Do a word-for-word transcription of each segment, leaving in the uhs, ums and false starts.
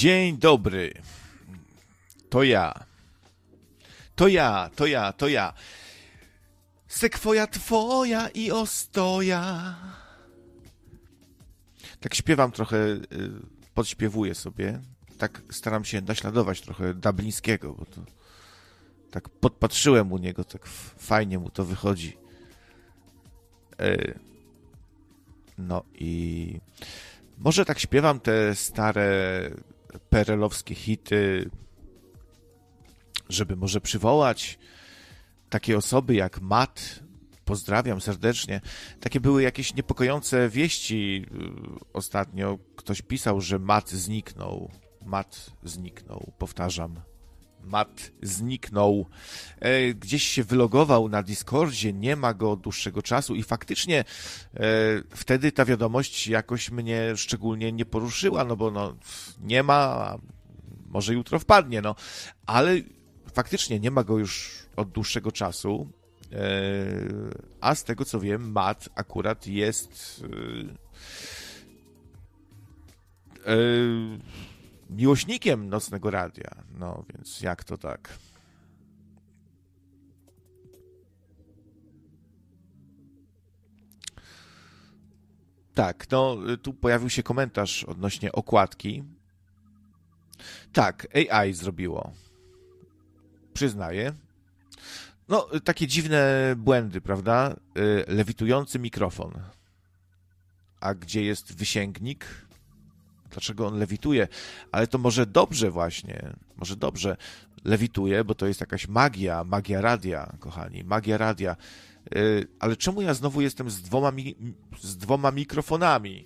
Dzień dobry. To ja. To ja, to ja, to ja. Sekwoja twoja i ostoja. Tak śpiewam trochę, podśpiewuję sobie. Tak staram się naśladować trochę Dublińskiego, bo to tak podpatrzyłem u niego, tak fajnie mu to wychodzi. No i może tak śpiewam te stare perelowskie hity, żeby może przywołać takie osoby jak Matt. Pozdrawiam serdecznie. Takie były jakieś niepokojące wieści ostatnio. Ktoś pisał, że Matt zniknął. Matt zniknął, powtarzam. Matt zniknął. E, gdzieś się wylogował na Discordzie, nie ma go od dłuższego czasu i faktycznie e, wtedy ta wiadomość jakoś mnie szczególnie nie poruszyła, no bo no, nie ma, może jutro wpadnie, no. Ale faktycznie nie ma go już od dłuższego czasu, e, a z tego co wiem, Matt akurat jest e, e, miłośnikiem Nocnego Radia. No, więc jak to tak? Tak, no, tu pojawił się komentarz odnośnie okładki. Tak, A I zrobiło. Przyznaję. No, takie dziwne błędy, prawda? Lewitujący mikrofon. A gdzie jest wysięgnik? Dlaczego on lewituje? Ale to może dobrze właśnie, może dobrze lewituje, bo to jest jakaś magia, magia radia, kochani, magia radia. Yy, ale czemu ja znowu jestem z dwoma, mi- z dwoma mikrofonami?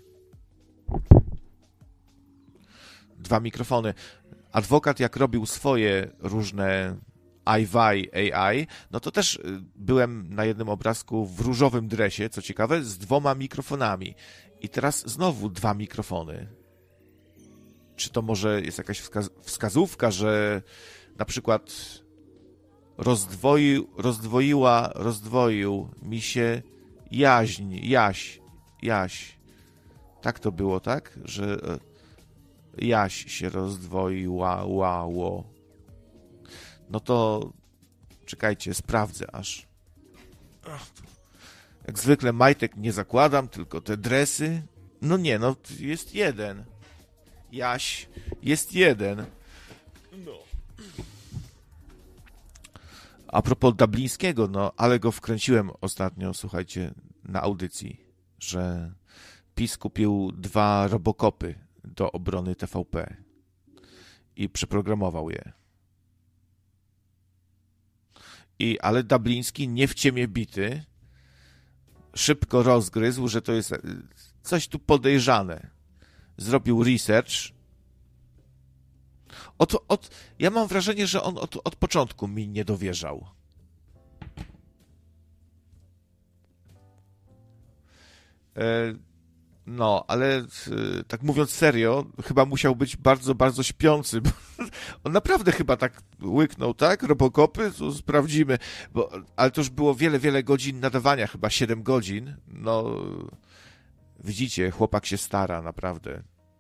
Dwa mikrofony. Adwokat jak robił swoje różne I W I A I, no to też byłem na jednym obrazku w różowym dresie, co ciekawe, z dwoma mikrofonami. I teraz znowu dwa mikrofony. Czy to może jest jakaś wskaz- wskazówka, że na przykład rozdwoił, rozdwoiła, rozdwoił mi się jaźń, jaś, jaś. Tak to było, tak? Że jaś się rozdwoiła, łało. No to czekajcie, sprawdzę aż. Jak zwykle majtek nie zakładam, tylko te dresy. No nie, no jest jeden. Jaś, jest jeden. No. A propos Dublińskiego, no, ale go wkręciłem ostatnio, słuchajcie, na audycji, że PiS kupił dwa robokopy do obrony T V P i przeprogramował je. I, ale Dubliński nie w ciemię bity szybko rozgryzł, że to jest coś tu podejrzane. Zrobił research. Od, od, ja mam wrażenie, że on od, od początku mi nie dowierzał. E, no, ale e, tak mówiąc serio, chyba musiał być bardzo, bardzo śpiący. Bo on naprawdę chyba tak łyknął, tak? Robokopy? To sprawdzimy. Bo, ale to już było wiele, wiele godzin nadawania, chyba siedem godzin. No, widzicie, chłopak się stara, naprawdę.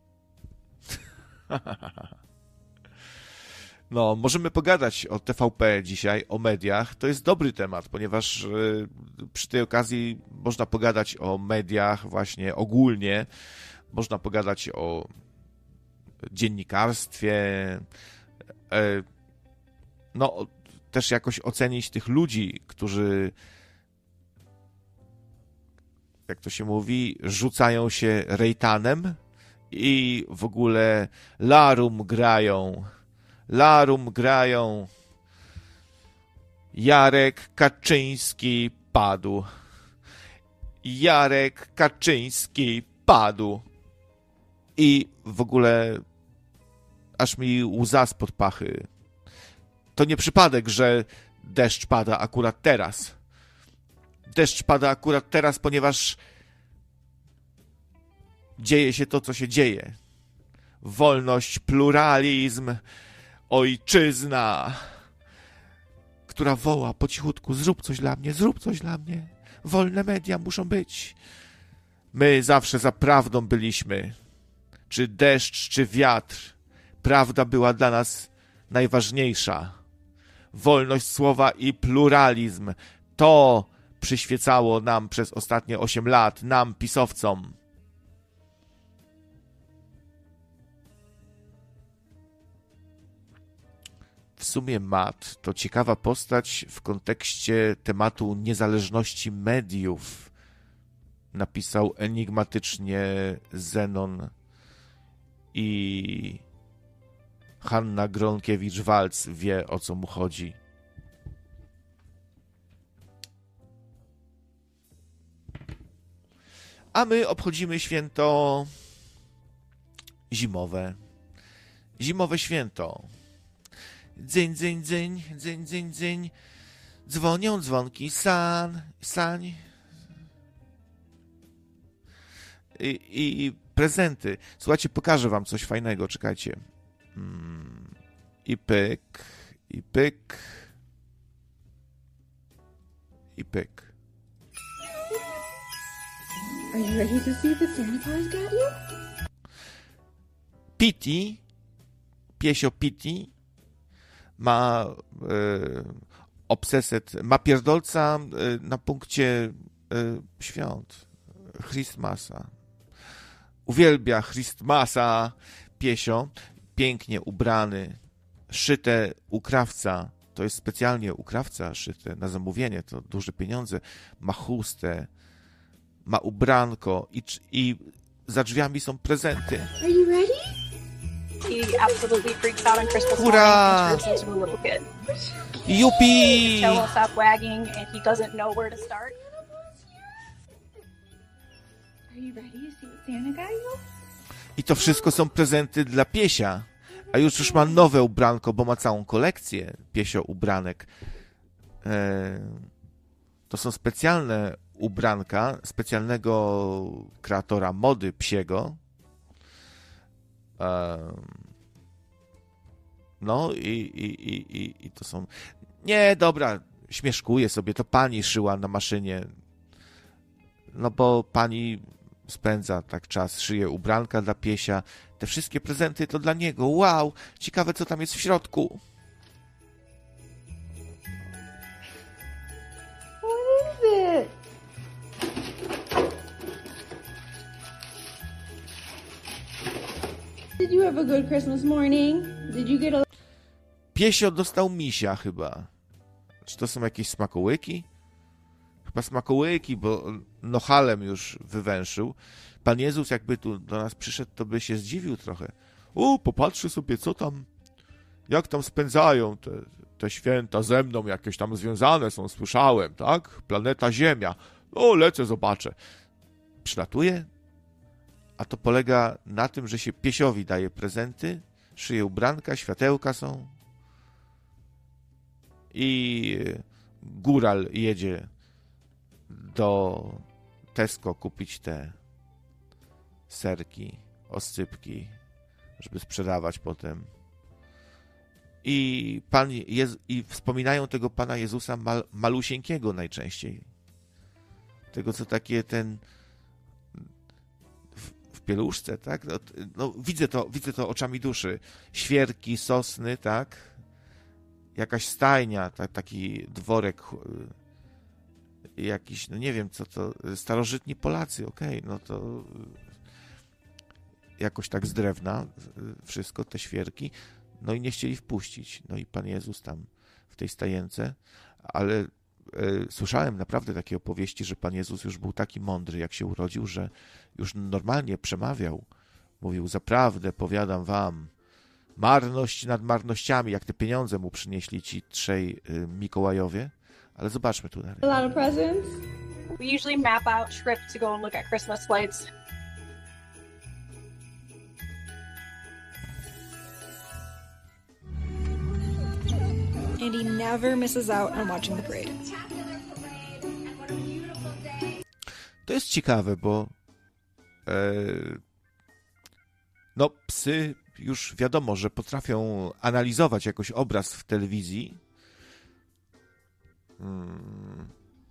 No, możemy pogadać o T V P dzisiaj, o mediach. To jest dobry temat, ponieważ y, przy tej okazji można pogadać o mediach właśnie ogólnie. Można pogadać o dziennikarstwie. Y, no, też jakoś ocenić tych ludzi, którzy, jak to się mówi, rzucają się rejtanem i w ogóle larum grają. Larum grają. Jarek Kaczyński padł. Jarek Kaczyński padł. I w ogóle aż mi łza spod pachy. To nie przypadek, że deszcz pada akurat teraz. Deszcz pada akurat teraz, ponieważ dzieje się to, co się dzieje. Wolność, pluralizm, ojczyzna, która woła po cichutku: zrób coś dla mnie, zrób coś dla mnie. Wolne media muszą być. My zawsze za prawdą byliśmy. Czy deszcz, czy wiatr. prawda była dla nas najważniejsza. Wolność słowa i pluralizm. To przyświecało nam przez ostatnie osiem lat, nam, pisowcom. W sumie Matt to ciekawa postać w kontekście tematu niezależności mediów. Napisał enigmatycznie Zenon i Hanna Gronkiewicz-Waltz wie, o co mu chodzi. A my obchodzimy święto zimowe. Zimowe święto. Dzyń, dzyń, dzyń, dzyń, dzyń, dzyń. Dzwonią dzwonki san, sań. I, i, I prezenty. Słuchajcie, pokażę wam coś fajnego, czekajcie. Hmm. I pyk, i pyk, i pyk. Are you ready to see what Santa Claus got you? Pity, piesio Pity, ma e, obseset, ma pierdolca e, na punkcie e, świąt, Christmasa. Uwielbia Christmasa, piesio, pięknie ubrany, szyte u krawca, to jest specjalnie u krawca szyte na zamówienie, to duże pieniądze, ma chustę, ma ubranko i, i za drzwiami są prezenty. Are you ready? He absolutely freaks out on Christmas Hurra! morning and turns into a little kid. Yupi! Tail won't stop wagging and he doesn't know where to start. Are you ready to see what Santa got you? I to wszystko są prezenty dla piesia. A już już ma nowe ubranko, bo ma całą kolekcję piesio ubranek. E, to są specjalne ubranka specjalnego kreatora mody psiego. E, no i, i, i, i, i to są... Nie, dobra, śmieszkuję sobie, to pani szyła na maszynie. No bo pani spędza tak czas, szyje ubranka dla piesia. Te wszystkie prezenty to dla niego. Wow, ciekawe co tam jest w środku. What is it? Did you have a good Christmas morning? Did you get a... Piesio dostał misia chyba. Czy to są jakieś smakołyki? Chyba smakołyki, bo nochalem już wywęszył. Pan Jezus jakby tu do nas przyszedł, to by się zdziwił trochę. O, popatrzy sobie, co tam, jak tam spędzają te, te święta ze mną, jakieś tam związane są, słyszałem, tak? Planeta Ziemia. O, lecę, zobaczę. Przylatuje, a to polega na tym, że się piesiowi daje prezenty, szyje ubranka, światełka są i góral jedzie do Tesco kupić te serki, oscypki, żeby sprzedawać potem. I Pan Jezu, i wspominają tego Pana Jezusa mal, malusieńkiego najczęściej. Tego, co takie ten w, w pieluszce, tak? No, no, widzę to, widzę to oczami duszy. Świerki, sosny, tak? Jakaś stajnia, tak, taki dworek jakiś, no nie wiem, co to, starożytni Polacy, okej, okay, no to jakoś tak z drewna wszystko, te świerki, no i nie chcieli wpuścić. No i Pan Jezus tam w tej stajence, ale e, słyszałem naprawdę takie opowieści, że Pan Jezus już był taki mądry, jak się urodził, że już normalnie przemawiał. Mówił, zaprawdę powiadam wam, marność nad marnościami, jak te pieniądze mu przynieśli ci trzej y, Mikołajowie. Ale zobaczmy tu dalej. A lot of presents? We usually map out trip to go and look at Christmas lights. And he never misses out on watching the parade. To jest ciekawe, bo e, no psy już wiadomo, że potrafią analizować jakoś obraz w telewizji. Hmm.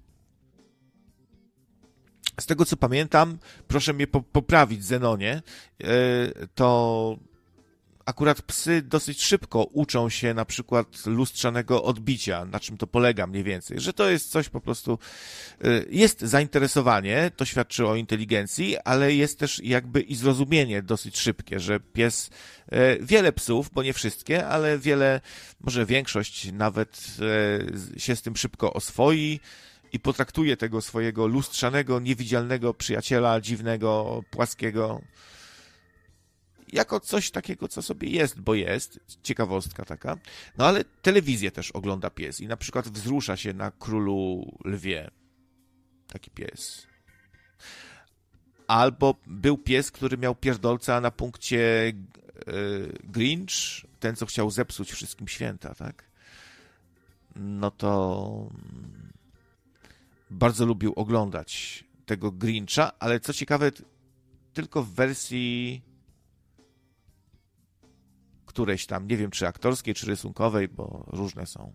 Z tego co pamiętam, proszę mnie po- poprawić, Zenonie, e, to akurat psy dosyć szybko uczą się na przykład lustrzanego odbicia, na czym to polega mniej więcej, że to jest coś po prostu, jest zainteresowanie, to świadczy o inteligencji, ale jest też jakby i zrozumienie dosyć szybkie, że pies, wiele psów, bo nie wszystkie, ale wiele, może większość nawet się z tym szybko oswoi i potraktuje tego swojego lustrzanego, niewidzialnego przyjaciela, dziwnego, płaskiego, jako coś takiego, co sobie jest, bo jest, ciekawostka taka. No ale telewizję też ogląda pies i na przykład wzrusza się na Królu Lwie. Taki pies. Albo był pies, który miał pierdolca na punkcie yy, Grinch, ten, co chciał zepsuć wszystkim święta, tak? No to bardzo lubił oglądać tego Grincha, ale co ciekawe, tylko w wersji którejś tam, nie wiem, czy aktorskiej, czy rysunkowej, bo różne są.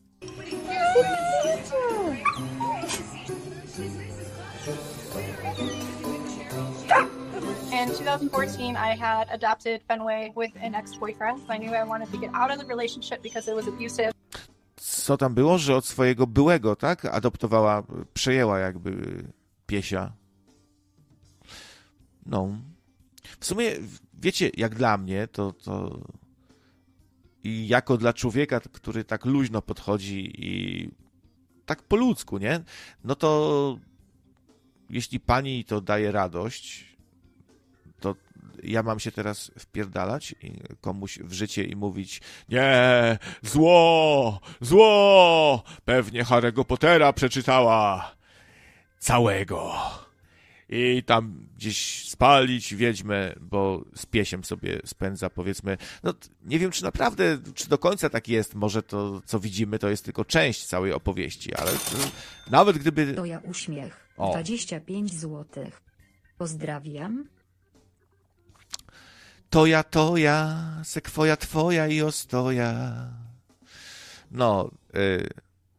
In two thousand fourteen, I had adopted Fenway with an ex-boyfriend. I knew I wanted to get out of the relationship because it was abusive. Co tam było, że od swojego byłego, tak, adoptowała, przejęła jakby piesia. No. W sumie, wiecie, jak dla mnie, to, to i jako dla człowieka, który tak luźno podchodzi i tak po ludzku, nie? No to jeśli pani to daje radość, to ja mam się teraz wpierdalać komuś w życie i mówić: nie, zło, zło, pewnie Harry'ego Pottera przeczytała całego. I tam gdzieś spalić wiedźmę, bo z piesiem sobie spędza, powiedzmy. No nie wiem, czy naprawdę, czy do końca tak jest. Może to, co widzimy, to jest tylko część całej opowieści, ale nawet gdyby... To ja uśmiech. O. dwadzieścia pięć złotych. Pozdrawiam. To ja, to ja, sekwoja twoja i ostoja. No, y...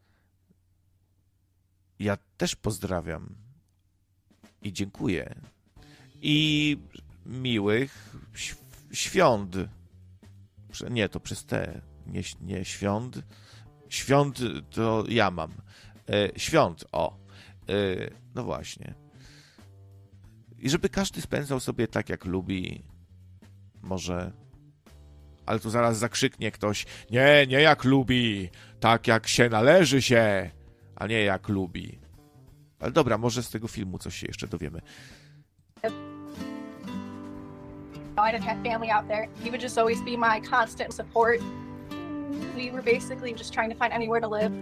ja też pozdrawiam. I dziękuję. I miłych świąt. Nie, to przez te. Nie, nie świąt. Świąt to ja mam. E, świąt, o. E, no właśnie. I żeby każdy spędzał sobie tak, jak lubi. Może. Ale tu zaraz zakrzyknie ktoś: nie, nie jak lubi. Tak, jak się należy się. A nie jak lubi. Ale dobra, może z tego filmu coś się jeszcze dowiemy. I didn't have family out there. He would just always be my constant support. We were basically just trying to find anywhere to live.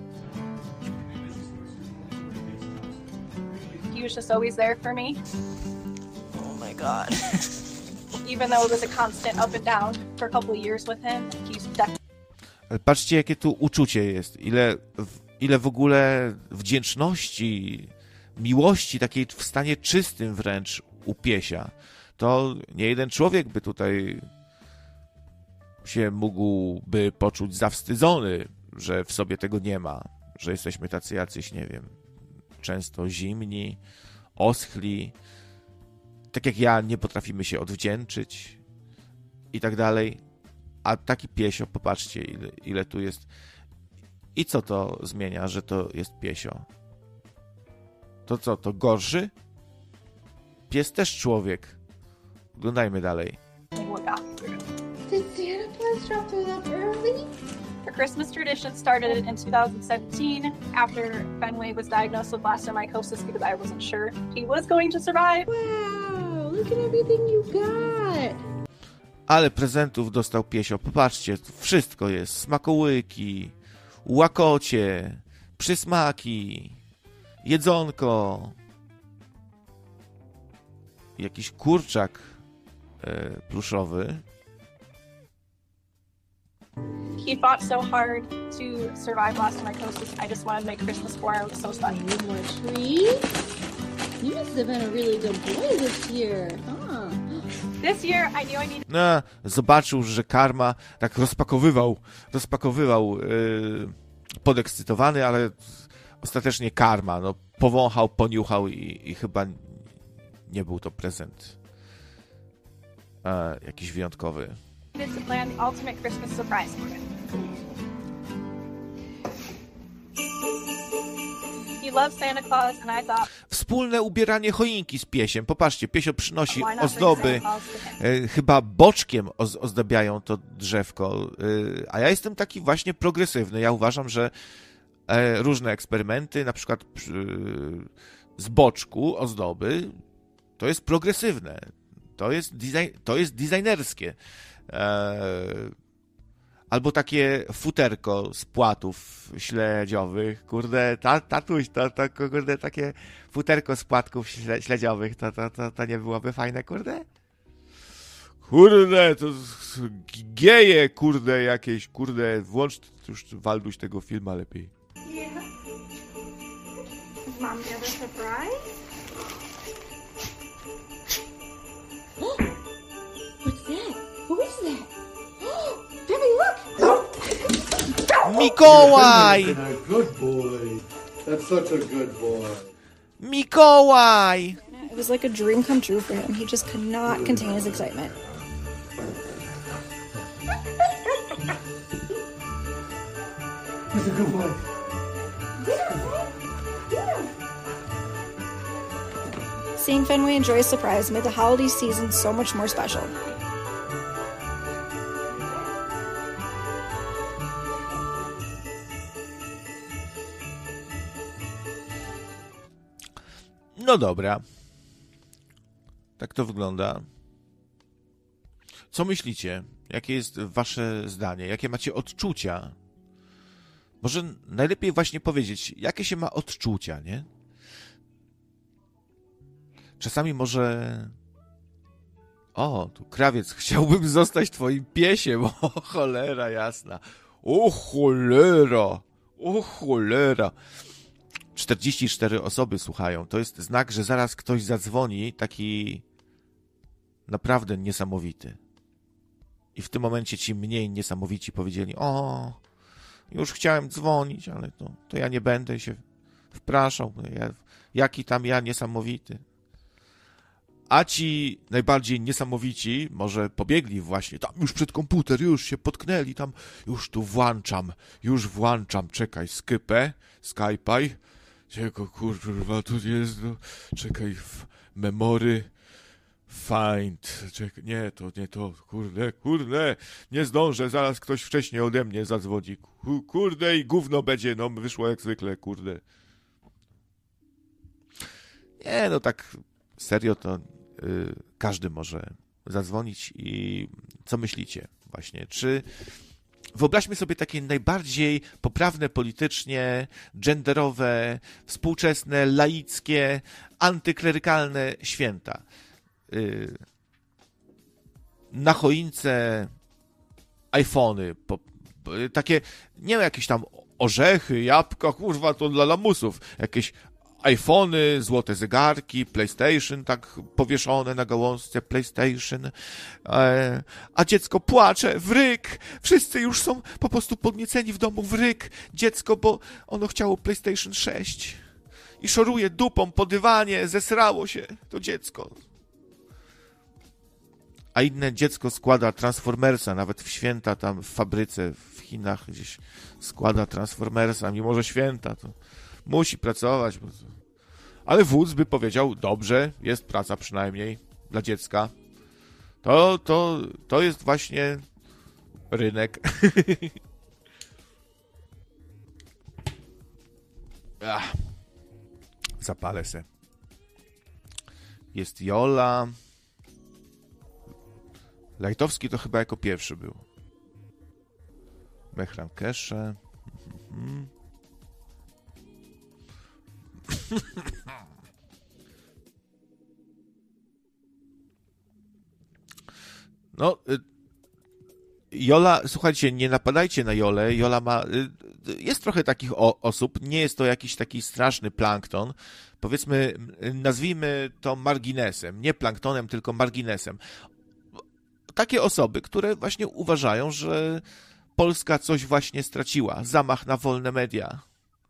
He was just always there for me. Oh my god. Even though it was a constant up and down for a couple of years with him, he's definitely... Ale patrzcie, jakie tu uczucie jest. Ile... W... Ile w ogóle wdzięczności, miłości takiej w stanie czystym wręcz u piesia. To nie jeden człowiek by tutaj się mógłby poczuć zawstydzony, że w sobie tego nie ma, że jesteśmy tacy jacyś, nie wiem, często zimni, oschli, tak jak ja, nie potrafimy się odwdzięczyć i tak dalej. A taki piesio, popatrzcie, ile, ile tu jest. I co to zmienia, że to jest piesio? To co, to gorszy? Pies też człowiek. Oglądajmy dalej. Look after him. Did Santa Claus drop those off early? The Christmas tradition started in two thousand seventeen after Fenway was diagnosed with blastomycosis because I wasn't sure he was going to survive. Wow, look at everything you got. Ale prezentów dostał piesio. Popatrzcie, wszystko jest. Smakołyki, łakocie, przysmaki, jedzonko, jakiś kurczak e, pluszowy. He fought so hard to survive blastomycosis. I just wanted to make Christmas for him. So special. Need more treats? You must have been a really good boy this year, huh? This year, I knew I needed... No, zobaczył, że karma, tak rozpakowywał, rozpakowywał yy, podekscytowany, ale ostatecznie karma, no, powąchał, poniuchał i, i chyba nie był to prezent e, jakiś wyjątkowy. to plan the ultimate Christmas surprise for him. He loves Santa Claus, and I thought, Wspólne ubieranie choinki z piesiem. Popatrzcie, piesio przynosi why not bring ozdoby. Santa Claus to him? E, chyba boczkiem oz- ozdabiają to drzewko. E, a ja jestem taki właśnie progresywny. Ja uważam, że e, różne eksperymenty, na przykład przy, z boczku ozdoby, to jest progresywne. To jest, design, to jest designerskie. E, albo takie futerko z płatów śledziowych. Kurde, ta, tatuś, to, to kurde, takie futerko z płatków śle, śledziowych, to, to, to, to nie byłoby fajne, kurde? Kurde, to geje, kurde, jakieś, kurde, włącz już, Walduś, tego filmu lepiej. Yeah. Is Mom the other surprise? What's that? Who is that? Family, look! Mikołaj! Good boy. That's such a good boy. Mikołaj! It was like a dream come true for him. He just could not contain his excitement. He's a good boy. Seeing Fenway enjoy his surprise made the holiday season so much more special. No dobra. Tak to wygląda. Co myślicie? Jakie jest wasze zdanie? Jakie macie odczucia? Może najlepiej właśnie powiedzieć, jakie się ma odczucia, nie? Czasami może... O, tu krawiec, chciałbym zostać twoim piesiem. O, cholera jasna. O, cholera. O, cholera. czterdzieści cztery osoby słuchają. To jest znak, że zaraz ktoś zadzwoni, taki naprawdę niesamowity. I w tym momencie ci mniej niesamowici powiedzieli: o, już chciałem dzwonić, ale to, to ja nie będę się wpraszał. Ja, jaki tam ja niesamowity. A ci najbardziej niesamowici może pobiegli właśnie tam już przed komputer, już się potknęli tam, już tu włączam, już włączam, czekaj, Skype, Skype'aj. Czego, kurwa, tu jest, no, czekaj, w memory, find, czekaj, nie, to nie to, kurde, kurde, nie zdążę, zaraz ktoś wcześniej ode mnie zadzwoni, kurde, i gówno będzie, no, wyszło jak zwykle, kurde. Nie, no tak, serio to y, każdy może zadzwonić i co myślicie właśnie, czy... Wyobraźmy sobie takie najbardziej poprawne politycznie, genderowe, współczesne, laickie, antyklerykalne święta. Yy, na choince iPhony, po, po, takie, nie wiem, jakieś tam orzechy, jabłka, kurwa, to dla lamusów, jakieś iPhony, złote zegarki, PlayStation tak powieszone na gałązce, PlayStation, e, a dziecko płacze, wryk, wszyscy już są po prostu podnieceni w domu, wryk, dziecko, bo ono chciało PlayStation sześć i szoruje dupą po dywanie, zesrało się to dziecko. A inne dziecko składa Transformersa, nawet w święta tam w fabryce w Chinach gdzieś składa Transformersa, mimo że święta to musi pracować. Ale wódz by powiedział, dobrze, jest praca przynajmniej dla dziecka. To, to, to jest właśnie rynek. Ach, zapalę se. Jest Jola. Lajtowski to chyba jako pierwszy był. Mehran Kesze. Mhm. No, Jola, słuchajcie, nie napadajcie na Jolę. Jola ma, jest trochę takich o, osób, nie jest to jakiś taki straszny plankton. Powiedzmy, nazwijmy to marginesem, nie planktonem, tylko marginesem. Takie osoby, które właśnie uważają, że Polska coś właśnie straciła. Zamach na wolne media.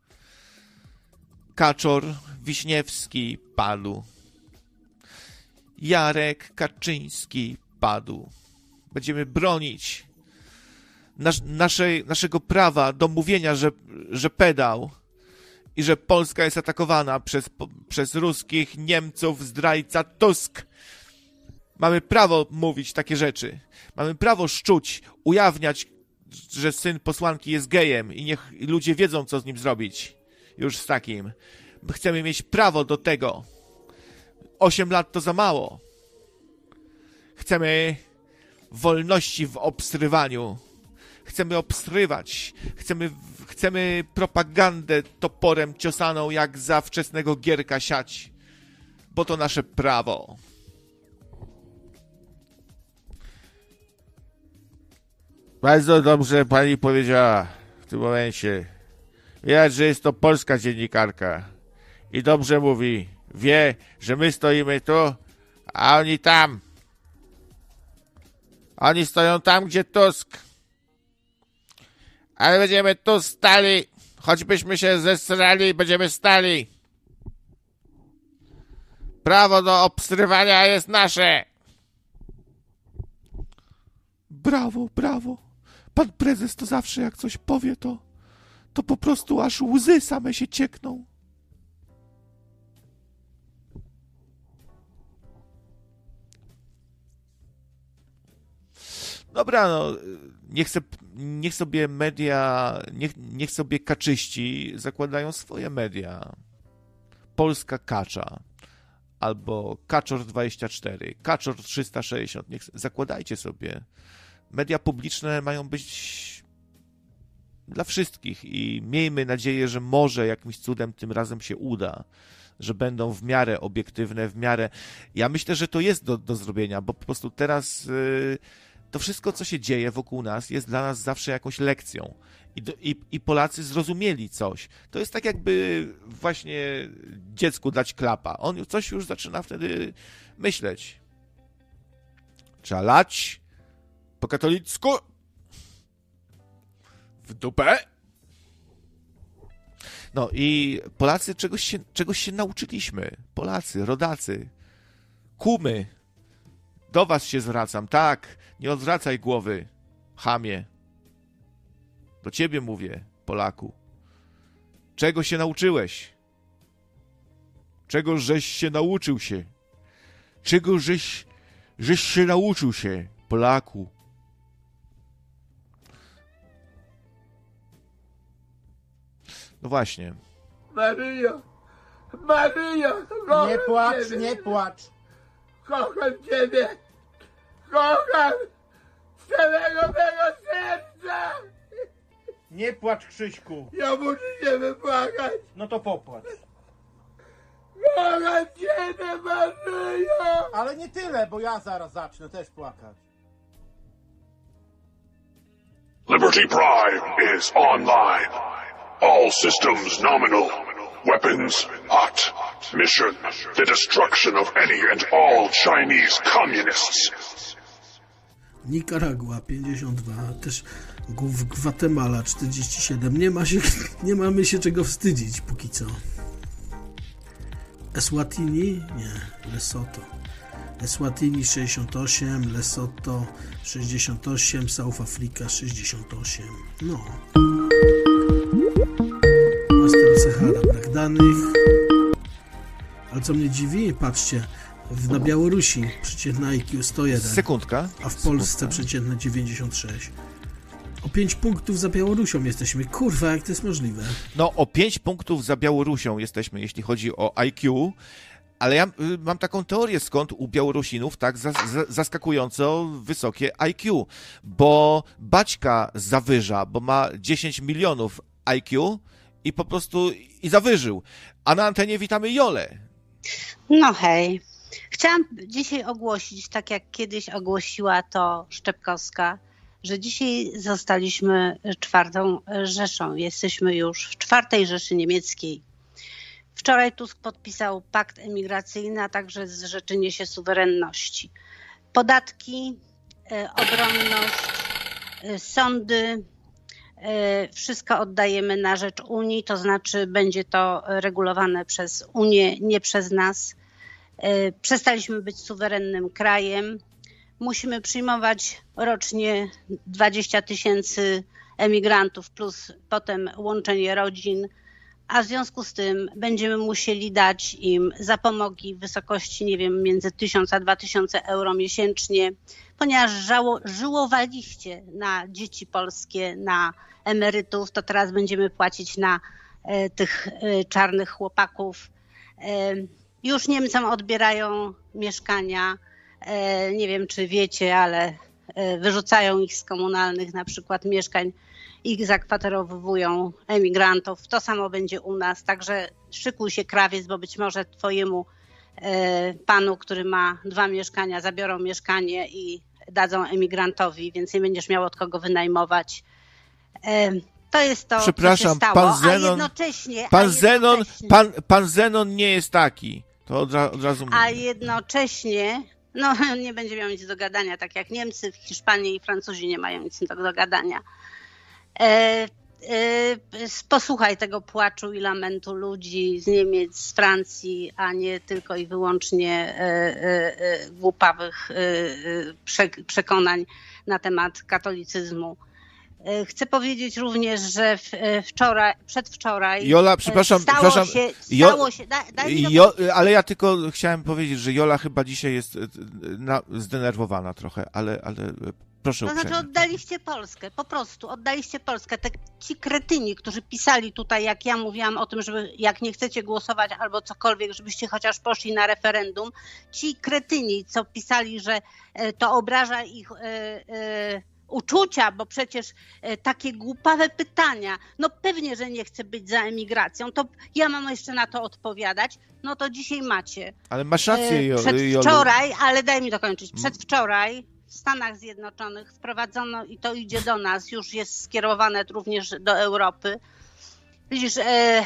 Kaczor, Wiśniewski padł. Jarek Kaczyński padł. Będziemy bronić nas, naszej, naszego prawa do mówienia, że, że pedał i że Polska jest atakowana przez, przez ruskich, Niemców, zdrajca Tusk. Mamy prawo mówić takie rzeczy. Mamy prawo szczuć, ujawniać, że syn posłanki jest gejem i niech ludzie wiedzą, co z nim zrobić. Już z takim. Chcemy mieć prawo do tego. Osiem lat to za mało. Chcemy wolności w obstrywaniu. Chcemy obstrywać. Chcemy, chcemy propagandę toporem ciosaną jak za wczesnego Gierka siać. Bo to nasze prawo. Bardzo dobrze pani powiedziała w tym momencie. Widać, że jest to polska dziennikarka. I dobrze mówi. Wie, że my stoimy tu, a oni tam. Oni stoją tam, gdzie Tusk. Ale będziemy tu stali. Choćbyśmy się zesrali, będziemy stali. Prawo do obstrywania jest nasze. Brawo, brawo. Pan prezes to zawsze jak coś powie, to, to po prostu aż łzy same się ciekną. Dobra, no, niech, se, niech sobie media, niech, niech sobie kaczyści zakładają swoje media. Polska Kacza, albo Kaczor dwadzieścia cztery, Kaczor trzysta sześćdziesiąt, niech zakładajcie sobie. Media publiczne mają być dla wszystkich i miejmy nadzieję, że może jakimś cudem tym razem się uda, że będą w miarę obiektywne, w miarę... Ja myślę, że to jest do, do zrobienia, bo po prostu teraz yy, to wszystko, co się dzieje wokół nas, jest dla nas zawsze jakąś lekcją. I, do, i, I Polacy zrozumieli coś. To jest tak jakby właśnie dziecku dać klapa. On coś już zaczyna wtedy myśleć. Trzeba lać po katolicku w dupę. No i Polacy czegoś się, czegoś się nauczyliśmy. Polacy, rodacy, kumy. Do was się zwracam, tak. Nie odwracaj głowy, chamie. Do ciebie mówię, Polaku. Czego się nauczyłeś? Czego żeś się nauczył się? Czego żeś, żeś się nauczył się, Polaku? No właśnie. Maryjo! Maryjo! Nie płacz, ciebie. nie płacz. Kocham ciebie! Kocham! Z całego mego serca! Nie płacz, Krzyśku. Ja muszę się wypłakać! No to popłacz. Kocham ciebie, Maryjo! Ale nie tyle, bo ja zaraz zacznę też płakać. Liberty Prime is online. All systems nominal. Weapons hot. Mission: the destruction of any and all Chinese communists. Nikaragua pięćdziesiąt dwa, też w Gwatemala czterdzieści siedem. Nie ma się, nie mamy się czego wstydzić póki co. Eswatini? Nie, Lesotho. Eswatini sześćdziesiąt osiem, Lesotho sześćdziesiąt osiem, South Africa sześćdziesiąt osiem. No. Western Sahara, brak danych. Ale co mnie dziwi, patrzcie, na Białorusi przeciętne I Q sto jeden. Sekundka. A w Polsce Sekundka. przeciętne dziewięćdziesiąt sześć. O pięć punktów za Białorusią jesteśmy. Kurwa, jak to jest możliwe? No, o pięć punktów za Białorusią jesteśmy, jeśli chodzi o I Q, ale ja y, mam taką teorię, skąd u Białorusinów tak za, za, zaskakująco wysokie I Q, bo Baćka zawyża, bo ma dziesięć milionów I Q i po prostu i zawyżył. A na antenie witamy Jolę. No hej. Chciałam dzisiaj ogłosić, tak jak kiedyś ogłosiła to Szczepkowska, że dzisiaj zostaliśmy czwartą Rzeszą. Jesteśmy już w czwartej Rzeszy Niemieckiej. Wczoraj Tusk podpisał pakt emigracyjny, a także zrzeczenie się suwerenności. Podatki, obronność, sądy, wszystko oddajemy na rzecz Unii, to znaczy będzie to regulowane przez Unię, nie przez nas. Przestaliśmy być suwerennym krajem. musimy przyjmować rocznie dwadzieścia tysięcy emigrantów plus potem łączenie rodzin, a w związku z tym będziemy musieli dać im zapomogi w wysokości, nie wiem, między tysiąc a dwa tysiące euro miesięcznie, ponieważ żało, żyłowaliście na dzieci polskie, na emerytów, to teraz będziemy płacić na e, tych e, czarnych chłopaków. E, już Niemcom odbierają mieszkania, e, nie wiem czy wiecie, ale e, wyrzucają ich z komunalnych na przykład mieszkań, ich zakwaterowują emigrantów. To samo będzie u nas, także szykuj się krawiec, bo być może twojemu e, panu, który ma dwa mieszkania, zabiorą mieszkanie i dadzą emigrantowi, więc nie będziesz miał od kogo wynajmować. E, to jest to, Przepraszam, co się stało, pan Zenon, a jednocześnie... Pan, a Zenon jednocześnie, pan, pan Zenon nie jest taki. To od, ra, od razu mówię. A jednocześnie, no nie będzie miał nic do gadania, tak jak Niemcy, Hiszpanie i Francuzi nie mają nic do gadania. E, e, posłuchaj tego płaczu i lamentu ludzi z Niemiec, z Francji, a nie tylko i wyłącznie e, e, głupawych e, prze, przekonań na temat katolicyzmu. E, chcę powiedzieć również, że w, wczoraj, przedwczoraj Jola, przepraszam, stało przepraszam, się, Jo, stało się daj, daj mi jo, ale ja tylko chciałem powiedzieć, że Jola chyba dzisiaj jest na, zdenerwowana trochę, ale, ale proszę To uprzejmie. znaczy oddaliście Polskę, po prostu oddaliście Polskę. Te, ci kretyni, którzy pisali tutaj, jak ja mówiłam o tym, żeby jak nie chcecie głosować albo cokolwiek, żebyście chociaż poszli na referendum, ci kretyni, co pisali, że e, to obraża ich e, e, uczucia, bo przecież e, takie głupawe pytania, no pewnie, że nie chcę być za emigracją, to ja mam jeszcze na to odpowiadać, no to dzisiaj macie. Ale masz rację, Jolu. Przedwczoraj, ale daj mi dokończyć, przedwczoraj w Stanach Zjednoczonych wprowadzono, i to idzie do nas, już jest skierowane również do Europy. Widzisz, e,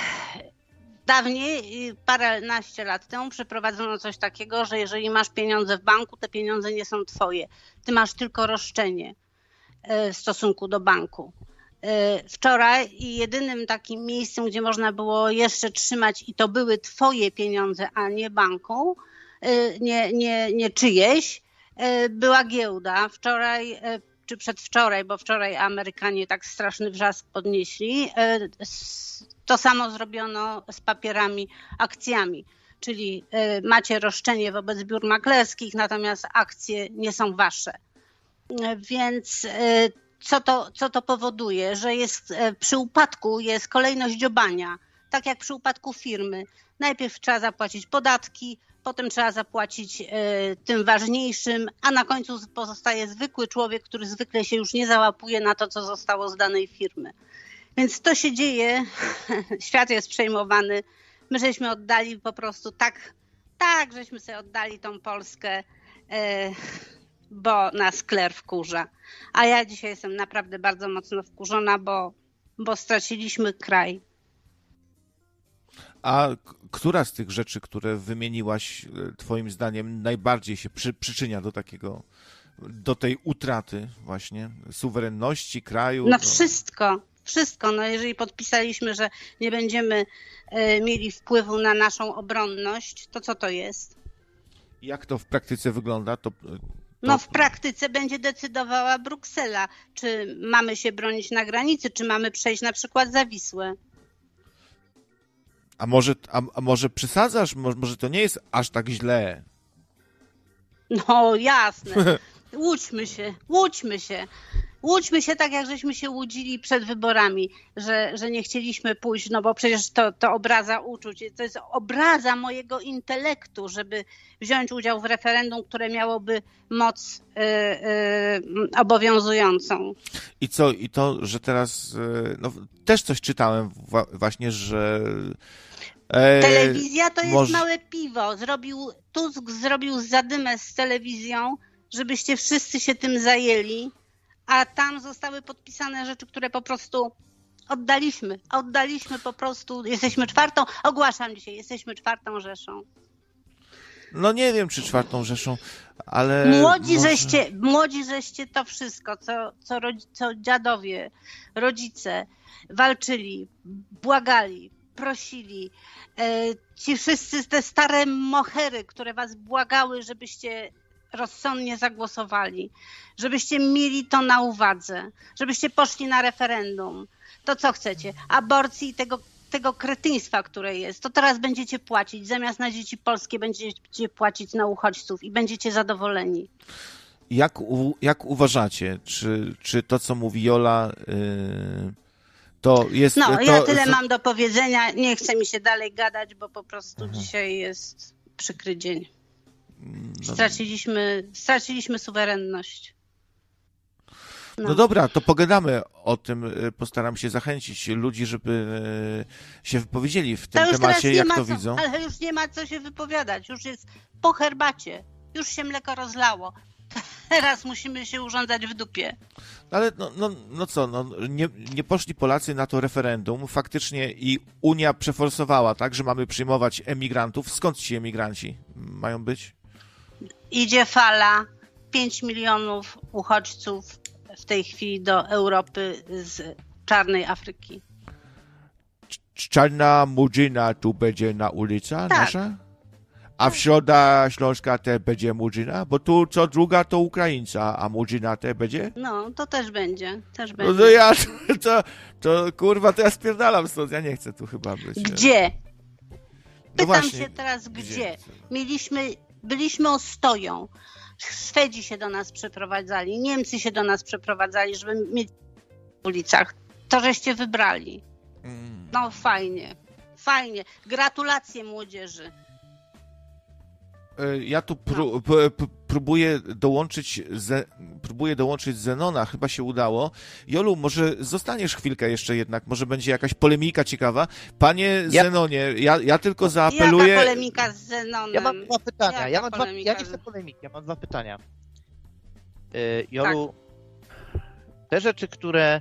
dawniej, paręnaście lat temu przeprowadzono coś takiego, że jeżeli masz pieniądze w banku, te pieniądze nie są twoje. Ty masz tylko roszczenie e, w stosunku do banku. E, wczoraj i jedynym takim miejscem, gdzie można było jeszcze trzymać i to były twoje pieniądze, a nie banku, e, nie, nie, nie czyjeś, była giełda. Wczoraj, czy przedwczoraj, bo wczoraj Amerykanie tak straszny wrzask podnieśli, to samo zrobiono z papierami, akcjami. Czyli macie roszczenie wobec biur maklerskich, natomiast akcje nie są wasze. Więc co to, co to powoduje? Że jest, przy upadku jest kolejność dziobania. Tak jak przy upadku firmy. Najpierw trzeba zapłacić podatki, potem trzeba zapłacić y, tym ważniejszym, a na końcu pozostaje zwykły człowiek, który zwykle się już nie załapuje na to, co zostało z danej firmy. Więc to się dzieje, świat jest przejmowany. My żeśmy oddali po prostu tak, tak, żeśmy sobie oddali tą Polskę, y, bo nas kler wkurza. A ja dzisiaj jestem naprawdę bardzo mocno wkurzona, bo, bo straciliśmy kraj. A która z tych rzeczy, które wymieniłaś, twoim zdaniem najbardziej się przy, przyczynia do takiego, do tej utraty właśnie suwerenności kraju? No do... wszystko, wszystko. No jeżeli podpisaliśmy, że nie będziemy e, mieli wpływu na naszą obronność, to co to jest? Jak to w praktyce wygląda? To, to... No w praktyce będzie decydowała Bruksela, czy mamy się bronić na granicy, czy mamy przejść na przykład za Wisłę. A może, a, a może przesadzasz? Może, może to nie jest aż tak źle? No jasne. Łudźmy się, łudźmy się. Łudźmy się tak, jak żeśmy się łudzili przed wyborami, że, że nie chcieliśmy pójść, no bo przecież to, to obraza uczuć. To jest obraza mojego intelektu, żeby wziąć udział w referendum, które miałoby moc yy, yy, obowiązującą. I co? I to, że teraz... Yy, no, też coś czytałem wa- właśnie, że... E, Telewizja to jest może... małe piwo. Zrobił, Tusk zrobił zadymę z telewizją, żebyście wszyscy się tym zajęli, a tam zostały podpisane rzeczy, które po prostu oddaliśmy. Oddaliśmy po prostu, jesteśmy czwartą, ogłaszam dzisiaj, jesteśmy czwartą Rzeszą. No nie wiem, czy czwartą Rzeszą, ale... Młodzi, może... żeście, młodzi żeście to wszystko, co, co, rodzi, co dziadowie, rodzice walczyli, błagali, prosili. E, ci wszyscy te stare mohery, które was błagały, żebyście rozsądnie zagłosowali, żebyście mieli to na uwadze, żebyście poszli na referendum. To co chcecie? Aborcji i tego, tego kretyństwa, które jest, to teraz będziecie płacić. Zamiast na dzieci polskie będziecie płacić na uchodźców i będziecie zadowoleni. Jak, u, jak uważacie, czy, czy to, co mówi Jola, yy, to jest... No, to, ja tyle to... mam do powiedzenia. Nie chce mi się dalej gadać, bo po prostu Aha. dzisiaj jest przykry dzień. Straciliśmy, straciliśmy suwerenność. No. no dobra, to pogadamy o tym, postaram się zachęcić ludzi, żeby się wypowiedzieli w tym temacie, jak to co, widzą. Ale już nie ma co się wypowiadać, już jest po herbacie, już się mleko rozlało. Teraz musimy się urządzać w dupie. Ale no, no, no co, no, nie, nie poszli Polacy na to referendum, faktycznie i Unia przeforsowała, tak, że mamy przyjmować emigrantów. Skąd ci emigranci mają być? Idzie fala, pięć milionów uchodźców w tej chwili do Europy z czarnej Afryki. Czarna murzyna tu będzie na ulica tak. nasza? A w środa Śląska też będzie murzyna? Bo tu co druga to Ukraińca, a murzyna też będzie? No, to też będzie. Też no będzie. to ja, to, to kurwa, to ja spierdalam stąd, ja nie chcę tu chyba być. Gdzie? No Pytam właśnie, się teraz, gdzie? gdzie? Mieliśmy, byliśmy ostoją. Szwedzi się do nas przeprowadzali, Niemcy się do nas przeprowadzali, żeby mieć w ulicach. To żeście wybrali. Mm. No fajnie, fajnie. Gratulacje młodzieży. Ja tu pró- p- p- próbuję dołączyć ze- próbuję dołączyć Zenona, chyba się udało. Jolu, może zostaniesz chwilkę jeszcze jednak, może będzie jakaś polemika ciekawa. Panie ja... Zenonie, ja, ja tylko zaapeluję... Jaka polemika z Zenonem? Ja mam dwa pytania. Ja, mam dwa... ja nie z... chcę polemiki, ja mam dwa pytania. Yy, Jolu, tak. Te rzeczy, które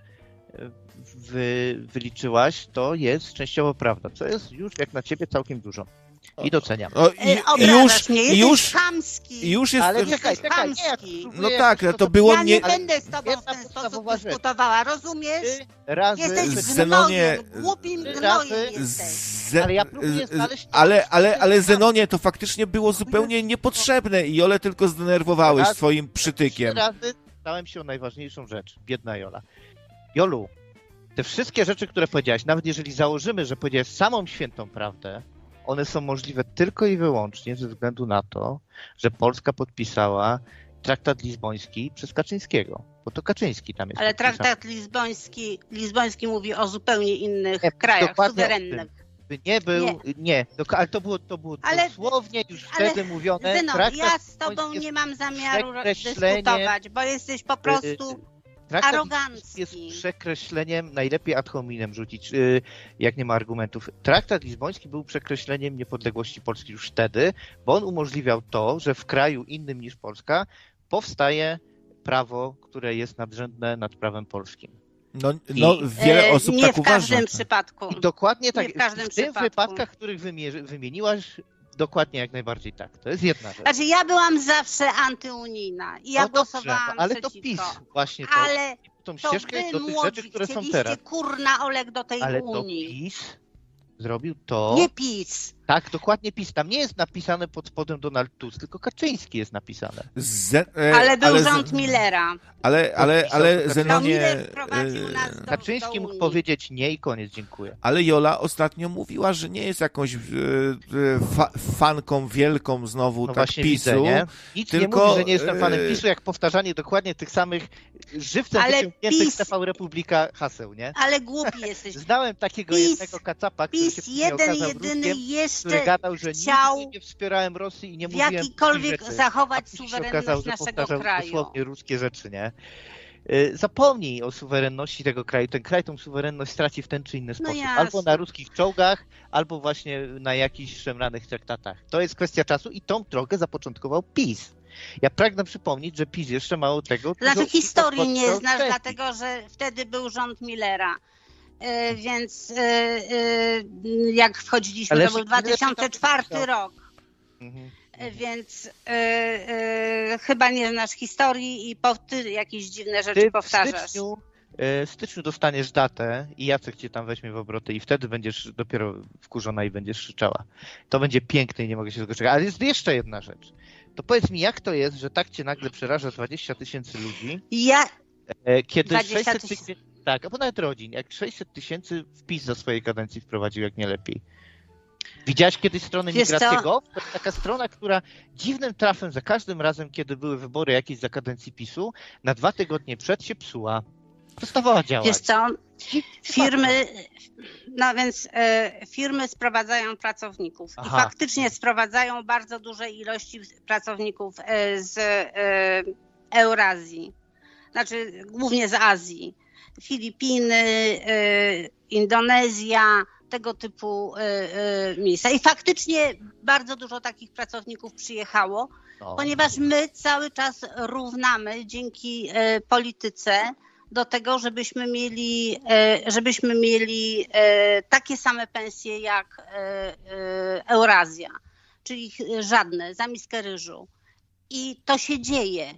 wy, wyliczyłaś, to jest częściowo prawda, co jest już jak na ciebie całkiem dużo. I doceniam. O, i, i już, mnie, jesteś już, chamski. Już jest... Ale czekaj, czekaj, nie, no tak, no to było... Ja nie, nie będę z tobą w ten sposób dyskutowała, rozumiesz? Razy, jesteś Zenonie, gnojem, głupim gnojem jesteś. Ze, ale ja próbuję znaleźć... Ale, ale, ale Zenonie, to faktycznie było zupełnie niepotrzebne i Jolę tylko zdenerwowałeś raz, swoim przytykiem. Trzy razy stałem się o najważniejszą rzecz. Biedna Jola. Jolu, te wszystkie rzeczy, które powiedziałaś, nawet jeżeli założymy, że powiedziałaś samą świętą prawdę, one są możliwe tylko i wyłącznie ze względu na to, że Polska podpisała traktat lizboński przez Kaczyńskiego, bo to Kaczyński tam jest. Ale podpisany. traktat lizboński, lizboński mówi o zupełnie innych nie, krajach suwerennych. Nie był, nie, nie ale to było, to było ale, dosłownie już ale, wtedy mówione. Zeno, ja z tobą nie mam zamiaru dyskutować, bo jesteś po prostu... Traktat arogancki. Jest przekreśleniem, najlepiej ad hominem rzucić, jak nie ma argumentów. Traktat lizboński był przekreśleniem niepodległości Polski już wtedy, bo on umożliwiał to, że w kraju innym niż Polska powstaje prawo, które jest nadrzędne nad prawem polskim. No, no wiele osób nie tak w uważa. każdym przypadku. I dokładnie tak. Nie w każdym w tych przypadku. wypadkach, których wymieniłaś, dokładnie jak najbardziej tak. To jest jedna rzecz. Znaczy ja byłam zawsze antyunijna i ja no głosowałam dobrze, ale przeciwko. to PiS właśnie to, ale tą to ścieżkę wy, do tych młodzi, rzeczy, które są chcieliście teraz. kurna Oleg do tej ale Unii. To PiS zrobił to... Nie PiS. Tak, dokładnie PiS. Tam nie jest napisane pod spodem Donald Tusk, tylko Kaczyński jest napisane. Ze, e, ale był ale rząd z... Millera. Ale, ale, ale Zenonie... Do, Kaczyński do mógł powiedzieć nie i koniec, dziękuję. Ale Jola ostatnio mówiła, że nie jest jakąś e, fa, fanką wielką znowu no tak właśnie PiSu. Widzę, nie? Nic tylko, nie mówi, że nie jestem fanem PiSu, jak powtarzanie dokładnie tych samych żywcem wyciągniętych PiS... z T V Republika haseł, nie? Ale głupi jesteś. Znałem takiego PiS... jednego kacapa, który PiS się jeden, okazał jedyny Ruskiem, jeszcze który gadał, że chciał nigdy nie wspierałem Rosji i nie w mówiłem jakikolwiek rzeczy, zachować a suwerenność się okazał, że naszego powtarzał kraju. dosłownie ruskie rzeczy, nie? Zapomnij o suwerenności tego kraju. Ten kraj tą suwerenność straci w ten czy inny sposób. No albo na ruskich czołgach, albo właśnie na jakichś szemranych traktatach. To jest kwestia czasu i tą drogę zapoczątkował PiS. Ja pragnę przypomnieć, że PiS jeszcze mało tego... Znaczy historii nie znasz, dlatego że wtedy był rząd Millera. Yy, więc yy, yy, jak wchodziliśmy, ale to był dwa tysiące czwarty rok. Mhm. Więc yy, yy, chyba nie znasz historii i po, ty jakieś dziwne rzeczy ty powtarzasz. W styczniu, yy, w styczniu dostaniesz datę i Jacek cię tam weźmie w obroty i wtedy będziesz dopiero wkurzona i będziesz krzyczała. To będzie piękne i nie mogę się tego czekać. Ale jest jeszcze jedna rzecz. to powiedz mi, jak to jest, że tak cię nagle przeraża dwadzieścia tysięcy ludzi, Ja... e, kiedy dwadzieścia sześćset tysięcy. tysięcy, tak, albo nawet rodzin, jak sześćset tysięcy wpis do swojej kadencji wprowadził, jak nie lepiej. Widziałaś kiedyś stronę Wiesz co? Migrację Gov? To jest taka strona, która dziwnym trafem za każdym razem, kiedy były wybory jakieś za kadencji PiSu, na dwa tygodnie przed się psuła. Przestawała działać. Wiesz co, firmy, no więc e, firmy sprowadzają pracowników i Aha. faktycznie sprowadzają bardzo duże ilości pracowników e, z e, Eurazji, znaczy głównie z Azji. Filipiny, e, Indonezja, tego typu e, e, miejsca. I faktycznie bardzo dużo takich pracowników przyjechało, No. ponieważ my cały czas równamy dzięki e, polityce do tego, żebyśmy mieli, e, żebyśmy mieli e, takie same pensje jak e, e, Eurazja, czyli żadne, za miskę ryżu. I to się dzieje.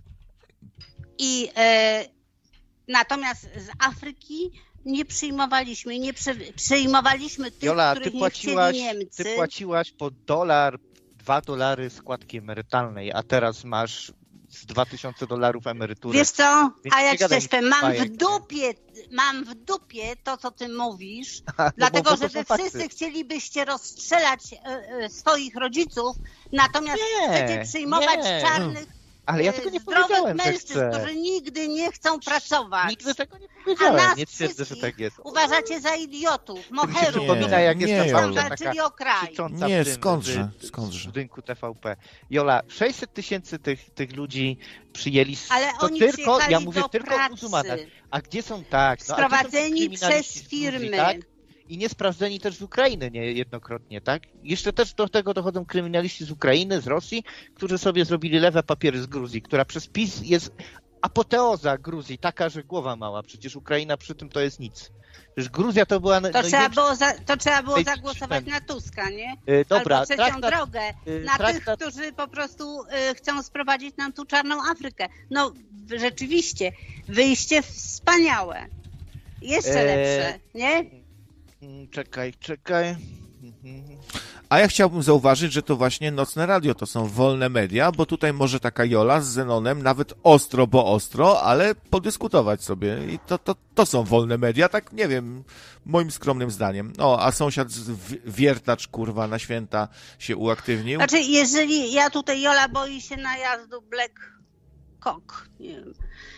I e, natomiast z Afryki nie przyjmowaliśmy, nie przy, przyjmowaliśmy tych, Jola, których ty nie chcieli płaciłaś, Niemcy. ty płaciłaś po dolar, dwa dolary składki emerytalnej, a teraz masz z dwa tysiące dolarów emerytury. Wiesz co, Więc a nie ja ci gadaj coś mi powiem, mam bajek, w dupie, mam w dupie to, co ty mówisz, no dlatego, bo to że są wy fakty. wszyscy chcielibyście rozstrzelać e, e, swoich rodziców, natomiast Nie, chcecie przyjmować nie. czarnych, Ale ja e, tego nie zdrowych powiedziałem, że mężczyzn, chcę. którzy nigdy nie chcą pracować. Nigdy tego nie A powiedziałem, nas nie twierdzę, że wszystkich tak jest. uważacie za idiotów, Mi się moherów, przypomina, jak Nie, jest nie, ta Jolu. babcia walczyli taka o kraj. krzycząca Nie, w tym, skądże, w- skądże. w budynku T V P. Jola, sześćset tysięcy tych, tych ludzi przyjęli, z- Ale to oni tylko, przyjechali ja mówię do tylko pracy. w muzułmanach. A gdzie są, tak, no, a gdzie są Sprowadzeni ci kryminaliści przez z Gruzji, firmy. tak? I niesprawdzeni też z Ukrainy niejednokrotnie, tak? Jeszcze też do tego dochodzą kryminaliści z Ukrainy, z Rosji, którzy sobie zrobili lewe papiery z Gruzji, która przez PiS jest apoteoza Gruzji, taka, że głowa mała. Przecież Ukraina przy tym to jest nic. Przecież Gruzja to była... To, no, trzeba, największa- było za, to trzeba było największy zagłosować ten- na Tuska, nie? Y, Dobra, Albo trzecią traktat, drogę, y, na tych, traktat- którzy po prostu y, chcą sprowadzić nam tu czarną Afrykę. No rzeczywiście, wyjście wspaniałe. Jeszcze Eee, lepsze, nie? Mm, Czekaj, czekaj. Mhm. A ja chciałbym zauważyć, że to właśnie Nocne Radio to są wolne media, bo tutaj może taka Jola z Zenonem nawet ostro, bo ostro, ale podyskutować sobie. I to, to, to są wolne media, tak nie wiem, moim skromnym zdaniem. O, a sąsiad z w- wiertacz, kurwa, na święta się uaktywnił. Znaczy, jeżeli ja tutaj, Jola boi się najazdu Black Cock, nie wiem.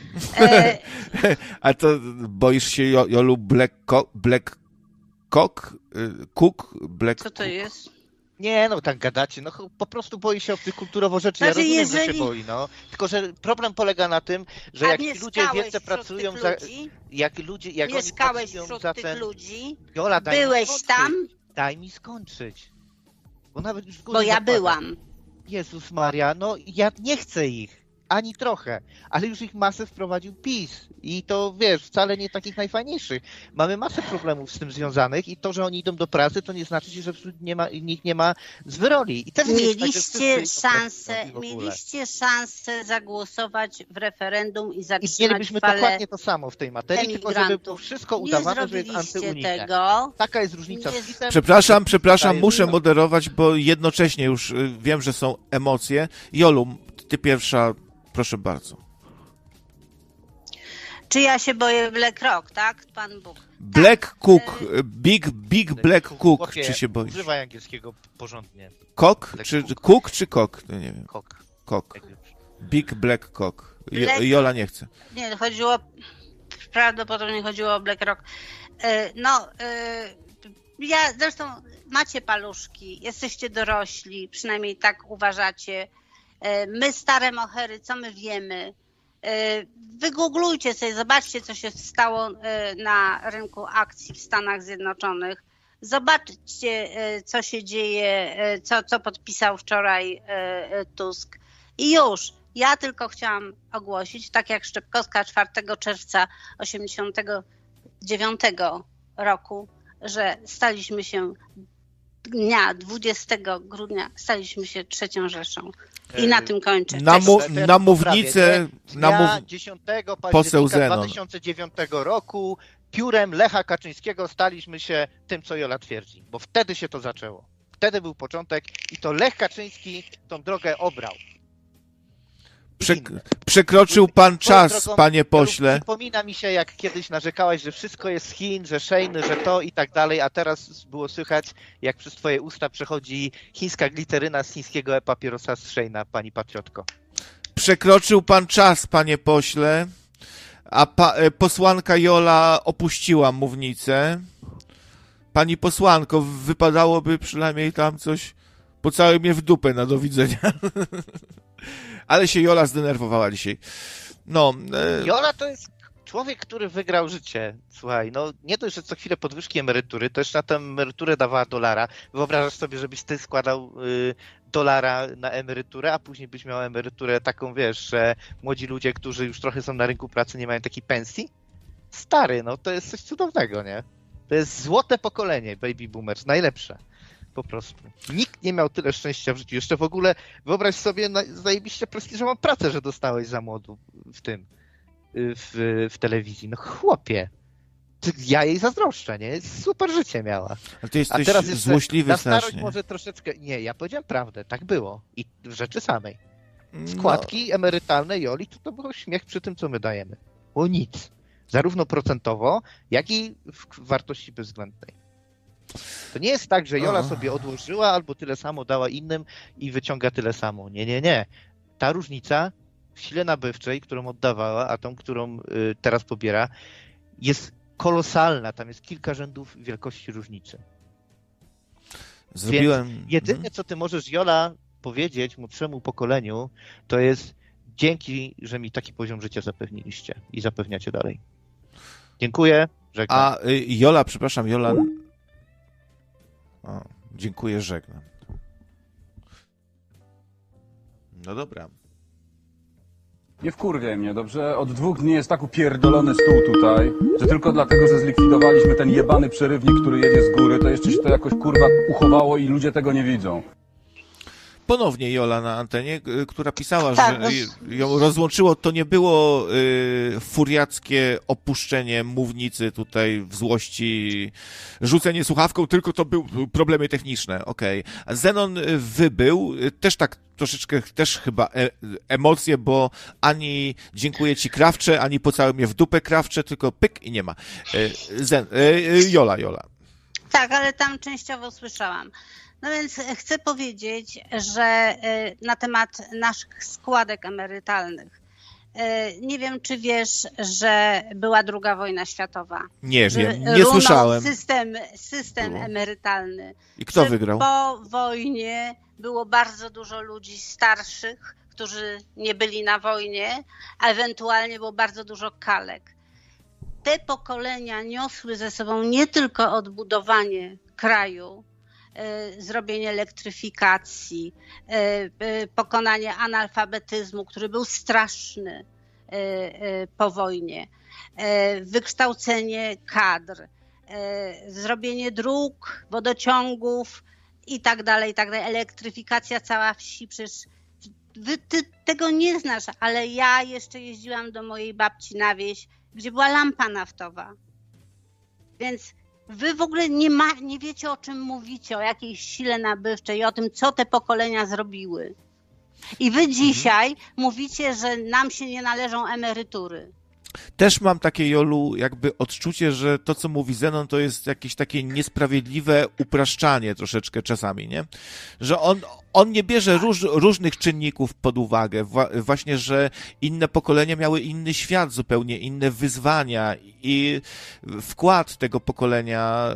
E, A to boisz się, Jo- Jolu, Black, Co- Black Cock? Y, Cook? Black co to jest? Nie, no tak gadacie, no ch- po prostu boi się kulturowo rzeczy, ja Znaczy, rozumiem, że jeżeli- się boi, no. Tylko, że problem polega na tym, że A jak ci ludzie mieszkałeś wielce wśród pracują tych za... ludzi? Jak ludzie, jak Mieszkałeś oni pracują wśród za tych ten... ludzi? Jola, daj mi Byłeś skończyć. tam? Daj mi skończyć. Bo nawet już w górę Bo ja zakładam. byłam. Jezus Maria, no ja nie chcę ich. Ani trochę. Ale już ich masę wprowadził PiS. I to, wiesz, wcale nie takich najfajniejszych. Mamy masę problemów z tym związanych i to, że oni idą do pracy, to nie znaczy, że wśród nie ma, nikt nie ma złej I też nie jest tak, że wszyscy Mieliście idą szansę, pracują i w ogóle. mieliście szansę zagłosować w referendum i I zatrzymać mielibyśmy falę dokładnie to samo w tej materii, tylko żeby było emigrantów. wszystko Nie udawane, że jest zrobiliście antyunijne. tego. Taka jest różnica Nie- z PiS-em. Przepraszam, przepraszam, Daję muszę dużo. moderować, bo jednocześnie już y, wiem, że są emocje. Jolu, ty pierwsza, proszę bardzo. Czy ja się boję Black Rock, tak? Pan Bóg. Black Cook, y, Big, Big Black Cook, Chłopie, czy się boisz? Używaj angielskiego porządnie. Cock, Black czy Cook. Cook, czy Cock? No nie wiem. Kok. Cock. Jak już. Big Black Cock. Jo- Black- Jola nie chce. Nie, chodziło, prawdopodobnie chodziło o Black Rock. E, No, e, ja zresztą macie paluszki, jesteście dorośli, przynajmniej tak uważacie. E, My stare mohery, co my wiemy? E, Wygooglujcie sobie, zobaczcie, co się stało e, na rynku akcji w Stanach Zjednoczonych. Zobaczcie, e, co się dzieje, e, co, co podpisał wczoraj e, e, Tusk. I już. Ja tylko chciałam ogłosić, tak jak Szczepkowska czwartego czerwca osiemdziesiątego dziewiątego roku, że staliśmy się dnia dwudziestego grudnia, staliśmy się trzecią Rzeszą. I na tym kończę. Na, Cześć. mu, To ja na to mównicę, poprawię, na Dnia mów... dziesiątego poseł października Zenon. dwa tysiące dziewiątego roku piórem Lecha Kaczyńskiego staliśmy się tym, co Jola twierdzi. Bo wtedy się to zaczęło. wtedy był początek i to Lech Kaczyński tą drogę obrał. Przek- przekroczył pan czas, drogą, panie pośle. Przypomina mi się, jak kiedyś narzekałaś, że wszystko jest z Chin, że Shein, że to i tak dalej, a teraz było słychać, jak przez twoje usta przechodzi chińska gliteryna z chińskiego e-papierosa z Sheina, pani patriotko. Przekroczył pan czas, panie pośle, a pa- posłanka Jola opuściła mównicę. Pani posłanko, wypadałoby przynajmniej tam coś, pocałuj mnie w dupę na do widzenia. Ale się Jola zdenerwowała dzisiaj. No. E... Jola to jest człowiek, który wygrał życie. Słuchaj, no nie dość, że co chwilę podwyżki emerytury, to jeszcze na tę emeryturę dawała dolara. Wyobrażasz sobie, żebyś ty składał y, dolara na emeryturę, a później byś miał emeryturę taką, wiesz, że młodzi ludzie, którzy już trochę są na rynku pracy, nie mają takiej pensji? Stary, no to jest coś cudownego, nie? To jest złote pokolenie baby boomers, najlepsze. Po prostu. Nikt nie miał tyle szczęścia w życiu. Jeszcze w ogóle wyobraź sobie zajebiście prestiżową pracę, że dostałeś za młodu w tym, w, w telewizji. No chłopie, ja jej zazdroszczę, nie? Super życie miała. Ale ty jesteś A teraz jeszcze złośliwy na starość strasznie. może troszeczkę... Nie, ja powiedziałem prawdę, tak było. I w rzeczy samej. Składki no. emerytalne Joli, to, to był śmiech przy tym, co my dajemy. Było nic. Zarówno procentowo, jak i w wartości bezwzględnej. To nie jest tak, że Jola sobie odłożyła albo tyle samo dała innym i wyciąga tyle samo. Nie, nie, nie. Ta różnica w sile nabywczej, którą oddawała, a tą, którą y, teraz pobiera, jest kolosalna. Tam jest kilka rzędów wielkości różnicy. Zrobiłem... Więc jedyne, co ty możesz, Jola, powiedzieć młodszemu pokoleniu, to jest dzięki, że mi taki poziom życia zapewniliście i zapewniacie dalej. Dziękuję. Żegnam. A y, Jola, przepraszam, Jola... O, dziękuję, żegnam. No dobra. Nie wkurwiaj mnie, dobrze? Od dwóch dni jest tak upierdolony stół tutaj, że tylko dlatego, że zlikwidowaliśmy ten jebany przerywnik, który jedzie z góry, to jeszcze się to jakoś kurwa uchowało i ludzie tego nie widzą. Ponownie Jola na antenie, która pisała, tak, że ją rozłączyło, to nie było y, furiackie opuszczenie mównicy tutaj w złości, rzucenie słuchawką, tylko to były problemy techniczne, okej. Okay. Zenon wybył, też tak troszeczkę, też chyba e, emocje, bo ani dziękuję ci Krawcze, ani pocałuj mnie w dupę Krawcze, tylko pyk i nie ma. Y, Zen, y, Jola, Jola. Tak, ale tam częściowo słyszałam. No więc chcę powiedzieć, że na temat naszych składek emerytalnych. Nie wiem, czy wiesz, że była druga wojna światowa. Nie wiem, nie słyszałem. System, system emerytalny. I kto wygrał? Po wojnie było bardzo dużo ludzi starszych, którzy nie byli na wojnie, a ewentualnie było bardzo dużo kalek. Te pokolenia niosły ze sobą nie tylko odbudowanie kraju, zrobienie elektryfikacji, pokonanie analfabetyzmu, który był straszny po wojnie, wykształcenie kadr, zrobienie dróg, wodociągów i tak dalej, i tak dalej, elektryfikacja cała wsi. Przecież wy, ty tego nie znasz, ale ja jeszcze jeździłam do mojej babci na wieś, gdzie była lampa naftowa. Więc wy w ogóle nie, ma, nie wiecie, o czym mówicie, o jakiejś sile nabywczej i o tym, co te pokolenia zrobiły. I wy dzisiaj mhm. mówicie, że nam się nie należą emerytury. Też mam takie, Jolu, jakby odczucie, że to, co mówi Zenon, to jest jakieś takie niesprawiedliwe upraszczanie troszeczkę czasami, nie? Że on, on nie bierze róż, różnych czynników pod uwagę. Właśnie, że inne pokolenia miały inny świat, zupełnie inne wyzwania i wkład tego pokolenia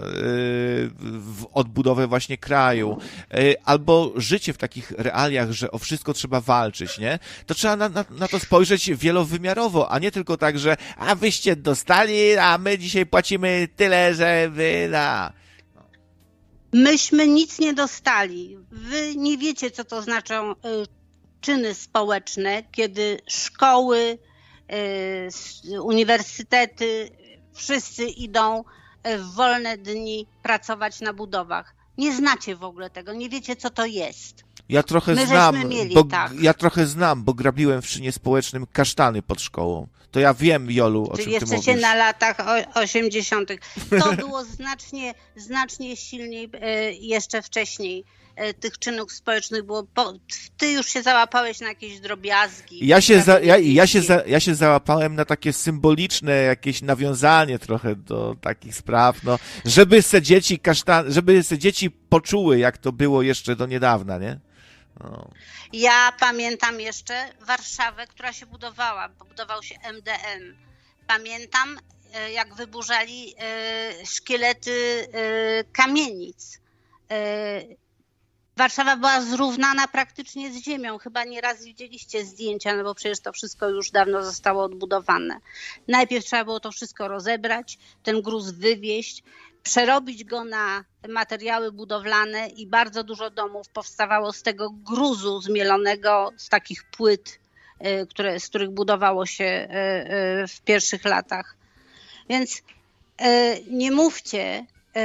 w odbudowę właśnie kraju. Albo życie w takich realiach, że o wszystko trzeba walczyć, nie? To trzeba na, na, na to spojrzeć wielowymiarowo, a nie tylko tak, że a wyście dostali, a my dzisiaj płacimy tyle, że wy na... Myśmy nic nie dostali. Wy nie wiecie, co to znaczą y, czyny społeczne, kiedy szkoły, y, uniwersytety, wszyscy idą w wolne dni pracować na budowach. Nie znacie w ogóle tego, nie wiecie, co to jest. Ja trochę My znam, żeśmy mieli, bo tak. ja trochę znam, bo grabiłem w czynie społecznym kasztany pod szkołą. To ja wiem, Jolu, o Czyli czym ty mówisz. jesteście na latach osiemdziesiątych. To było znacznie, znacznie silniej e, jeszcze wcześniej. E, tych czynów społecznych było. Po, ty już się załapałeś na jakieś drobiazgi. Ja się, za, ja, ja, się za, ja się załapałem na takie symboliczne jakieś nawiązanie trochę do takich spraw, no, żeby se dzieci kasztan, żeby se dzieci poczuły, jak to było jeszcze do niedawna, nie? No. Ja pamiętam jeszcze Warszawę, która się budowała, bo budował się M D M. Pamiętam, e, jak wyburzali e, szkielety e, kamienic. E, Warszawa była zrównana praktycznie z ziemią. Chyba nieraz widzieliście zdjęcia, no bo przecież to wszystko już dawno zostało odbudowane. Najpierw trzeba było to wszystko rozebrać, ten gruz wywieźć, przerobić go na materiały budowlane i bardzo dużo domów powstawało z tego gruzu zmielonego, z takich płyt, które, z których budowało się w pierwszych latach. Więc nie mówcie,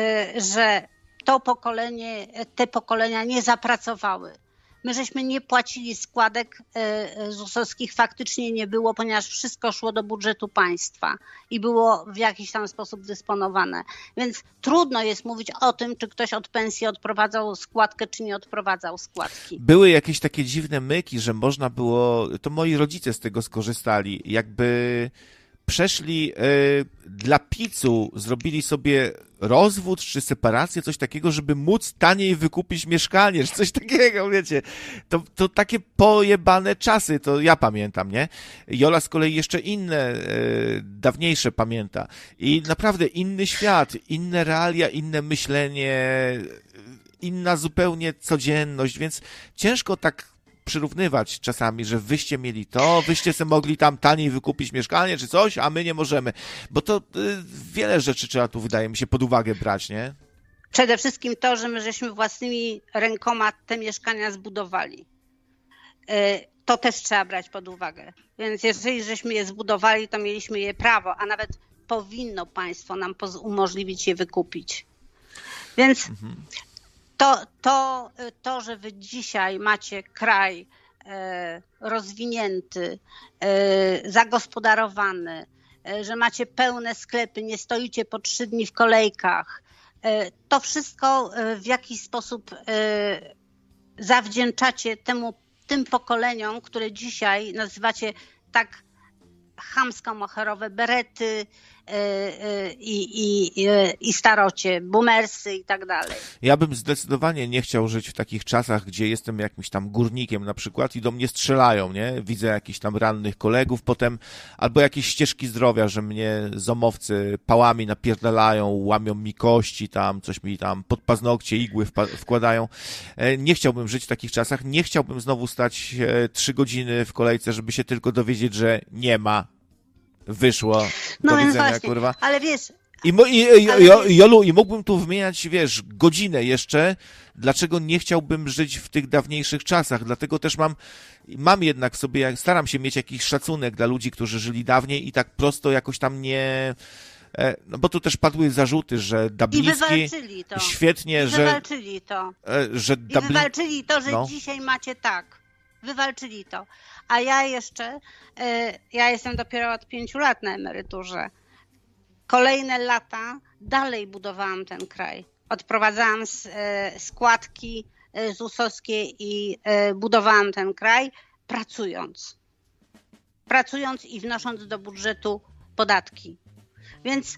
że to pokolenie, te pokolenia nie zapracowały. My żeśmy nie płacili składek zusowskich, faktycznie nie było, ponieważ wszystko szło do budżetu państwa i było w jakiś tam sposób dysponowane. Więc trudno jest mówić o tym, czy ktoś od pensji odprowadzał składkę, czy nie odprowadzał składki. Były jakieś takie dziwne myki, że można było, to moi rodzice z tego skorzystali, jakby przeszli y, dla picu, zrobili sobie rozwód czy separację, coś takiego, żeby móc taniej wykupić mieszkanie, czy coś takiego, wiecie. To, to takie pojebane czasy, to ja pamiętam, nie? Jola z kolei jeszcze inne, y, dawniejsze pamięta. I naprawdę inny świat, inne realia, inne myślenie, inna zupełnie codzienność, więc ciężko tak przyrównywać czasami, że wyście mieli to, wyście sobie mogli tam taniej wykupić mieszkanie czy coś, a my nie możemy. Bo to y, wiele rzeczy trzeba tu, wydaje mi się, pod uwagę brać, nie? Przede wszystkim to, że my żeśmy własnymi rękoma te mieszkania zbudowali. Y, to też trzeba brać pod uwagę. Więc jeżeli żeśmy je zbudowali, to mieliśmy je prawo, a nawet powinno państwo nam umożliwić je wykupić. Więc mhm. To, to, to, że wy dzisiaj macie kraj e, rozwinięty, e, zagospodarowany, e, że macie pełne sklepy, nie stoicie po trzy dni w kolejkach, e, to wszystko e, w jakiś sposób e, zawdzięczacie temu, tym pokoleniom, które dzisiaj nazywacie tak chamsko-moherowe berety i, i, i starocie, boomersy i tak dalej. Ja bym zdecydowanie nie chciał żyć w takich czasach, gdzie jestem jakimś tam górnikiem na przykład i do mnie strzelają, nie? Widzę jakichś tam rannych kolegów potem, albo jakieś ścieżki zdrowia, że mnie zomowcy pałami napierdalają, łamią mi kości tam, coś mi tam pod paznokcie igły wkładają. Nie chciałbym żyć w takich czasach, nie chciałbym znowu stać trzy godziny w kolejce, żeby się tylko dowiedzieć, że nie ma. Wyszło. No do więc widzenia, właśnie, kurwa. ale wiesz... I, mo, i, i, ale i, wiesz... Jolu, i mógłbym tu wymieniać, wiesz, godzinę jeszcze, dlaczego nie chciałbym żyć w tych dawniejszych czasach, dlatego też mam, mam jednak sobie, staram się mieć jakiś szacunek dla ludzi, którzy żyli dawniej i tak prosto jakoś tam nie... No bo tu też padły zarzuty, że Dabliński to. świetnie, I że... wywalczyli to. że Dabli... I wywalczyli to, że no. dzisiaj macie tak. Wywalczyli to. A ja jeszcze, ja jestem dopiero od pięciu lat na emeryturze. Kolejne lata dalej budowałam ten kraj. Odprowadzałam składki zusowskie i budowałam ten kraj, pracując. Pracując i wnosząc do budżetu podatki. Więc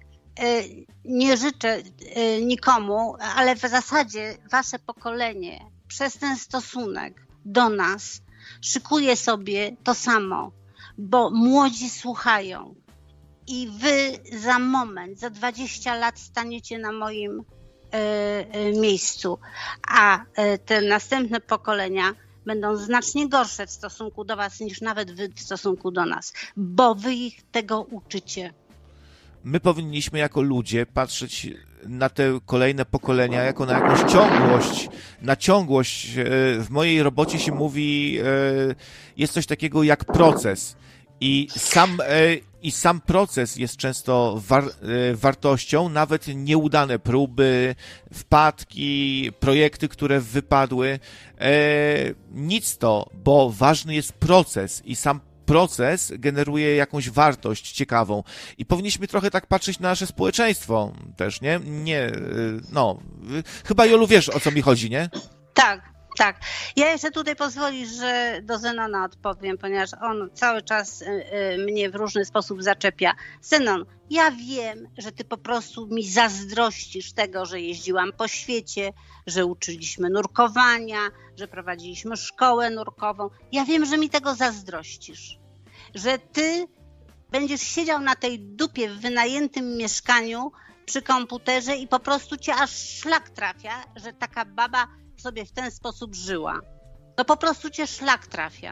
nie życzę nikomu, ale w zasadzie wasze pokolenie przez ten stosunek do nas szykuje sobie to samo, bo młodzi słuchają i wy za moment, za dwadzieścia lat staniecie na moim y, y, miejscu, a y, te następne pokolenia będą znacznie gorsze w stosunku do was niż nawet wy w stosunku do nas, bo wy ich tego uczycie. My powinniśmy jako ludzie patrzeć na te kolejne pokolenia jako na jakąś ciągłość, na ciągłość. W mojej robocie się mówi, jest coś takiego jak proces. I sam i sam proces jest często war, wartością, nawet nieudane próby, wpadki, projekty, które wypadły. E, nic to, bo ważny jest proces i sam proces generuje jakąś wartość ciekawą. I powinniśmy trochę tak patrzeć na nasze społeczeństwo też, nie? Nie, no, chyba Jolu wiesz, o co mi chodzi, nie? Tak. Tak. Ja jeszcze tutaj pozwolisz, że do Zenona odpowiem, ponieważ on cały czas y, y, mnie w różny sposób zaczepia. Zenon, ja wiem, że ty po prostu mi zazdrościsz tego, że jeździłam po świecie, że uczyliśmy nurkowania, że prowadziliśmy szkołę nurkową. Ja wiem, że mi tego zazdrościsz. Że ty będziesz siedział na tej dupie w wynajętym mieszkaniu przy komputerze i po prostu cię aż szlak trafia, że taka baba sobie w ten sposób żyła. To po prostu cię szlak trafia.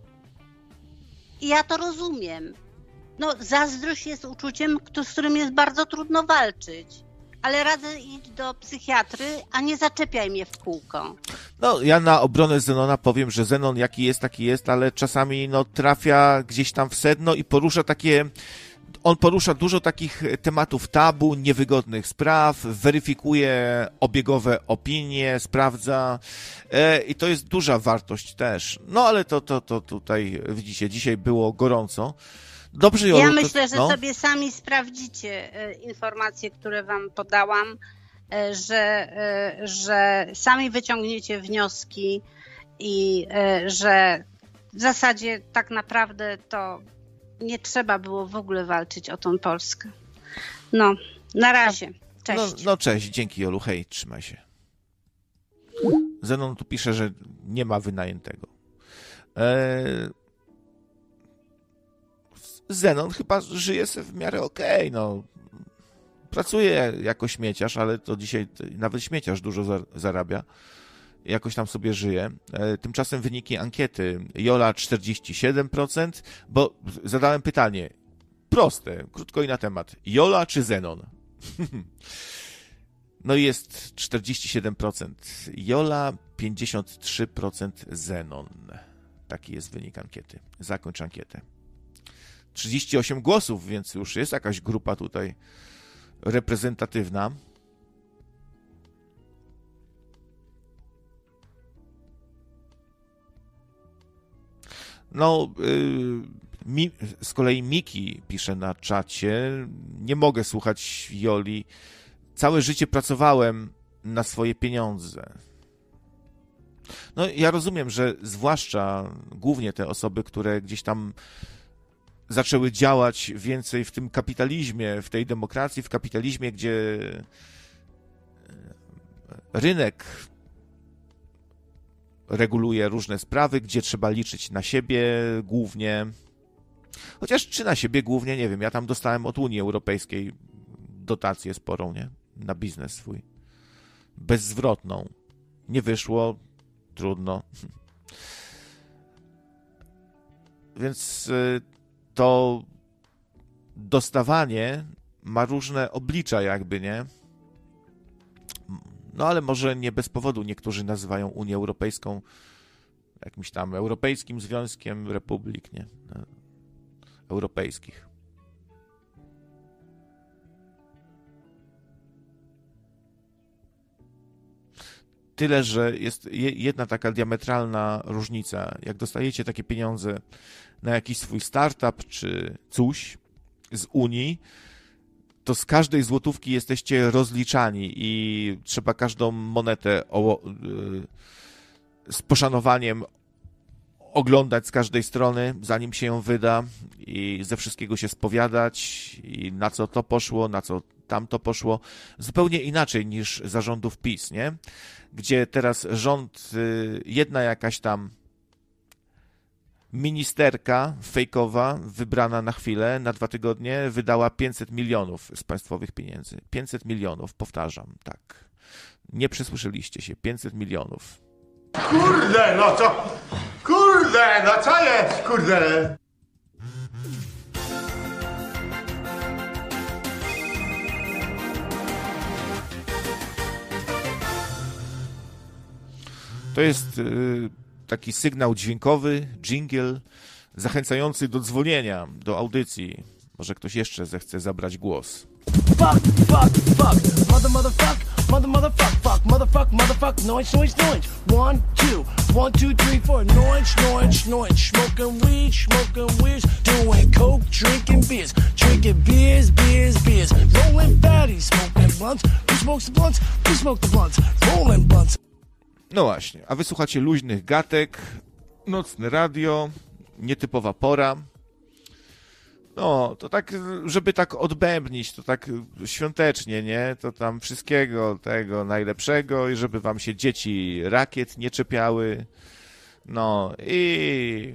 I ja to rozumiem. No, zazdrość jest uczuciem, z którym jest bardzo trudno walczyć. Ale radzę iść do psychiatry, a nie zaczepiaj mnie w kółko. No, ja na obronę Zenona powiem, że Zenon jaki jest, taki jest, ale czasami no, trafia gdzieś tam w sedno i porusza takie... On porusza dużo takich tematów tabu, niewygodnych spraw, weryfikuje obiegowe opinie, sprawdza e, i to jest duża wartość też. No ale to, to, to tutaj widzicie, dzisiaj było gorąco. Dobrze, Jolu, ja myślę, to, że no. sobie sami sprawdzicie e, informacje, które wam podałam, e, że, e, że sami wyciągniecie wnioski i e, że w zasadzie tak naprawdę to nie trzeba było w ogóle walczyć o tą Polskę. No, na razie. Cześć. No, no cześć, dzięki Jolu, hej, trzymaj się. Zenon tu pisze, że nie ma wynajętego. Eee... Zenon chyba żyje sobie w miarę okej, okay, no. Pracuje jako śmieciarz, ale to dzisiaj nawet śmieciarz dużo zarabia. Jakoś tam sobie żyje. Tymczasem wyniki ankiety. Jola czterdzieści siedem procent, bo zadałem pytanie proste, krótko i na temat. Jola czy Zenon? No i jest czterdzieści siedem procent Jola, pięćdziesiąt trzy procent Zenon. Taki jest wynik ankiety. Zakończ ankietę. trzydzieści osiem głosów, więc już jest jakaś grupa tutaj reprezentatywna. No, yy, mi, z kolei Miki pisze na czacie, nie mogę słuchać Joli. Całe życie pracowałem na swoje pieniądze. No, ja rozumiem, że zwłaszcza głównie te osoby, które gdzieś tam zaczęły działać więcej w tym kapitalizmie, w tej demokracji, w kapitalizmie, gdzie rynek reguluje różne sprawy, gdzie trzeba liczyć na siebie głównie. Chociaż czy na siebie głównie, nie wiem, ja tam dostałem od Unii Europejskiej dotację sporą, nie? Na biznes swój. Bezzwrotną. Nie wyszło, trudno. Więc to dostawanie ma różne oblicza jakby, nie? No ale może nie bez powodu niektórzy nazywają Unię Europejską jakimś tam Europejskim Związkiem Republik, nie? Europejskich. Tyle, że jest jedna taka diametralna różnica. Jak dostajecie takie pieniądze na jakiś swój startup czy coś z Unii, to z każdej złotówki jesteście rozliczani i trzeba każdą monetę o, z poszanowaniem oglądać z każdej strony, zanim się ją wyda i ze wszystkiego się spowiadać i na co to poszło, na co tamto poszło. Zupełnie inaczej niż za rządów PiS, nie? Gdzie teraz rząd, jedna jakaś tam ministerka fejkowa, wybrana na chwilę, na dwa tygodnie, wydała pięćset milionów z państwowych pieniędzy. pięćset milionów, powtarzam, tak. Nie przesłyszeliście się, pięćset milionów. Kurde, no co? Kurde, no co jest, kurde? To jest y, taki sygnał dźwiękowy, dżingiel, zachęcający do dzwonienia, do audycji. Może ktoś jeszcze zechce zabrać głos. Fuck, fuck, fuck, mother, motherfuck, mother, motherfuck, fuck, motherfuck, motherfuck, noise, noise, noise. One, two, one, two, three, four, noise, noise, noise. Smoking weed, smoking weed, doing coke, drinking beers, drinking beers, beers, beers. Rolling fatties, smoking blunts. Who smokes the blunts? Who smoke the blunts? Rolling blunts. No właśnie, a wysłuchacie luźnych gatek, nocne radio, nietypowa pora. No, to tak, żeby tak odbębnić, to tak świątecznie, nie? To tam wszystkiego tego najlepszego i żeby wam się dzieci rakiet nie czepiały. No i...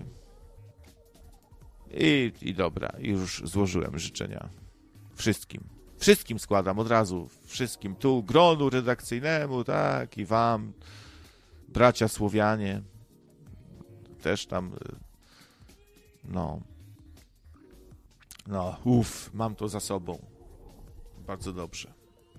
I, i dobra, już złożyłem życzenia. Wszystkim. Wszystkim składam od razu. Wszystkim. Tu gronu redakcyjnemu, tak, i wam, bracia Słowianie. Też tam... No... No, uff, mam to za sobą. Bardzo dobrze.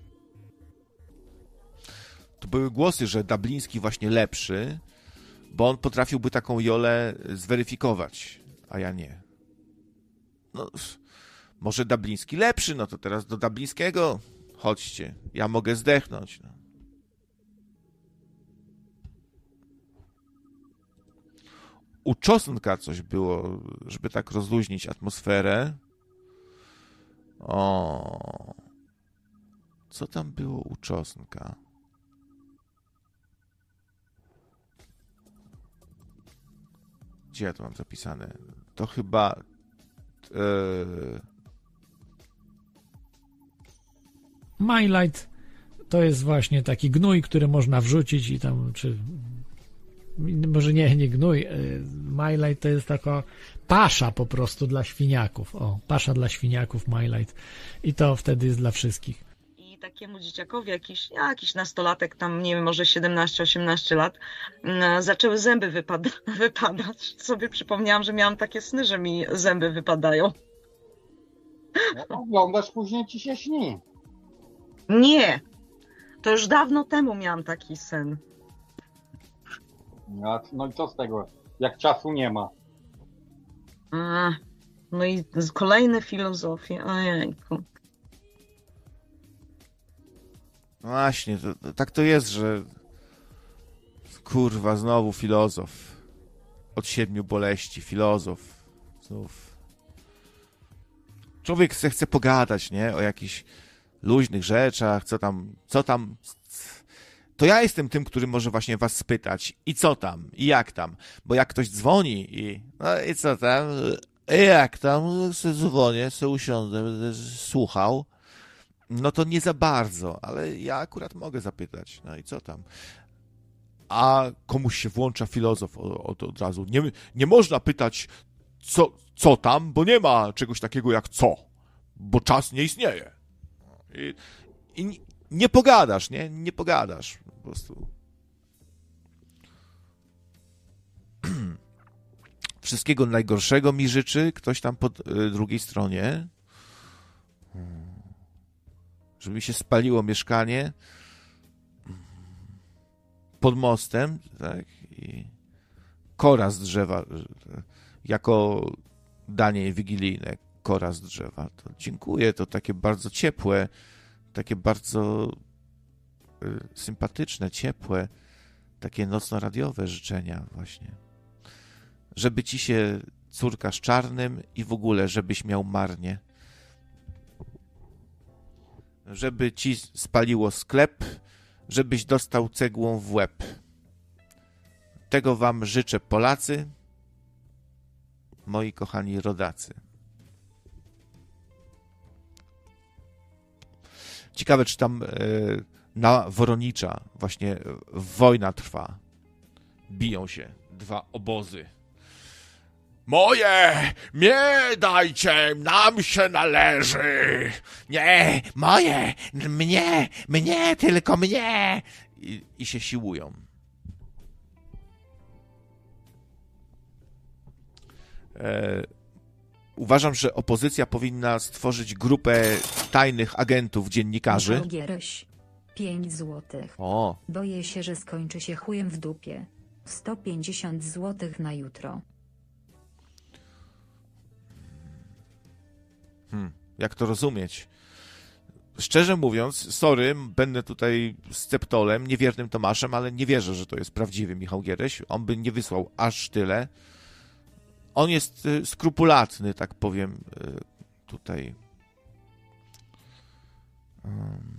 To były głosy, że Dabliński właśnie lepszy, bo on potrafiłby taką Jolę zweryfikować, a ja nie. No, może Dabliński lepszy, no to teraz do Dablińskiego chodźcie, ja mogę zdechnąć. No. U Czosnka coś było, żeby tak rozluźnić atmosferę. O, co tam było u Czosnka? Gdzie ja to mam zapisane? To chyba... Yy... Mylight to jest właśnie taki gnój, który można wrzucić i tam, czy... Może nie, nie gnój. Mylight to jest taka pasza po prostu dla świniaków. O, pasza dla świniaków Mylight. I to wtedy jest dla wszystkich. I takiemu dzieciakowi, jakiś, jakiś nastolatek, tam nie wiem, może siedemnaście osiemnaście lat, zaczęły zęby wypada wypadać. Sobie przypomniałam, że miałam takie sny, że mi zęby wypadają. No, oglądasz, później ci się śni. Nie. To już dawno temu miałam taki sen. No, no i co z tego, jak czasu nie ma? A, no i kolejne filozofie, ojejku. No właśnie, to, to, tak to jest, że kurwa, znowu filozof. Od siedmiu boleści, filozof. Znów. Człowiek chce, chce pogadać, nie? O jakichś luźnych rzeczach, co tam, co tam... To ja jestem tym, który może właśnie was spytać i co tam, i jak tam, bo jak ktoś dzwoni i no i co tam, i jak tam, se dzwonię, se usiądę, będę słuchał, no to nie za bardzo, ale ja akurat mogę zapytać, no i co tam. A komuś się włącza filozof od, od razu. Nie, nie można pytać, co, co tam, bo nie ma czegoś takiego jak co, bo czas nie istnieje. I, i nie pogadasz, nie? Nie pogadasz po prostu. Wszystkiego najgorszego mi życzy ktoś tam po y, drugiej stronie. Żeby mi się spaliło mieszkanie pod mostem, tak? I kora z drzewa jako danie wigilijne, kora z drzewa. To dziękuję, to takie bardzo ciepłe, takie bardzo y, sympatyczne, ciepłe, takie nocno-radiowe życzenia właśnie. Żeby ci się córka z czarnym i w ogóle, żebyś miał marnie. Żeby ci spaliło sklep, żebyś dostał cegłą w łeb. Tego wam życzę, Polacy, moi kochani rodacy. Ciekawe, czy tam y, na Woronicza właśnie wojna trwa. Biją się dwa obozy. Moje, mnie dajcie, nam się należy. Nie, moje, mnie, mnie, tylko mnie. I, i się siłują. E, uważam, że opozycja powinna stworzyć grupę tajnych agentów, dziennikarzy. Gieryś, pięć złotych. O. Boję się, że skończy się chujem w dupie. sto pięćdziesiąt złotych na jutro. Hmm. Jak to rozumieć? Szczerze mówiąc, sorry, będę tutaj sceptolem, niewiernym Tomaszem, ale nie wierzę, że to jest prawdziwy Michał Giereś. On by nie wysłał aż tyle. On jest skrupulatny, tak powiem, tutaj. Um,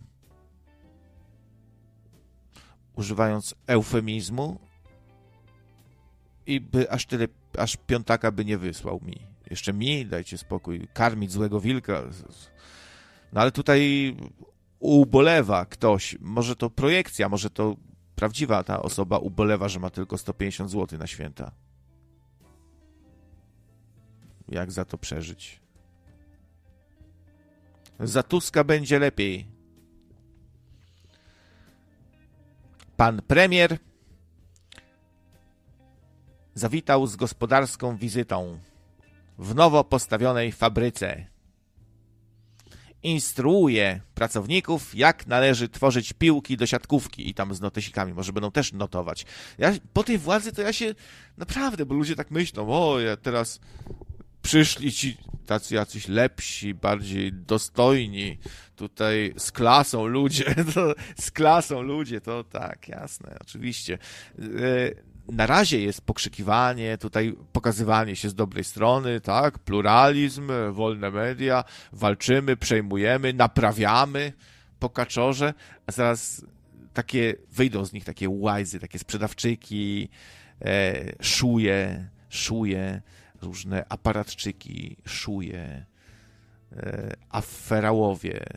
używając eufemizmu i by aż tyle, aż piątaka by nie wysłał mi. Jeszcze mi, dajcie spokój, karmić złego wilka. No ale tutaj ubolewa ktoś, może to projekcja, może to prawdziwa ta osoba ubolewa, że ma tylko sto pięćdziesiąt złotych na święta. Jak za to przeżyć? Za Tuska będzie lepiej. Pan premier zawitał z gospodarską wizytą w nowo postawionej fabryce. Instruuje pracowników, jak należy tworzyć piłki do siatkówki i tam z notesikami, może będą też notować. Ja, po tej władzy to ja się naprawdę, bo ludzie tak myślą, o, ja teraz przyszli ci tacy jacyś lepsi, bardziej dostojni, tutaj z klasą ludzie, to, z klasą ludzie, to tak, jasne, oczywiście. Na razie jest pokrzykiwanie, tutaj pokazywanie się z dobrej strony, tak, pluralizm, wolne media, walczymy, przejmujemy, naprawiamy po kaczorze, a zaraz takie, wyjdą z nich takie łajzy, takie sprzedawczyki, e, szuje, szuje, różne aparatczyki, szuje, e, aferałowie,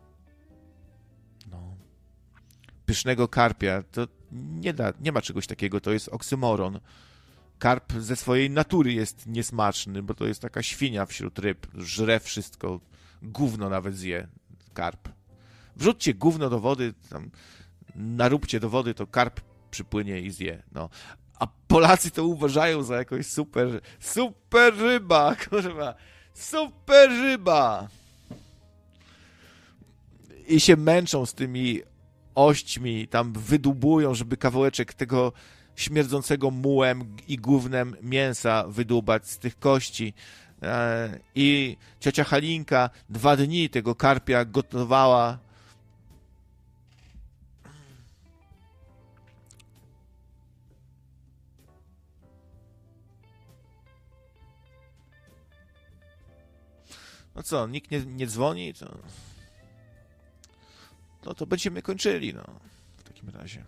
no, pysznego karpia, to nie da, nie ma czegoś takiego, to jest oksymoron. Karp ze swojej natury jest niesmaczny, bo to jest taka świnia wśród ryb, żre wszystko, gówno nawet zje karp. Wrzućcie gówno do wody, tam naróbcie do wody, to karp przypłynie i zje, no. A Polacy to uważają za jakąś super, super ryba, kurwa, super ryba. I się męczą z tymi ośćmi, tam wydubują, żeby kawałeczek tego śmierdzącego mułem i gównem mięsa wydubać z tych kości. I ciocia Halinka dwa dni tego karpia gotowała. No co, nikt nie, nie dzwoni, to... No to będziemy kończyli, no, w takim razie.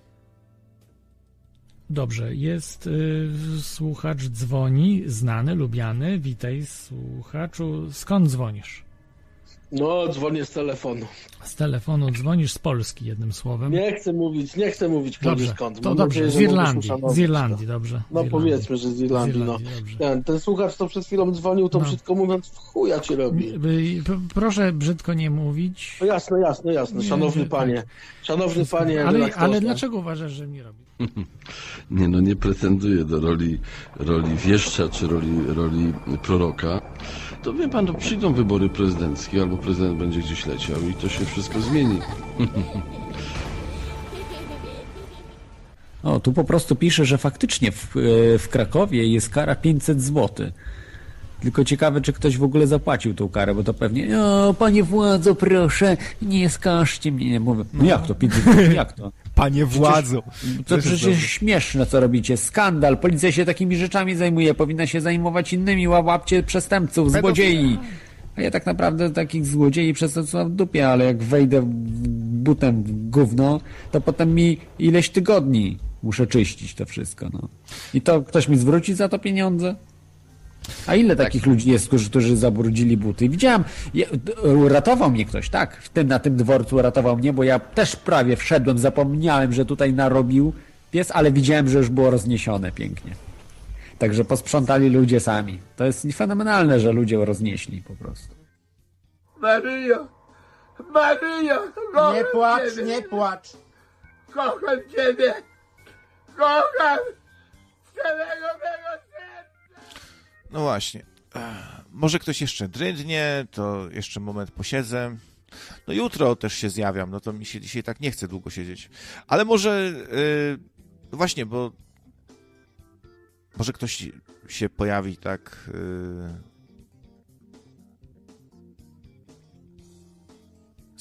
Dobrze, jest y, słuchacz, dzwoni, znany, lubiany. Witaj, słuchaczu. Skąd dzwonisz? No, dzwonię z telefonu. Z telefonu dzwonisz, z Polski, jednym słowem. Nie chcę mówić, nie chcę mówić dobrze, skąd. To dobrze, nadzieję, z Irlandii, z Irlandii, dobrze. No z Irlandii. Powiedzmy, że z Irlandii, z Irlandii no. Ten, ten słuchacz, co przed chwilą dzwonił, to no. Brzydko mówiąc, w chuja ci robi. Proszę brzydko nie mówić. No jasne, jasne, jasne, szanowny nie, panie. Tak. Szanowny panie. Ale, ale dlaczego uważasz, że mi robi? Nie, no nie pretenduję do roli, roli wieszcza czy roli, roli proroka. To wie pan, to przyjdą wybory prezydenckie, albo prezydent będzie gdzieś leciał i to się wszystko zmieni. O, tu po prostu pisze, że faktycznie w, w Krakowie jest kara pięćset złotych. Tylko ciekawe, czy ktoś w ogóle zapłacił tą karę, bo to pewnie, o, panie władzo, proszę, nie skażcie mnie. Mówię, no jak to, pięćset złotych, jak to? Panie władzo. Przecież, to przecież jest śmieszne, co robicie. Skandal. Policja się takimi rzeczami zajmuje. Powinna się zajmować innymi. Łapcie przestępców, złodziei. A ja tak naprawdę takich złodziei przestępców mam w dupie, ale jak wejdę butem w gówno, to potem mi ileś tygodni muszę czyścić to wszystko. No. I to ktoś mi zwróci za to pieniądze? A ile tak. takich ludzi jest, którzy, którzy zabrudzili buty? Widziałem, ja, ratował mnie ktoś, tak? W tym, na tym dworcu ratował mnie, bo ja też prawie wszedłem, zapomniałem, że tutaj narobił pies, ale widziałem, że już było rozniesione pięknie. Także posprzątali ludzie sami. To jest fenomenalne, że ludzie roznieśli po prostu. Maryjo! Maryjo! Nie płacz, ciebie. nie płacz! Kocham ciebie! Kocham! Z całego mego serca! No właśnie. Może ktoś jeszcze drydnie, to jeszcze moment posiedzę. No jutro też się zjawiam, no to mi się dzisiaj tak nie chce długo siedzieć. Ale może... Yy, właśnie, bo może ktoś się pojawi tak... Yy,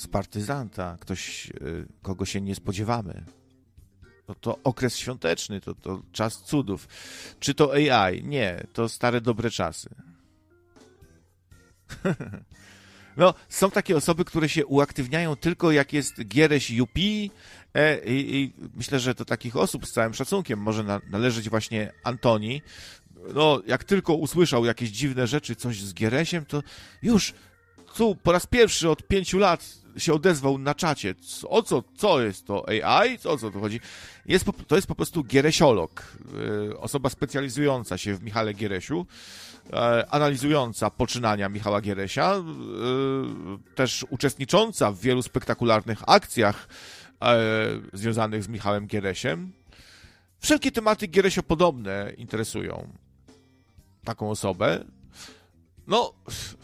z partyzanta, ktoś, kogo się nie spodziewamy. No to okres świąteczny, to, to czas cudów. Czy to A I? Nie, to stare dobre czasy. No, są takie osoby, które się uaktywniają tylko jak jest Giereś U P e, i, i myślę, że to takich osób z całym szacunkiem może na, należeć właśnie Antoni. No, jak tylko usłyszał jakieś dziwne rzeczy, coś z Gieresiem, to już tu po raz pierwszy od pięciu lat się odezwał na czacie. O co, co jest to A I? O co tu chodzi? Jest, to jest po prostu gieresiolog, osoba specjalizująca się w Michale Gieresiu, analizująca poczynania Michała Gieresia, też uczestnicząca w wielu spektakularnych akcjach związanych z Michałem Gieresiem. Wszelkie tematy gieresiopodobne interesują taką osobę. No...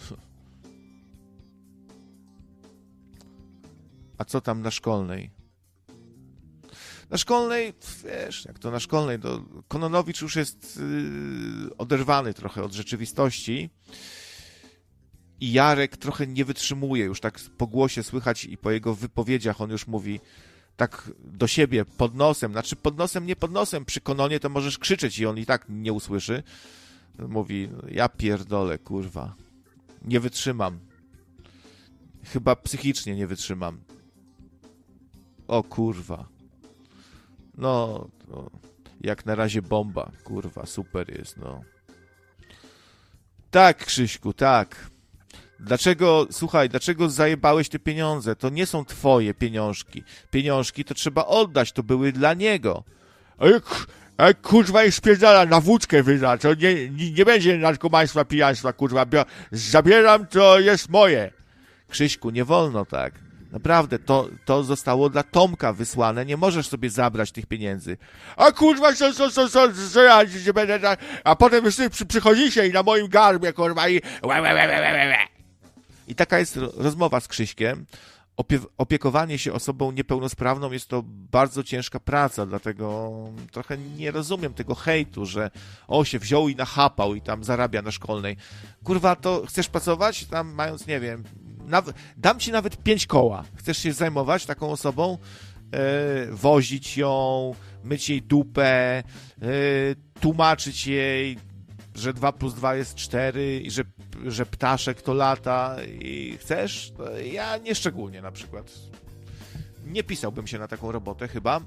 A co tam na szkolnej? Na szkolnej, wiesz, jak to na szkolnej, to Kononowicz już jest yy, oderwany trochę od rzeczywistości i Jarek trochę nie wytrzymuje, już tak po głosie słychać i po jego wypowiedziach on już mówi tak do siebie pod nosem, znaczy pod nosem, nie pod nosem, przy Kononie to możesz krzyczeć i on i tak nie usłyszy. Mówi, ja pierdolę, kurwa, nie wytrzymam. Chyba psychicznie nie wytrzymam. O kurwa. No, no, jak na razie bomba. Kurwa, super jest, no. Tak, Krzyśku, tak. Dlaczego, słuchaj, dlaczego zajebałeś te pieniądze? To nie są twoje pieniążki. Pieniążki to trzeba oddać, to były dla niego. A jak, a jak kurwa ich spierdala na wódkę wyda, to nie, nie, nie będzie narkomaństwa, pijaństwa, kurwa. Zabieram, to jest moje. Krzyśku, nie wolno tak. Naprawdę, to, to zostało dla Tomka wysłane, nie możesz sobie zabrać tych pieniędzy. A kurwa, co, co, co, co, co ja nie będę tak... A potem już przy, przychodzicie i na moim garbie, kurwa, i... I taka jest rozmowa z Krzyśkiem. Opie, opiekowanie się osobą niepełnosprawną jest to bardzo ciężka praca, dlatego trochę nie rozumiem tego hejtu, że o, się wziął i nachapał i tam zarabia na szkolnej. Kurwa, to chcesz pracować? Tam mając, nie wiem... Naw- dam ci nawet pięć koła. Chcesz się zajmować taką osobą? Yy, wozić ją, myć jej dupę, yy, tłumaczyć jej, że dwa plus dwa jest cztery i że, że ptaszek to lata i chcesz? No, ja nie szczególnie na przykład. Nie pisałbym się na taką robotę chyba.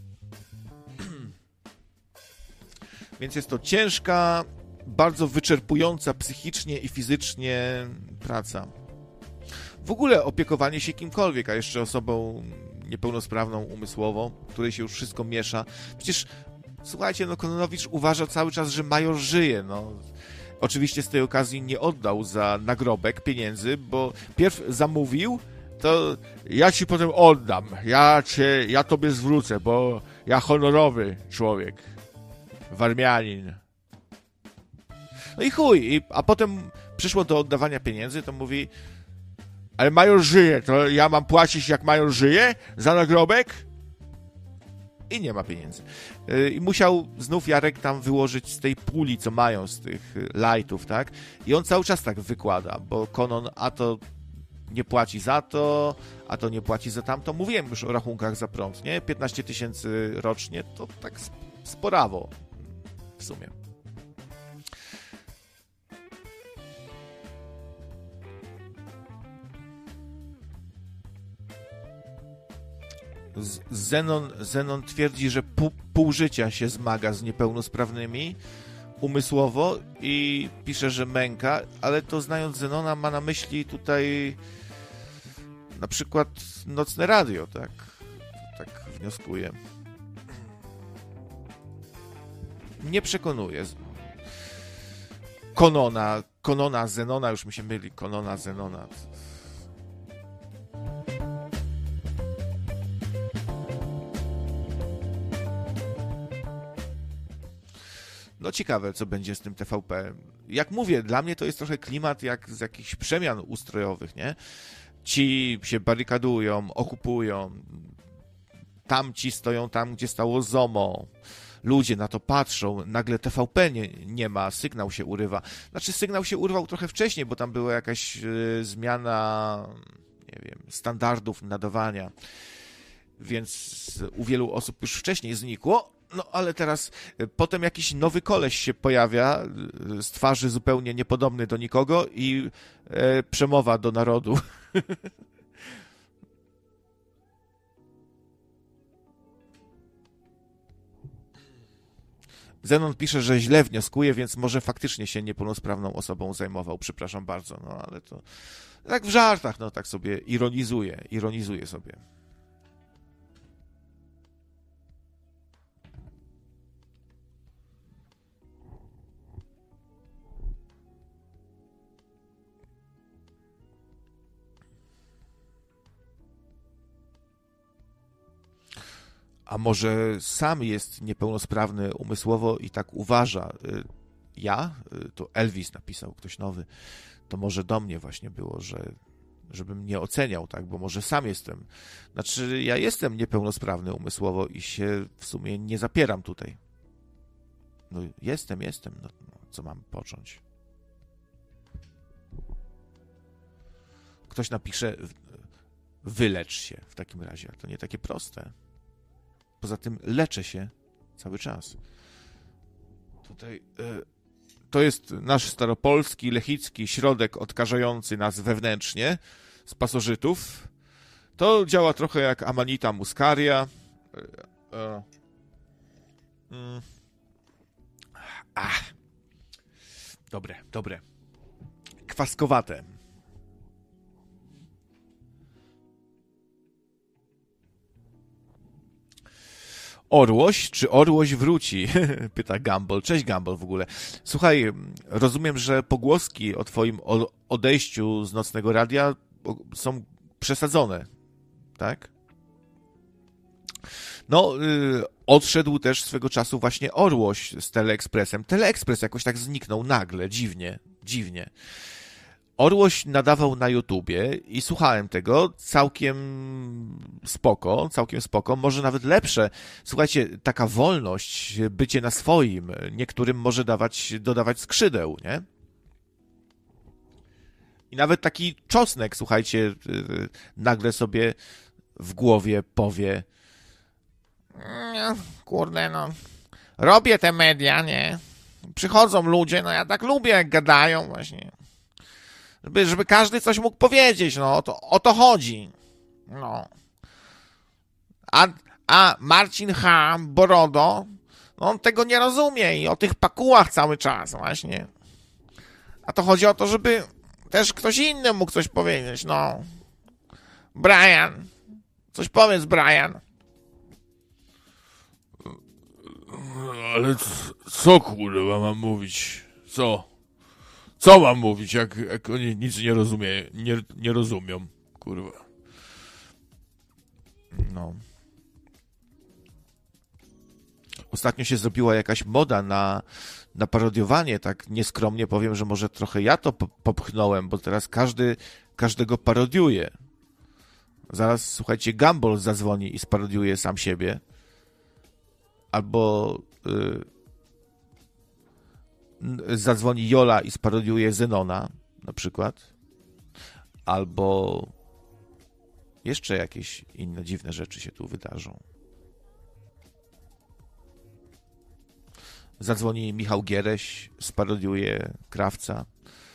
Więc jest to ciężka, bardzo wyczerpująca psychicznie i fizycznie praca. W ogóle opiekowanie się kimkolwiek, a jeszcze osobą niepełnosprawną umysłowo, której się już wszystko miesza. Przecież, słuchajcie, no Kononowicz uważa cały czas, że major żyje, no. Oczywiście z tej okazji nie oddał za nagrobek pieniędzy, bo pierw zamówił, to ja ci potem oddam, ja cię, ja tobie zwrócę, bo ja honorowy człowiek, warmianin. No i chuj, i, a potem przyszło do oddawania pieniędzy, to mówi, ale major żyje, to ja mam płacić jak major żyje za nagrobek? I nie ma pieniędzy. I musiał znów Jarek tam wyłożyć z tej puli, co mają z tych lightów, tak? I on cały czas tak wykłada, bo Konon a to nie płaci za to, a to nie płaci za tamto. Mówiłem już o rachunkach za prąd, nie? piętnaście tysięcy rocznie, to tak sporawo w sumie. Zenon, Zenon twierdzi, że pół, pół życia się zmaga z niepełnosprawnymi umysłowo i pisze, że męka, ale to znając Zenona ma na myśli tutaj na przykład nocne radio, tak? Tak wnioskuję. Nie przekonuje. Konona, Konona, Zenona, już mi się myli, Konona, Zenona. No ciekawe, co będzie z tym T V P. Jak mówię, dla mnie to jest trochę klimat jak z jakichś przemian ustrojowych, nie? Ci się barykadują, okupują, tamci stoją tam, gdzie stało ZOMO. Ludzie na to patrzą, nagle T V P nie, nie ma, sygnał się urywa. Znaczy sygnał się urwał trochę wcześniej, bo tam była jakaś y, zmiana, nie wiem, standardów nadawania, więc u wielu osób już wcześniej znikło, no ale teraz potem jakiś nowy koleś się pojawia, z twarzy zupełnie niepodobny do nikogo i e, przemowa do narodu. Zenon pisze, że źle wnioskuje, więc może faktycznie się niepełnosprawną osobą zajmował. Przepraszam bardzo, no ale to tak w żartach, no tak sobie ironizuje, ironizuje sobie. A może sam jest niepełnosprawny umysłowo i tak uważa? Ja? To Elvis napisał, ktoś nowy. To może do mnie właśnie było, że żebym nie oceniał, tak? Bo może sam jestem. Znaczy, ja jestem niepełnosprawny umysłowo i się w sumie nie zapieram tutaj. No jestem, jestem. No, co mam począć? Ktoś napisze, wylecz się w takim razie. To nie takie proste. Poza tym leczę się cały czas. Tutaj y, to jest nasz staropolski, lechicki środek odkażający nas wewnętrznie z pasożytów. To działa trochę jak Amanita muscaria. Y, y, y. Ach. Dobre, dobre. Kwaskowate. Orłoś, czy Orłoś wróci? Pyta Gumball. Cześć Gumball w ogóle. Słuchaj, rozumiem, że pogłoski o twoim odejściu z Nocnego Radia są przesadzone, tak? No, yy, odszedł też swego czasu właśnie Orłoś z Teleekspresem. Teleekspres jakoś tak zniknął nagle, dziwnie, dziwnie. Orłoś nadawał na YouTubie i słuchałem tego, całkiem spoko, całkiem spoko, może nawet lepsze. Słuchajcie, taka wolność, bycie na swoim, niektórym może dawać, dodawać skrzydeł, nie? I nawet taki czosnek, słuchajcie, nagle sobie w głowie powie: kurde, no, robię te media, nie? Przychodzą ludzie, no ja tak lubię, jak gadają właśnie. Żeby, żeby każdy coś mógł powiedzieć, no, o to, o to chodzi. No. A, a Marcin H. Borodo, no, on tego nie rozumie i o tych pakułach cały czas właśnie. A to chodzi o to, żeby też ktoś inny mógł coś powiedzieć, no. Brian, coś powiedz, Brian. Ale co, kurwa, mam mówić? Co? Co mam mówić, jak, jak oni nic nie rozumie, nie, nie rozumią, kurwa. No. Ostatnio się zrobiła jakaś moda na, na parodiowanie, tak nieskromnie powiem, że może trochę ja to popchnąłem, bo teraz każdy każdego parodiuje. Zaraz, słuchajcie, Gumball zadzwoni i sparodiuje sam siebie. Albo y, zadzwoni Jola i sparodiuje Zenona, na przykład. Albo jeszcze jakieś inne dziwne rzeczy się tu wydarzą. Zadzwoni Michał Giereś, sparodiuje Krawca.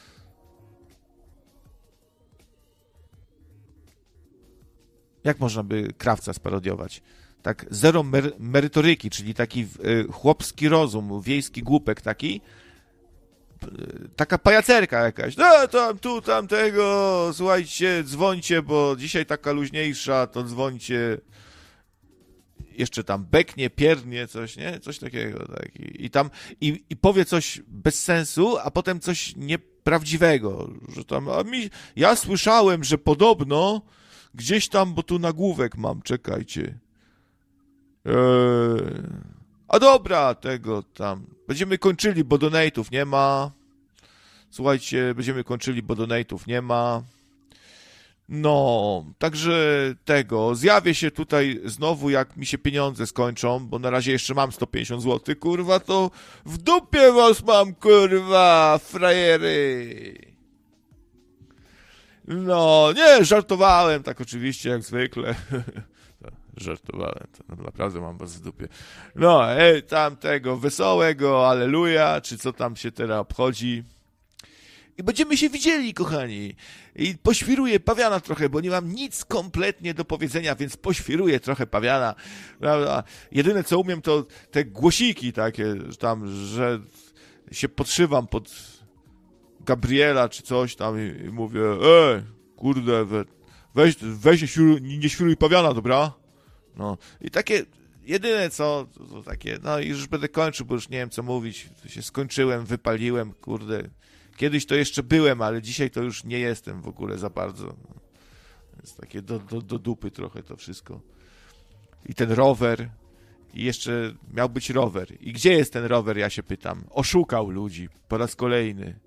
Jak można by Krawca sparodiować? Tak, zero mer- merytoryki, czyli taki y, chłopski rozum, wiejski głupek taki, y, taka pajacerka jakaś. No, tam, tu, tamtego, słuchajcie, dzwońcie, bo dzisiaj taka luźniejsza, to dzwońcie. Jeszcze tam beknie, piernie, coś, nie? Coś takiego. Tak. I, i tam, i, i powie coś bez sensu, a potem coś nieprawdziwego, że tam, a mi, ja słyszałem, że podobno gdzieś tam, bo tu nagłówek mam, czekajcie. Eee, a dobra, tego tam. Będziemy kończyli, bo donate'ów nie ma. Słuchajcie, będziemy kończyli, bo donate'ów nie ma. No, także tego. Zjawię się tutaj znowu, jak mi się pieniądze skończą, bo na razie jeszcze mam sto pięćdziesiąt złotych. Kurwa, to w dupie was mam, kurwa, frajery. No, nie, żartowałem, tak oczywiście, jak zwykle. Żartowałem, to naprawdę mam was w dupie. No, ej, tamtego wesołego, aleluja, czy co tam się teraz obchodzi. I będziemy się widzieli, kochani. I poświruję pawiana trochę, bo nie mam nic kompletnie do powiedzenia, więc poświruję trochę pawiana. Prawda? Jedyne, co umiem, to te głosiki takie tam, że się podszywam pod Gabriela czy coś tam i, i mówię, ej, kurde, we, weź, weź nie, świruj, nie świruj pawiana, dobra? No i takie, jedyne co, to, to takie, no i już będę kończył, bo już nie wiem co mówić, się skończyłem, wypaliłem, kurde. Kiedyś to jeszcze byłem, ale dzisiaj to już nie jestem w ogóle za bardzo. Więc takie do, do, do dupy trochę to wszystko. I ten rower, i jeszcze miał być rower. I gdzie jest ten rower, ja się pytam. Oszukał ludzi po raz kolejny.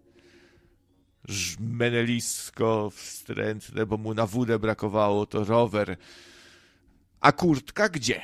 Żmenelisko wstrętne, bo mu na wódę brakowało, to rower. A kurtka gdzie?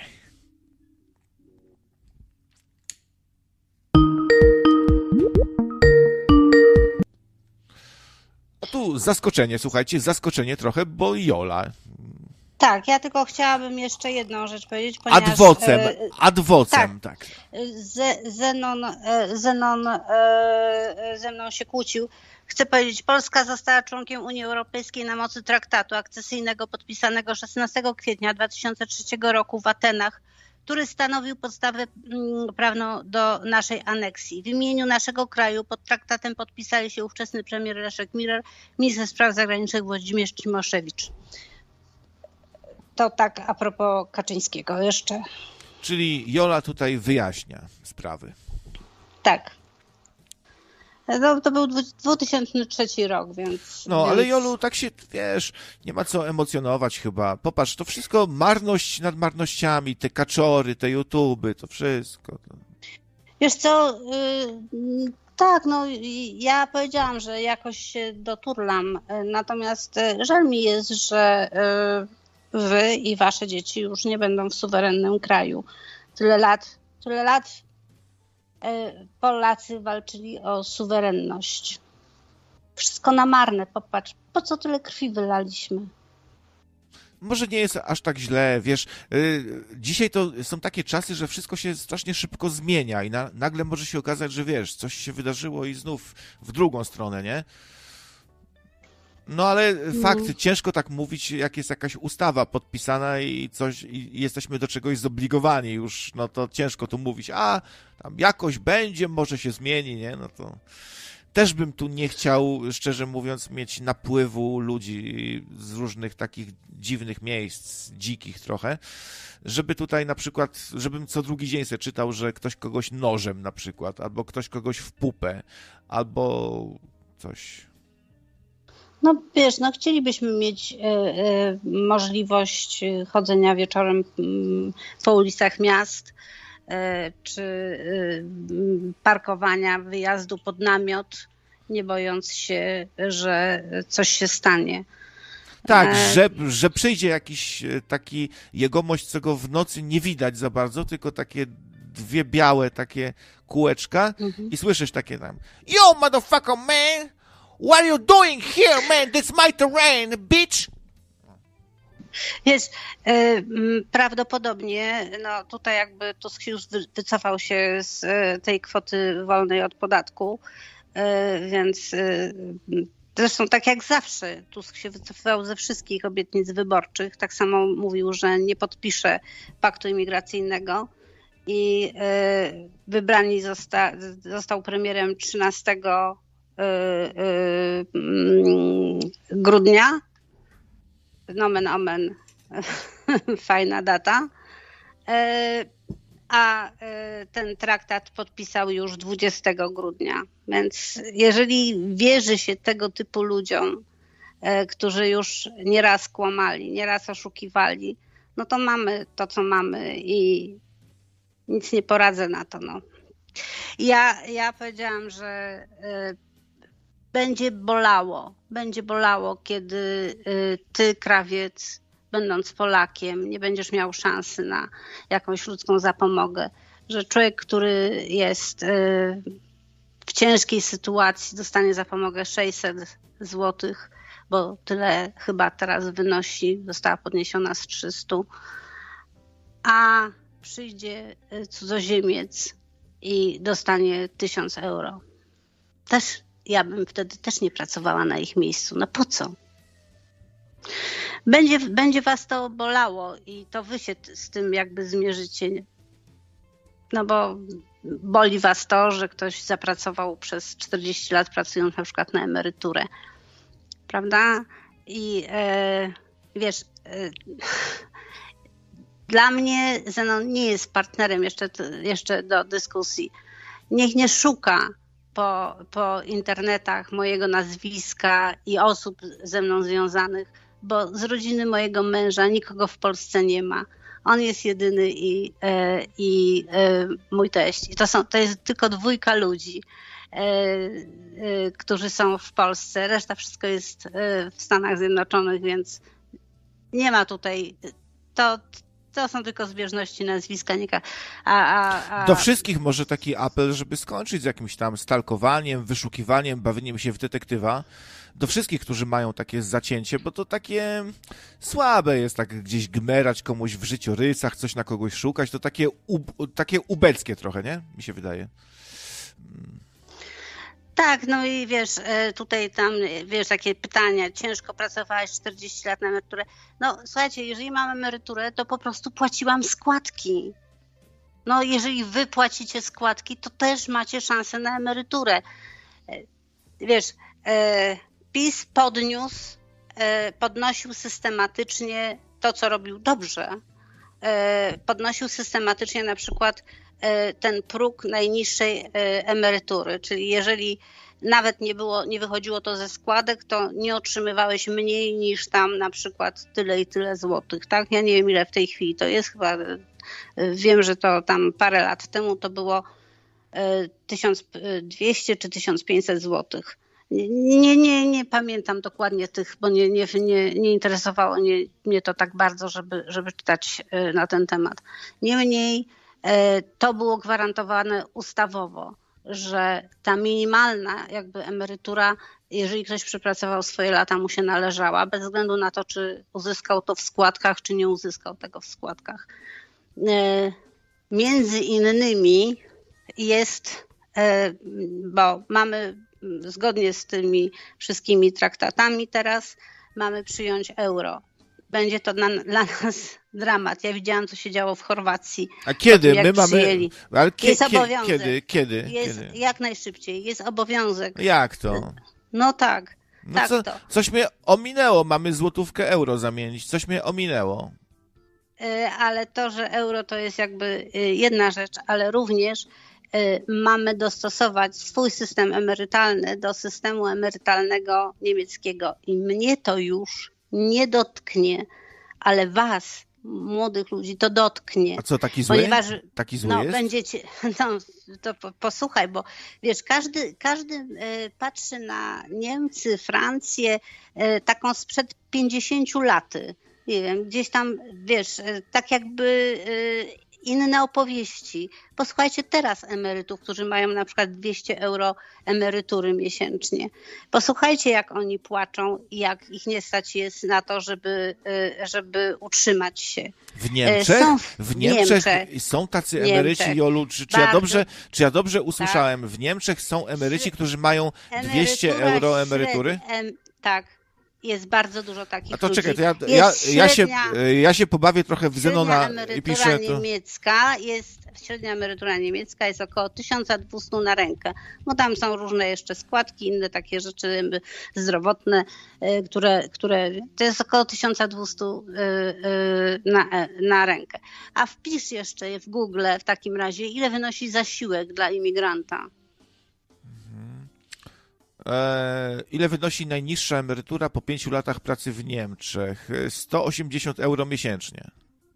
A tu zaskoczenie, słuchajcie, zaskoczenie trochę, bo Jola. Tak, ja tylko chciałabym jeszcze jedną rzecz powiedzieć, ponieważ... Ad vocem, ad vocem, tak. tak. Zenon, Zenon ze mną się kłócił. Chcę powiedzieć, Polska została członkiem Unii Europejskiej na mocy traktatu akcesyjnego podpisanego szesnastego kwietnia dwa tysiące trzeciego roku w Atenach, który stanowił podstawę prawną do naszej aneksji. W imieniu naszego kraju pod traktatem podpisali się ówczesny premier Leszek Miller, minister spraw zagranicznych Włodzimierz Cimoszewicz. To tak a propos Kaczyńskiego jeszcze. Czyli Jola tutaj wyjaśnia sprawy. Tak. No, to był dwa tysiące trzeci rok, więc... No, więc... ale Jolu, tak się, wiesz, nie ma co emocjonować chyba. Popatrz, to wszystko marność nad marnościami, te kaczory, te YouTuby, to wszystko. Wiesz co, yy, tak, no ja powiedziałam, że jakoś się doturlam, natomiast żal mi jest, że yy, wy i wasze dzieci już nie będą w suwerennym kraju. Tyle lat, tyle lat Polacy walczyli o suwerenność. Wszystko na marne, popatrz. Po co tyle krwi wylaliśmy? Może nie jest aż tak źle, wiesz, yy, dzisiaj to są takie czasy, że wszystko się strasznie szybko zmienia i na, nagle może się okazać, że wiesz, coś się wydarzyło i znów w drugą stronę, nie? No ale fakt, no. Ciężko tak mówić, jak jest jakaś ustawa podpisana i coś, i jesteśmy do czegoś zobligowani już, no to ciężko tu mówić, a tam jakoś będzie, może się zmieni, nie? No to też bym tu nie chciał, szczerze mówiąc, mieć napływu ludzi z różnych takich dziwnych miejsc, dzikich trochę, żeby tutaj na przykład, żebym co drugi dzień sobie czytał, że ktoś kogoś nożem na przykład, albo ktoś kogoś w pupę, albo coś... No wiesz, no chcielibyśmy mieć y, y, możliwość chodzenia wieczorem y, po ulicach miast, y, czy y, parkowania, wyjazdu pod namiot, nie bojąc się, że coś się stanie. Tak, e... że, że przyjdzie jakiś taki jegomość, co go w nocy nie widać za bardzo, tylko takie dwie białe takie kółeczka mhm. i słyszysz takie tam Yo, motherfucker, man! What are you doing here, man? That's my terrain, bitch! Wiesz, yy, prawdopodobnie, no tutaj jakby Tusk już wycofał się z y, tej kwoty wolnej od podatku, y, więc y, zresztą tak jak zawsze Tusk się wycofywał ze wszystkich obietnic wyborczych, tak samo mówił, że nie podpisze paktu imigracyjnego i y, wybrani zosta, został premierem trzynastego grudnia, nomen omen, fajna data, a ten traktat podpisał już dwudziestego grudnia, więc jeżeli wierzy się tego typu ludziom, którzy już nieraz kłamali, nieraz oszukiwali, no to mamy to, co mamy i nic nie poradzę na to. No. Ja, ja powiedziałam, że będzie bolało, będzie bolało, kiedy ty, krawiec, będąc Polakiem, nie będziesz miał szansy na jakąś ludzką zapomogę. Że człowiek, który jest w ciężkiej sytuacji, dostanie zapomogę sześćset złotych bo tyle chyba teraz wynosi, została podniesiona z trzysta, a przyjdzie cudzoziemiec i dostanie tysiąc euro. Też ja bym wtedy też nie pracowała na ich miejscu. No po co? Będzie, będzie was to bolało i to wy się t- z tym jakby zmierzycie. No bo boli was to, że ktoś zapracował przez czterdzieści lat pracując na przykład na emeryturę. Prawda? I e, wiesz, e, dla mnie Zenon nie jest partnerem jeszcze, jeszcze do dyskusji. Niech nie szuka po, po internetach mojego nazwiska i osób ze mną związanych, bo z rodziny mojego męża nikogo w Polsce nie ma. On jest jedyny i, e, i e, mój teść. I to, są, to jest tylko dwójka ludzi, e, e, którzy są w Polsce. Reszta wszystko jest e, w Stanach Zjednoczonych, więc nie ma tutaj... To, to są tylko zbieżności nazwiska. Nie ka- a, a, a... Do wszystkich może taki apel, żeby skończyć z jakimś tam stalkowaniem, wyszukiwaniem, bawieniem się w detektywa. Do wszystkich, którzy mają takie zacięcie, bo to takie słabe jest, tak gdzieś gmerać komuś w życiorysach, coś na kogoś szukać, to takie, u, takie ubeckie trochę, nie? Mi się wydaje. Tak, no i wiesz, tutaj tam, wiesz, takie pytania, ciężko pracowałaś czterdzieści lat na emeryturę. No słuchajcie, jeżeli mam emeryturę, to po prostu płaciłam składki. No jeżeli wy płacicie składki, to też macie szansę na emeryturę. Wiesz, PiS podniósł, podnosił systematycznie to, co robił dobrze. Podnosił systematycznie na przykład ten próg najniższej emerytury, czyli jeżeli nawet nie było, nie wychodziło to ze składek, to nie otrzymywałeś mniej niż tam na przykład tyle i tyle złotych, tak? Ja nie wiem ile w tej chwili to jest, chyba wiem, że to tam parę lat temu to było tysiąc dwieście czy tysiąc pięćset złotych. Nie, nie, nie pamiętam dokładnie tych, bo nie, nie, nie, nie interesowało nie, mnie to tak bardzo, żeby, żeby czytać na ten temat. Niemniej to było gwarantowane ustawowo, że ta minimalna jakby emerytura, jeżeli ktoś przepracował swoje lata, mu się należała, bez względu na to, czy uzyskał to w składkach, czy nie uzyskał tego w składkach. Między innymi jest, bo mamy zgodnie z tymi wszystkimi traktatami teraz, mamy przyjąć euro. Będzie to dla, dla nas dramat. Ja widziałam, co się działo w Chorwacji. A kiedy? Jak My mamy... przyjęli. Ale kie, jest kie, obowiązek. Kiedy? Kiedy? Jest, kiedy? Jak najszybciej. Jest obowiązek. Jak to? No tak. No tak co, to. Coś mnie ominęło. Mamy złotówkę euro zamienić. Coś mnie ominęło. Ale to, że euro to jest jakby jedna rzecz, ale również mamy dostosować swój system emerytalny do systemu emerytalnego niemieckiego. I mnie to już nie dotknie, ale was, młodych ludzi, to dotknie. A co, taki zły? Ponieważ, taki zły no, jest? Będziecie, no, to po, posłuchaj, bo wiesz, każdy, każdy y, patrzy na Niemcy, Francję, y, taką sprzed pięćdziesięciu laty. Nie wiem, gdzieś tam, wiesz, y, tak jakby y, inne opowieści. Posłuchajcie teraz emerytów, którzy mają na przykład dwieście euro emerytury miesięcznie. Posłuchajcie, jak oni płaczą i jak ich nie stać jest na to, żeby, żeby utrzymać się. W Niemczech? Są w Niemczech, Niemczech. są tacy Niemczech. emeryci, Jolu, czy, czy, ja Bardzo. dobrze, czy ja dobrze usłyszałem? Tak. W Niemczech są emeryci, którzy mają dwieście Emerytura euro emerytury? Średnia, em, tak. Jest bardzo dużo takich A to ludzi. czekaj, to ja, Jest ja, ja, się, średnia, ja się pobawię trochę w Zenona emerytura i piszę to. niemiecka jest, średnia emerytura niemiecka jest około tysiąc dwieście na rękę. No tam są różne jeszcze składki, inne takie rzeczy zdrowotne, które, które to jest około tysiąc dwieście na, na rękę. A wpisz jeszcze w Google w takim razie, ile wynosi zasiłek dla imigranta. E, ile wynosi najniższa emerytura po pięciu latach pracy w Niemczech? sto osiemdziesiąt euro miesięcznie.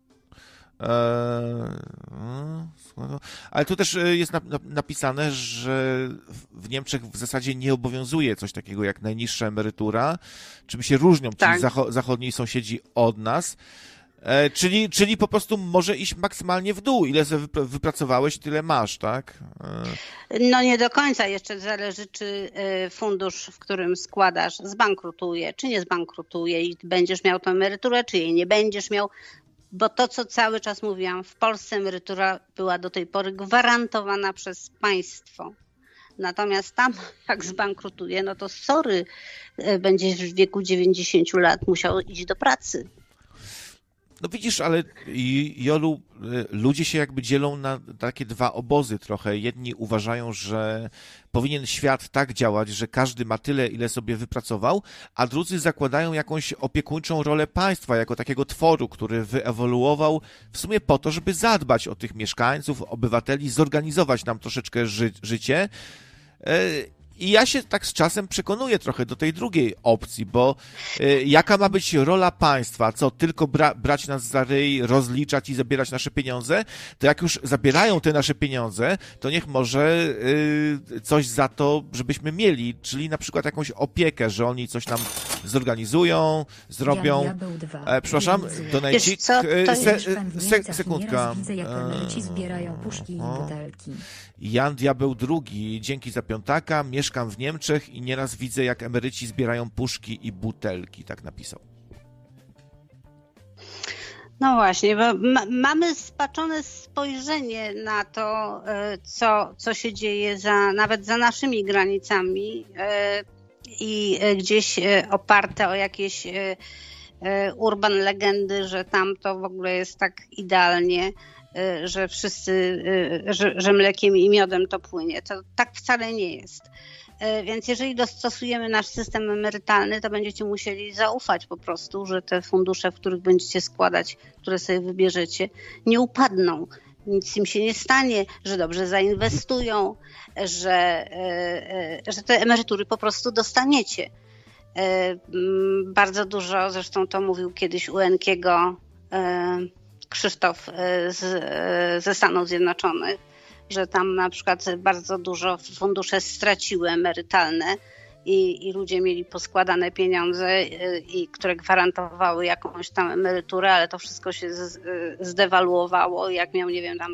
E, ale tu też jest napisane, że w Niemczech w zasadzie nie obowiązuje coś takiego jak najniższa emerytura, czym się różnią ci tak. zachodni sąsiedzi od nas. E, czyli, czyli po prostu może iść maksymalnie w dół. Ile sobie wypra- wypracowałeś, tyle masz, tak? E... No nie do końca. Jeszcze zależy, czy fundusz, w którym składasz, zbankrutuje, czy nie zbankrutuje i będziesz miał tę emeryturę, czy jej nie będziesz miał. Bo to, co cały czas mówiłam, w Polsce emerytura była do tej pory gwarantowana przez państwo. Natomiast tam, jak zbankrutuje, no to sorry, będziesz w wieku dziewięćdziesięciu lat musiał iść do pracy. No widzisz, ale Jolu, ludzie się jakby dzielą na takie dwa obozy trochę. Jedni uważają, że powinien świat tak działać, że każdy ma tyle, ile sobie wypracował, a drudzy zakładają jakąś opiekuńczą rolę państwa, jako takiego tworu, który wyewoluował w sumie po to, żeby zadbać o tych mieszkańców, obywateli, zorganizować nam troszeczkę ży- życie. I ja się tak z czasem przekonuję trochę do tej drugiej opcji, bo y, jaka ma być rola państwa? Co, tylko bra- brać nas za ryj, rozliczać i zabierać nasze pieniądze? To jak już zabierają te nasze pieniądze, to niech może y, coś za to, żebyśmy mieli, czyli na przykład jakąś opiekę, że oni coś nam zorganizują, zrobią. E, przepraszam, donajcik. Se, se, sekundka. Widzę, jak emeryci zbierają puszki i butelki. Jan Diabeł drugi, dzięki za piątaka, mieszkam w Niemczech i nieraz widzę, jak emeryci zbierają puszki i butelki, tak napisał. No właśnie, bo ma, mamy spaczone spojrzenie na to, co, co się dzieje za, nawet za naszymi granicami i gdzieś oparte o jakieś urban legendy, że tam to w ogóle jest tak idealnie, że wszyscy, że, że mlekiem i miodem to płynie. To tak wcale nie jest. Więc jeżeli dostosujemy nasz system emerytalny, to będziecie musieli zaufać po prostu, że te fundusze, w których będziecie składać, które sobie wybierzecie, nie upadną. Nic im się nie stanie, że dobrze zainwestują, że, że te emerytury po prostu dostaniecie. Bardzo dużo, zresztą to mówił kiedyś u Enkiego Krzysztof z, ze Stanów Zjednoczonych, że tam na przykład bardzo dużo fundusze straciły emerytalne i, i ludzie mieli poskładane pieniądze, i, które gwarantowały jakąś tam emeryturę, ale to wszystko się z, zdewaluowało. Jak miał, nie wiem, tam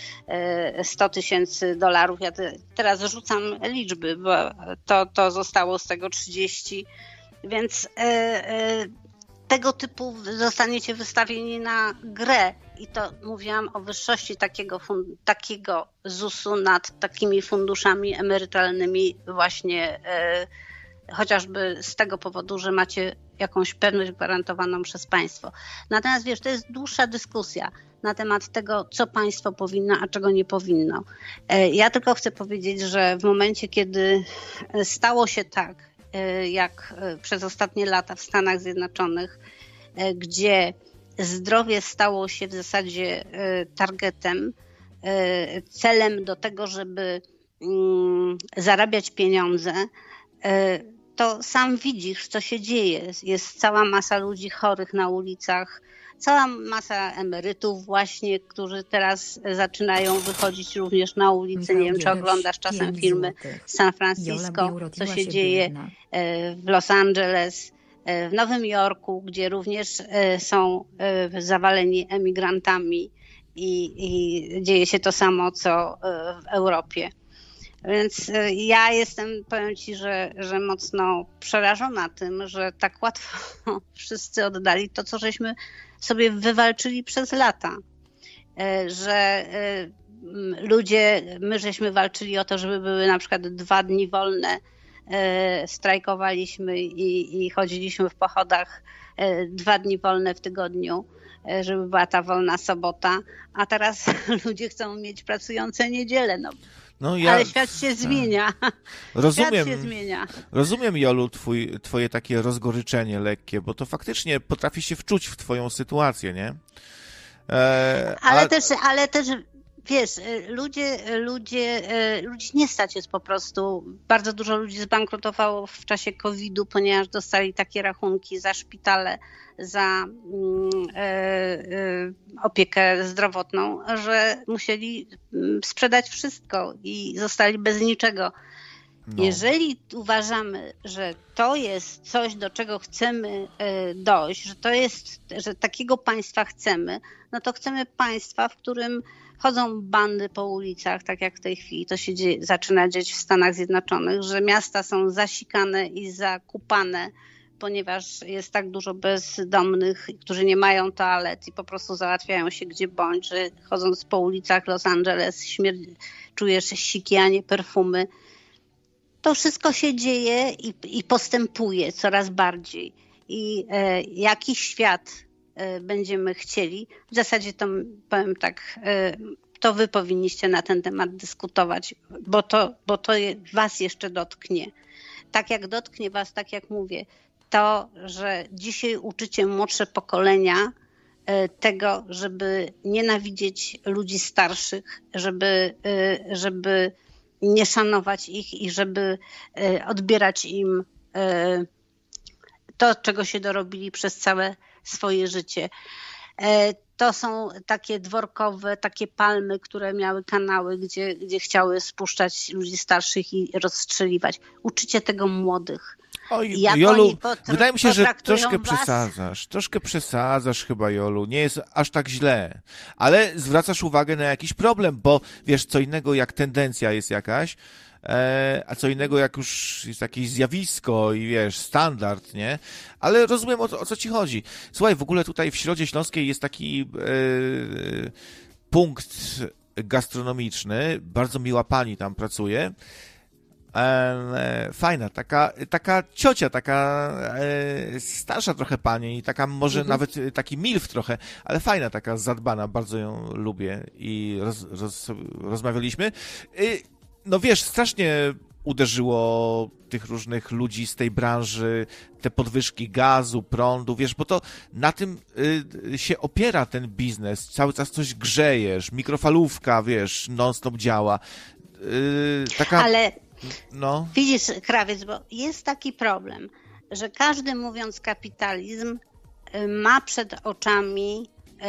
sto tysięcy dolarów, ja te, teraz rzucam liczby, bo to, to zostało z tego trzydzieści, więc y, y, tego typu zostaniecie wystawieni na grę. I to mówiłam o wyższości takiego, fund- takiego zusu nad takimi funduszami emerytalnymi właśnie e, chociażby z tego powodu, że macie jakąś pewność gwarantowaną przez państwo. Natomiast wiesz, to jest dłuższa dyskusja na temat tego, co państwo powinno, a czego nie powinno. E, ja tylko chcę powiedzieć, że w momencie, kiedy stało się tak, e, jak przez ostatnie lata w Stanach Zjednoczonych, e, gdzie zdrowie stało się w zasadzie targetem, celem do tego, żeby zarabiać pieniądze, to sam widzisz, co się dzieje. Jest cała masa ludzi chorych na ulicach, cała masa emerytów właśnie, którzy teraz zaczynają wychodzić również na ulicę. Nie wiem, czy oglądasz czasem filmy z San Francisco, co się dzieje w Los Angeles, w Nowym Jorku, gdzie również są zawaleni emigrantami i, i dzieje się to samo, co w Europie. Więc ja jestem, powiem Ci, że, że mocno przerażona tym, że tak łatwo wszyscy oddali to, co żeśmy sobie wywalczyli przez lata. Że ludzie, my żeśmy walczyli o to, żeby były na przykład dwa dni wolne, strajkowaliśmy i, i chodziliśmy w pochodach dwa dni wolne w tygodniu, żeby była ta wolna sobota, a teraz ludzie chcą mieć pracujące niedziele. No. No ja, ale świat się zmienia. Rozumiem, świat się zmienia. Rozumiem, Jolu, twój, twoje takie rozgoryczenie lekkie, bo to faktycznie potrafi się wczuć w twoją sytuację, nie? E, ale, a... też, ale też wiesz, ludzie, ludzie, ludzi nie stać jest po prostu. Bardzo dużo ludzi zbankrutowało w czasie kowida, ponieważ dostali takie rachunki za szpitale, za mm, e, e, opiekę zdrowotną, że musieli sprzedać wszystko i zostali bez niczego. No. Jeżeli uważamy, że to jest coś, do czego chcemy dojść, że to jest, że takiego państwa chcemy, no to chcemy państwa, w którym chodzą bandy po ulicach, tak jak w tej chwili to się dzieje, zaczyna dziać w Stanach Zjednoczonych, że miasta są zasikane i zakupane, ponieważ jest tak dużo bezdomnych, którzy nie mają toalet i po prostu załatwiają się gdzie bądź, że chodząc po ulicach Los Angeles śmierd- czujesz siki, a nie perfumy. To wszystko się dzieje i, i postępuje coraz bardziej. I e, jaki świat e, będziemy chcieli? W zasadzie to powiem tak, e, to wy powinniście na ten temat dyskutować, bo to, bo to je, was jeszcze dotknie. Tak jak dotknie was, tak jak mówię, to, że dzisiaj uczycie młodsze pokolenia e, tego, żeby nienawidzieć ludzi starszych, żeby, e, żeby nie szanować ich i żeby odbierać im to, czego się dorobili przez całe swoje życie. To są takie dworkowe, takie palmy, które miały kanały, gdzie, gdzie chciały spuszczać ludzi starszych i rozstrzeliwać. Uczycie tego młodych. Oj, Jolu, wydaje mi się, że troszkę was... przesadzasz. Troszkę przesadzasz chyba, Jolu. Nie jest aż tak źle. Ale zwracasz uwagę na jakiś problem, bo wiesz, co innego jak tendencja jest jakaś, e, a co innego jak już jest jakieś zjawisko i wiesz, standard, nie? Ale rozumiem, o, o co ci chodzi. Słuchaj, w ogóle tutaj w Środzie Śląskiej jest taki e, punkt gastronomiczny. Bardzo miła pani tam pracuje. E, fajna, taka, taka ciocia, taka e, starsza trochę pani i taka może mhm. nawet taki milf trochę, ale fajna, taka zadbana, bardzo ją lubię i roz, roz, rozmawialiśmy. E, no wiesz, strasznie uderzyło tych różnych ludzi z tej branży, te podwyżki gazu, prądu, wiesz, bo to na tym y, się opiera ten biznes, cały czas coś grzejesz, mikrofalówka, wiesz, non-stop działa. Y, taka... Ale No. Widzisz, Krawiec, bo jest taki problem, że każdy mówiąc kapitalizm ma przed oczami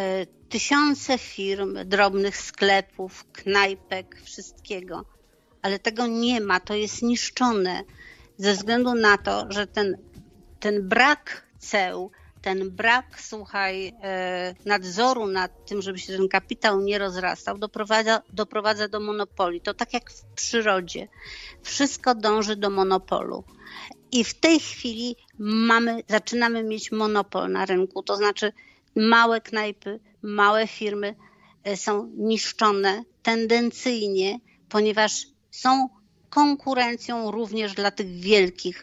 tysiące firm, drobnych sklepów, knajpek, wszystkiego, ale tego nie ma, to jest niszczone ze względu na to, że ten, ten brak ceł, ten brak, słuchaj, nadzoru nad tym, żeby się ten kapitał nie rozrastał, doprowadza, doprowadza do monopolii. To tak jak w przyrodzie. Wszystko dąży do monopolu. I w tej chwili mamy, zaczynamy mieć monopol na rynku. To znaczy małe knajpy, małe firmy są niszczone tendencyjnie, ponieważ są konkurencją również dla tych wielkich.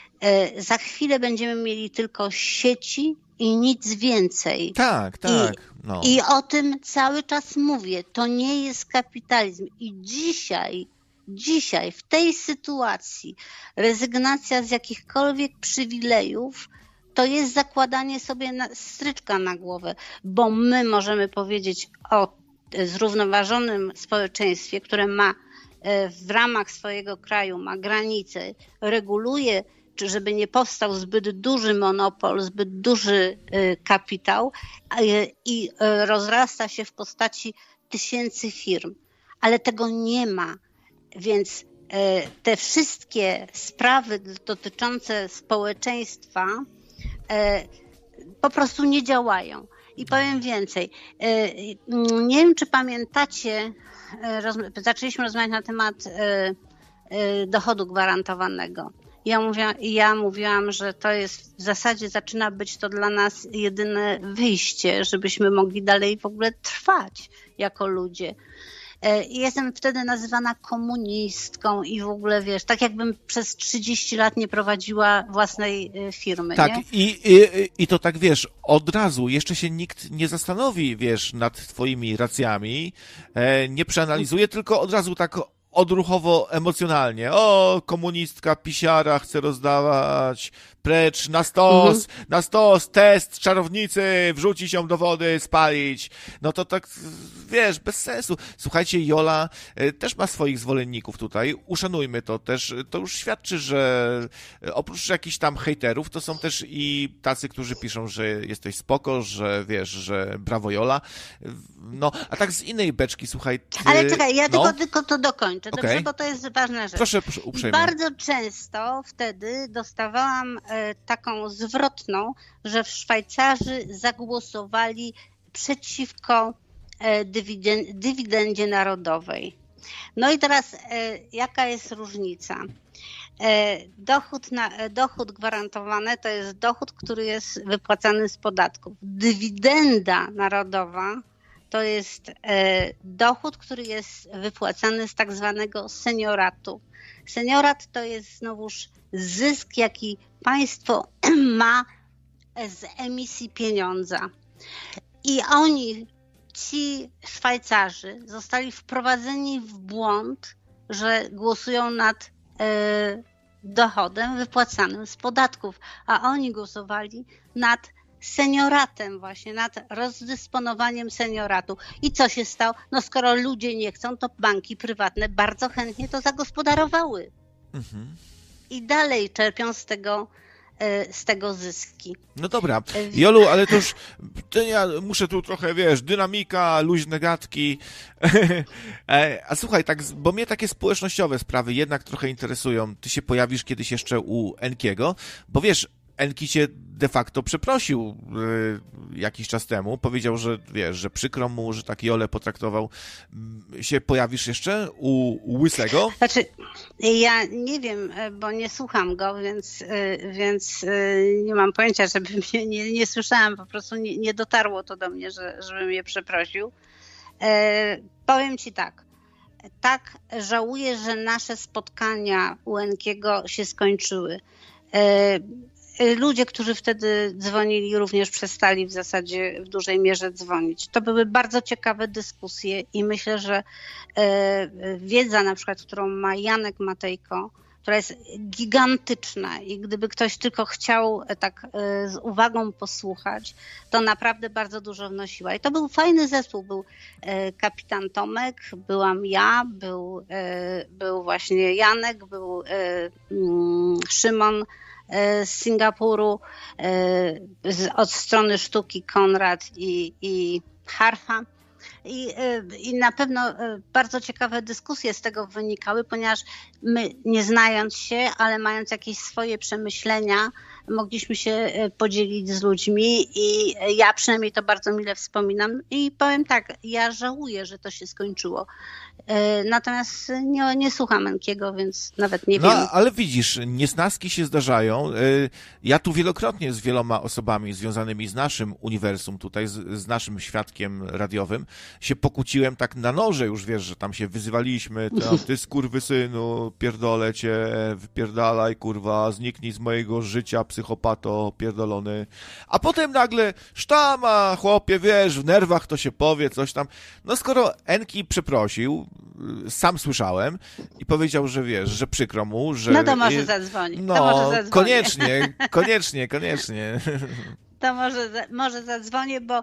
Za chwilę będziemy mieli tylko sieci i nic więcej. Tak, tak. I, no. I o tym cały czas mówię. To nie jest kapitalizm. I dzisiaj, dzisiaj w tej sytuacji rezygnacja z jakichkolwiek przywilejów to jest zakładanie sobie na, stryczka na głowę, bo my możemy powiedzieć o zrównoważonym społeczeństwie, które ma w ramach swojego kraju, ma granice, reguluje, czy żeby nie powstał zbyt duży monopol, zbyt duży kapitał i rozrasta się w postaci tysięcy firm. Ale tego nie ma, więc te wszystkie sprawy dotyczące społeczeństwa po prostu nie działają. I powiem więcej, nie wiem, czy pamiętacie, zaczęliśmy rozmawiać na temat dochodu gwarantowanego. Ja mówiłam, ja mówiłam, że to jest w zasadzie zaczyna być to dla nas jedyne wyjście, żebyśmy mogli dalej w ogóle trwać jako ludzie. Jestem wtedy nazywana komunistką i w ogóle, wiesz, tak jakbym przez trzydzieści lat nie prowadziła własnej firmy. Tak, nie? I, i, i to tak, wiesz, od razu, jeszcze się nikt nie zastanowi, wiesz, nad twoimi racjami, nie przeanalizuje, tylko od razu tak odruchowo, emocjonalnie. O, komunistka, pisiara chce rozdawać, precz, na stos, mhm. na stos, test, czarownicy, wrzucić ją do wody, spalić. No to tak, wiesz, bez sensu. Słuchajcie, Jola też ma swoich zwolenników tutaj, uszanujmy to też. To już świadczy, że oprócz jakichś tam hejterów, to są też i tacy, którzy piszą, że jesteś spoko, że wiesz, że brawo Jola. No, a tak z innej beczki, słuchaj. Ty... Ale czekaj, ja no. tylko, tylko to dokończę. skończę, Okay. dobrze, bo to jest ważna rzecz. Proszę, proszę uprzejmie. I bardzo często wtedy dostawałam e, taką zwrotną, że w Szwajcarzy zagłosowali przeciwko e, dywiden- dywidendzie narodowej. No i teraz e, jaka jest różnica? E, dochód, na, e, dochód gwarantowany to jest dochód, który jest wypłacany z podatków. Dywidenda narodowa to jest e, dochód, który jest wypłacany z tak zwanego senioratu. Seniorat to jest znowuż zysk, jaki państwo ma z emisji pieniądza. I oni, ci Szwajcarzy, zostali wprowadzeni w błąd, że głosują nad e, dochodem wypłacanym z podatków, a oni głosowali nad senioratem właśnie, nad rozdysponowaniem senioratu. I co się stało? No skoro ludzie nie chcą, to banki prywatne bardzo chętnie to zagospodarowały. Mhm. I dalej czerpią z tego z tego zyski. No dobra. Jolu, ale to już to ja muszę tu trochę, wiesz, dynamika, luźne gadki. A słuchaj, tak, bo mnie takie społecznościowe sprawy jednak trochę interesują. Ty się pojawisz kiedyś jeszcze u Enkiego, bo wiesz, Enki cię de facto przeprosił y, jakiś czas temu. Powiedział, że wiesz, że przykro mu, że tak Jolę potraktował. Się pojawisz jeszcze u, u Łysego? Znaczy, ja nie wiem, bo nie słucham go, więc, więc nie mam pojęcia, żeby mnie, nie, nie słyszałam, po prostu nie, nie dotarło to do mnie, że, żeby mnie przeprosił. E, powiem ci tak. Tak żałuję, że nasze spotkania u Enkiego się skończyły. E, Ludzie, którzy wtedy dzwonili, również przestali w zasadzie w dużej mierze dzwonić. To były bardzo ciekawe dyskusje i myślę, że wiedza na przykład, którą ma Janek Matejko, która jest gigantyczna i gdyby ktoś tylko chciał tak z uwagą posłuchać, to naprawdę bardzo dużo wnosiła. I to był fajny zespół. Był kapitan Tomek, byłam ja, był, był właśnie Janek, był Szymon z Singapuru, od strony sztuki Konrad i, i Harfa. I, I na pewno bardzo ciekawe dyskusje z tego wynikały, ponieważ my, nie znając się, ale mając jakieś swoje przemyślenia, mogliśmy się podzielić z ludźmi i ja przynajmniej to bardzo mile wspominam i powiem tak, ja żałuję, że to się skończyło. Natomiast nie, nie słucham Enkiego, więc nawet nie no, wiem. No, ale widzisz, niesnaski się zdarzają. Ja tu wielokrotnie z wieloma osobami związanymi z naszym uniwersum tutaj, z, z naszym świadkiem radiowym, się pokłóciłem tak na noże już, wiesz, że tam się wyzywaliśmy, tam, ty skurwysynu, pierdolę cię, wypierdalaj, kurwa, zniknij z mojego życia, psychopato, pierdolony. A potem nagle sztama, chłopie, wiesz, w nerwach to się powie, coś tam. No skoro Enki przeprosił, sam słyszałem i powiedział, że wiesz, że przykro mu, że... No to może zadzwoni. No, to może zadzwoni. koniecznie, koniecznie, koniecznie. To może, może zadzwonię, bo e,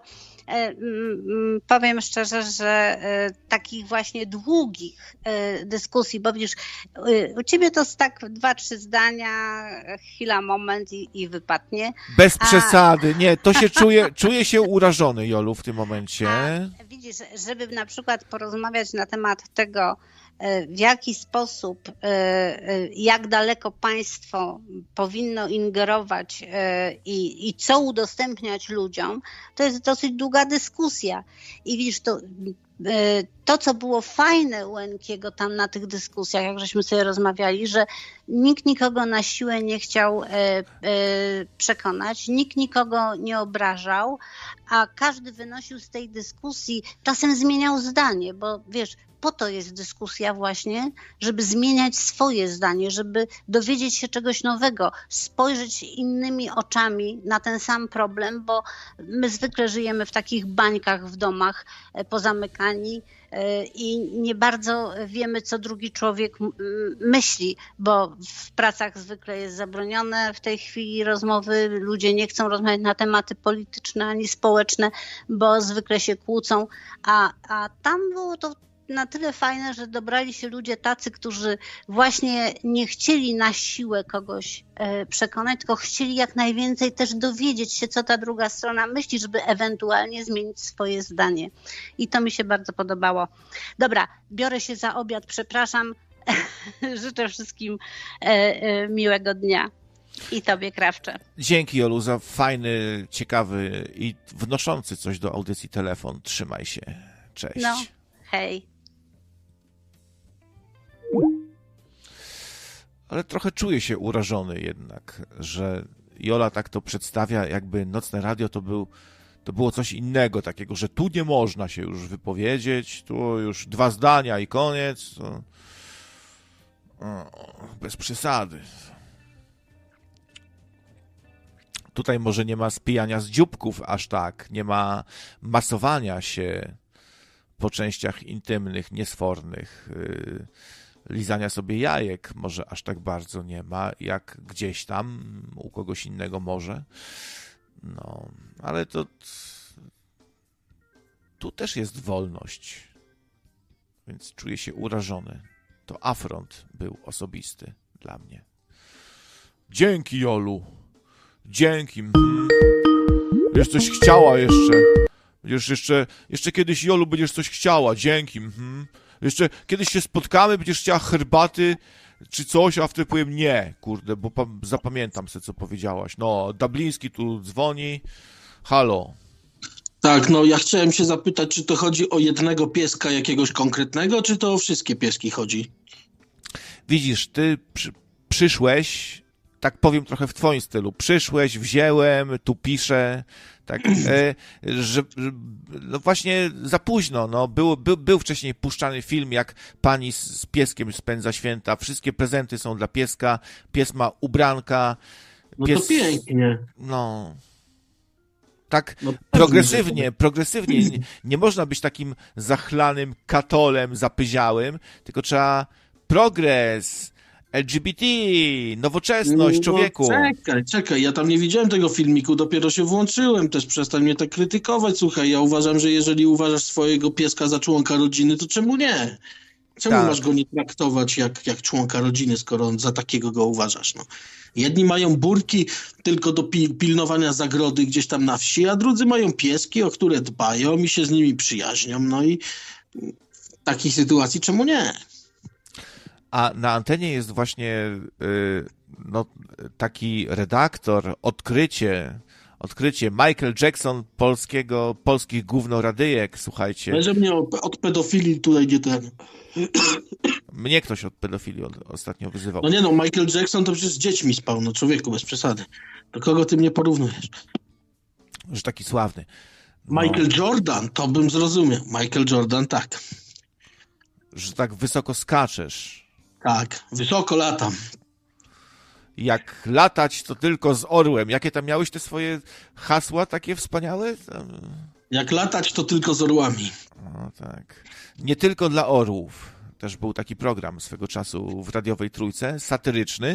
m, powiem szczerze, że e, takich właśnie długich e, dyskusji, bo widzisz, e, u ciebie to jest tak dwa, trzy zdania, chwila, moment i, i wypadnie. Bez a... przesady, nie, to się czuje, czuję się urażony, Jolu, w tym momencie. A, widzisz, żeby na przykład porozmawiać na temat tego, w jaki sposób, jak daleko państwo powinno ingerować i, i co udostępniać ludziom, to jest dosyć długa dyskusja. I widzisz, to, to co było fajne u Enkiego tam na tych dyskusjach, jak żeśmy sobie rozmawiali, że nikt nikogo na siłę nie chciał przekonać, nikt nikogo nie obrażał, a każdy wynosił z tej dyskusji, czasem zmieniał zdanie, bo wiesz, po to jest dyskusja właśnie, żeby zmieniać swoje zdanie, żeby dowiedzieć się czegoś nowego, spojrzeć innymi oczami na ten sam problem, bo my zwykle żyjemy w takich bańkach w domach pozamykani i nie bardzo wiemy, co drugi człowiek myśli, bo w pracach zwykle jest zabronione w tej chwili rozmowy, ludzie nie chcą rozmawiać na tematy polityczne ani społeczne, bo zwykle się kłócą, a, a tam było to na tyle fajne, że dobrali się ludzie tacy, którzy właśnie nie chcieli na siłę kogoś przekonać, tylko chcieli jak najwięcej też dowiedzieć się, co ta druga strona myśli, żeby ewentualnie zmienić swoje zdanie. I to mi się bardzo podobało. Dobra, biorę się za obiad, przepraszam. Życzę wszystkim miłego dnia. I tobie, Krawcze. Dzięki, Jolu, za fajny, ciekawy i wnoszący coś do audycji telefon. Trzymaj się. Cześć. No, hej. Ale trochę czuję się urażony jednak, że Jola tak to przedstawia, jakby Nocne Radio to był, to było coś innego takiego, że tu nie można się już wypowiedzieć, tu już dwa zdania i koniec. To... O, bez przesady. Tutaj może nie ma spijania z dzióbków aż tak, nie ma masowania się po częściach intymnych, niesfornych, yy, lizania sobie jajek może aż tak bardzo nie ma, jak gdzieś tam u kogoś innego może. No, ale to tu też jest wolność, więc czuję się urażony. To afront był osobisty dla mnie. Dzięki, Jolu. Dzięki. Mhm. Będziesz coś chciała jeszcze. Będziesz jeszcze, jeszcze kiedyś, Jolu, będziesz coś chciała. Dzięki. Mhm. Jeszcze kiedyś się spotkamy, będziesz chciała herbaty czy coś, a wtedy powiem nie, kurde, bo pa- zapamiętam sobie, co powiedziałaś. No, Dubliński tu dzwoni. Halo. Tak, no ja chciałem się zapytać, czy to chodzi o jednego pieska jakiegoś konkretnego, czy to o wszystkie pieski chodzi? Widzisz, ty przy, przyszłeś, tak powiem trochę w twoim stylu, przyszłeś, wziąłem, tu piszę, tak, e, że, że no właśnie za późno, no, był, był, był wcześniej puszczany film, jak pani z, z pieskiem spędza święta, wszystkie prezenty są dla pieska, pies ma ubranka. Pies, no to pięknie. No... Tak no, progresywnie, progresywnie. Nie, nie można być takim zachlanym katolem zapyziałym, tylko trzeba progres, L G B T, nowoczesność no, człowieku. Czekaj, czekaj, ja tam nie widziałem tego filmiku, dopiero się włączyłem, też przestań mnie tak krytykować. Słuchaj, ja uważam, że jeżeli uważasz swojego pieska za członka rodziny, to czemu nie? Czemu tak. masz go nie traktować jak, jak członka rodziny, skoro on za takiego go uważasz? No. Jedni mają burki tylko do pil- pilnowania zagrody gdzieś tam na wsi, a drudzy mają pieski, o które dbają i się z nimi przyjaźnią. No i w takiej sytuacji czemu nie? A na antenie jest właśnie yy, no, taki redaktor, odkrycie, odkrycie Michael Jackson polskiego, polskich gównoradyjek, słuchajcie. Ale że mnie od pedofilii tutaj nie ten... Mnie ktoś od pedofilii od, ostatnio wyzywał. No nie no, Michael Jackson to przecież z dziećmi spał, no człowieku, bez przesady. Do kogo ty mnie porównujesz? Że taki sławny. No. Michael Jordan, to bym zrozumiał. Michael Jordan, tak. Że tak wysoko skaczesz. Tak, wysoko latam. Jak latać, to tylko z orłem. Jakie tam miałeś te swoje hasła takie wspaniałe? Jak latać, to tylko z orłami. No tak. Nie tylko dla orłów. Też był taki program swego czasu w radiowej Trójce, satyryczny,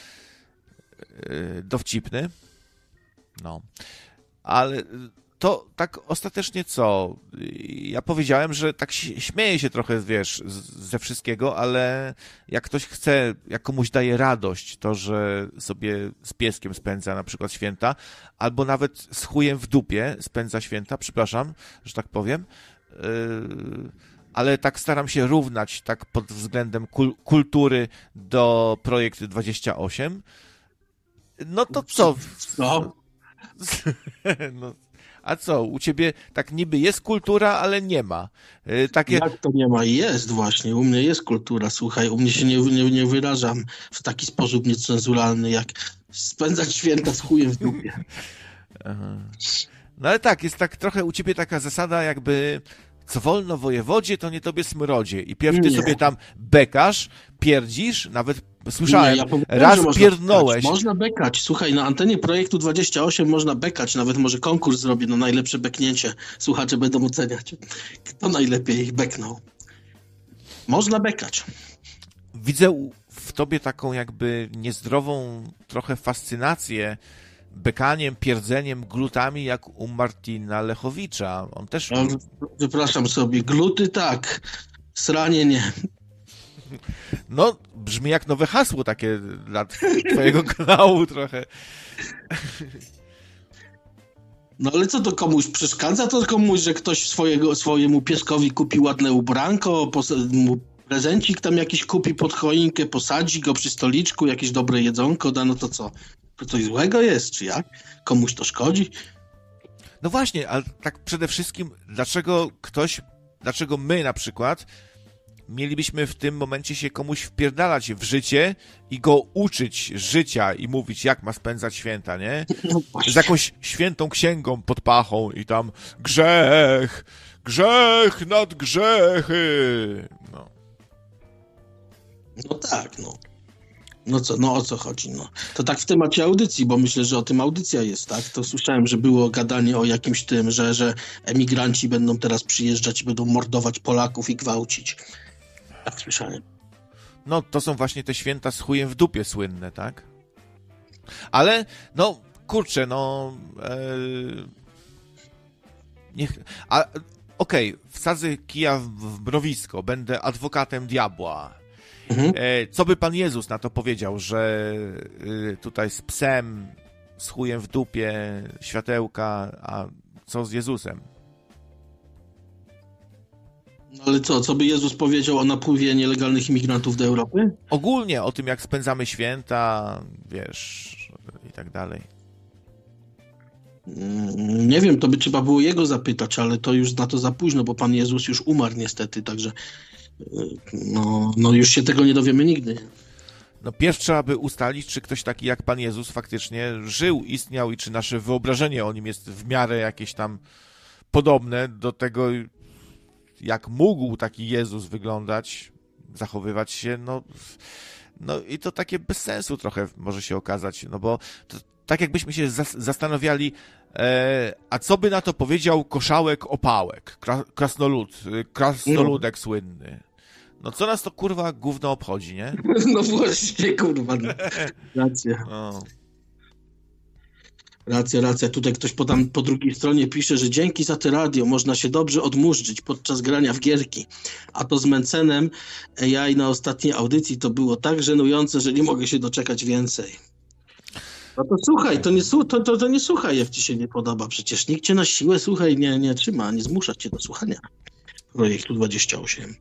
yy, dowcipny. No. Ale to tak ostatecznie co? Ja powiedziałem, że tak śmieję się trochę, wiesz, ze wszystkiego, ale jak ktoś chce, jak komuś daje radość to, że sobie z pieskiem spędza na przykład święta, albo nawet z chujem w dupie spędza święta, przepraszam, że tak powiem, yy, ale tak staram się równać tak pod względem kul- kultury do Projektu dwadzieścia osiem. No to co? No. no. A co? U ciebie tak niby jest kultura, ale nie ma. Takie... Jak to nie ma? Jest właśnie. U mnie jest kultura. Słuchaj, u mnie się nie, nie, nie wyrażam w taki sposób niecenzuralny, jak spędzać święta z chujem w dupie. Aha. No ale tak, jest tak trochę u ciebie taka zasada jakby... Co wolno wojewodzie, to nie tobie smrodzie. I pierw ty nie. sobie tam bekasz, pierdzisz, nawet słyszałem, nie, ja raz pierdnąłeś. Bekać. Można bekać. Słuchaj, na antenie Projektu dwadzieścia osiem można bekać. Nawet może konkurs zrobię na najlepsze beknięcie. Słuchacze będą oceniać, kto najlepiej ich beknął. Można bekać. Widzę w tobie taką jakby niezdrową trochę fascynację bekaniem, pierdzeniem, glutami, jak u Martina Lechowicza. On też... No, wypraszam sobie, gluty tak, Sranie nie. No, brzmi jak nowe hasło takie dla twojego kanału trochę. No ale co to komuś przeszkadza? To komuś, że ktoś swojego, swojemu pieskowi kupi ładne ubranko, pos- mu prezencik tam jakiś kupi pod choinkę, posadzi go przy stoliczku, jakieś dobre jedzonko da, no to co? To coś złego jest, czy jak? Komuś to szkodzi? No właśnie, ale tak przede wszystkim, dlaczego ktoś, dlaczego my na przykład mielibyśmy w tym momencie się komuś wpierdalać w życie i go uczyć życia i mówić, jak ma spędzać święta, nie? Z jakąś świętą księgą pod pachą i tam grzech, grzech nad grzechy. No, no tak, no. No co, no o co chodzi, no. To tak w temacie audycji, bo myślę, że o tym audycja jest, tak? To słyszałem, że było gadanie o jakimś tym, że, że emigranci będą teraz przyjeżdżać i będą mordować Polaków i gwałcić. Tak słyszałem. No, to są właśnie te święta z chujem w dupie słynne, tak? Ale, no, kurczę, no... E... Niech... A, okej, okay, wsadzę kija w, w mrowisko, będę adwokatem diabła. Mhm. E, co by Pan Jezus na to powiedział, że y, tutaj z psem, z chujem w dupie, światełka, a co z Jezusem? No ale co, co by Jezus powiedział o napływie nielegalnych imigrantów do Europy? Ogólnie o tym, jak spędzamy święta, wiesz, i tak dalej. Mm, nie wiem, to by trzeba było jego zapytać, ale to już na to za późno, bo Pan Jezus już umarł niestety, także no, no już się tego nie dowiemy nigdy. No pierw trzeba by ustalić, czy ktoś taki jak Pan Jezus faktycznie żył, istniał i czy nasze wyobrażenie o nim jest w miarę jakieś tam podobne do tego, jak mógł taki Jezus wyglądać, zachowywać się, no, no i to takie bez sensu trochę może się okazać, no bo to, tak jakbyśmy się zas- zastanawiali, e, a co by na to powiedział Koszałek Opałek, kra- krasnolud, krasnoludek no. słynny. No co nas to kurwa gówno obchodzi, nie? No właśnie, kurwa. No. Racja. No. Racja, racja. Tutaj ktoś po, tam, po drugiej stronie pisze, że dzięki za te radio można się dobrze odmurzyć podczas grania w gierki. A to z Mencenem A I na ostatniej audycji to było tak żenujące, że nie mogę się doczekać więcej. No to słuchaj, to nie, to, to, to nie słuchaj, jak ci się nie podoba. Przecież nikt cię na siłę, słuchaj, nie, nie trzyma, nie zmusza cię do słuchania Projektu dwadzieścia osiem.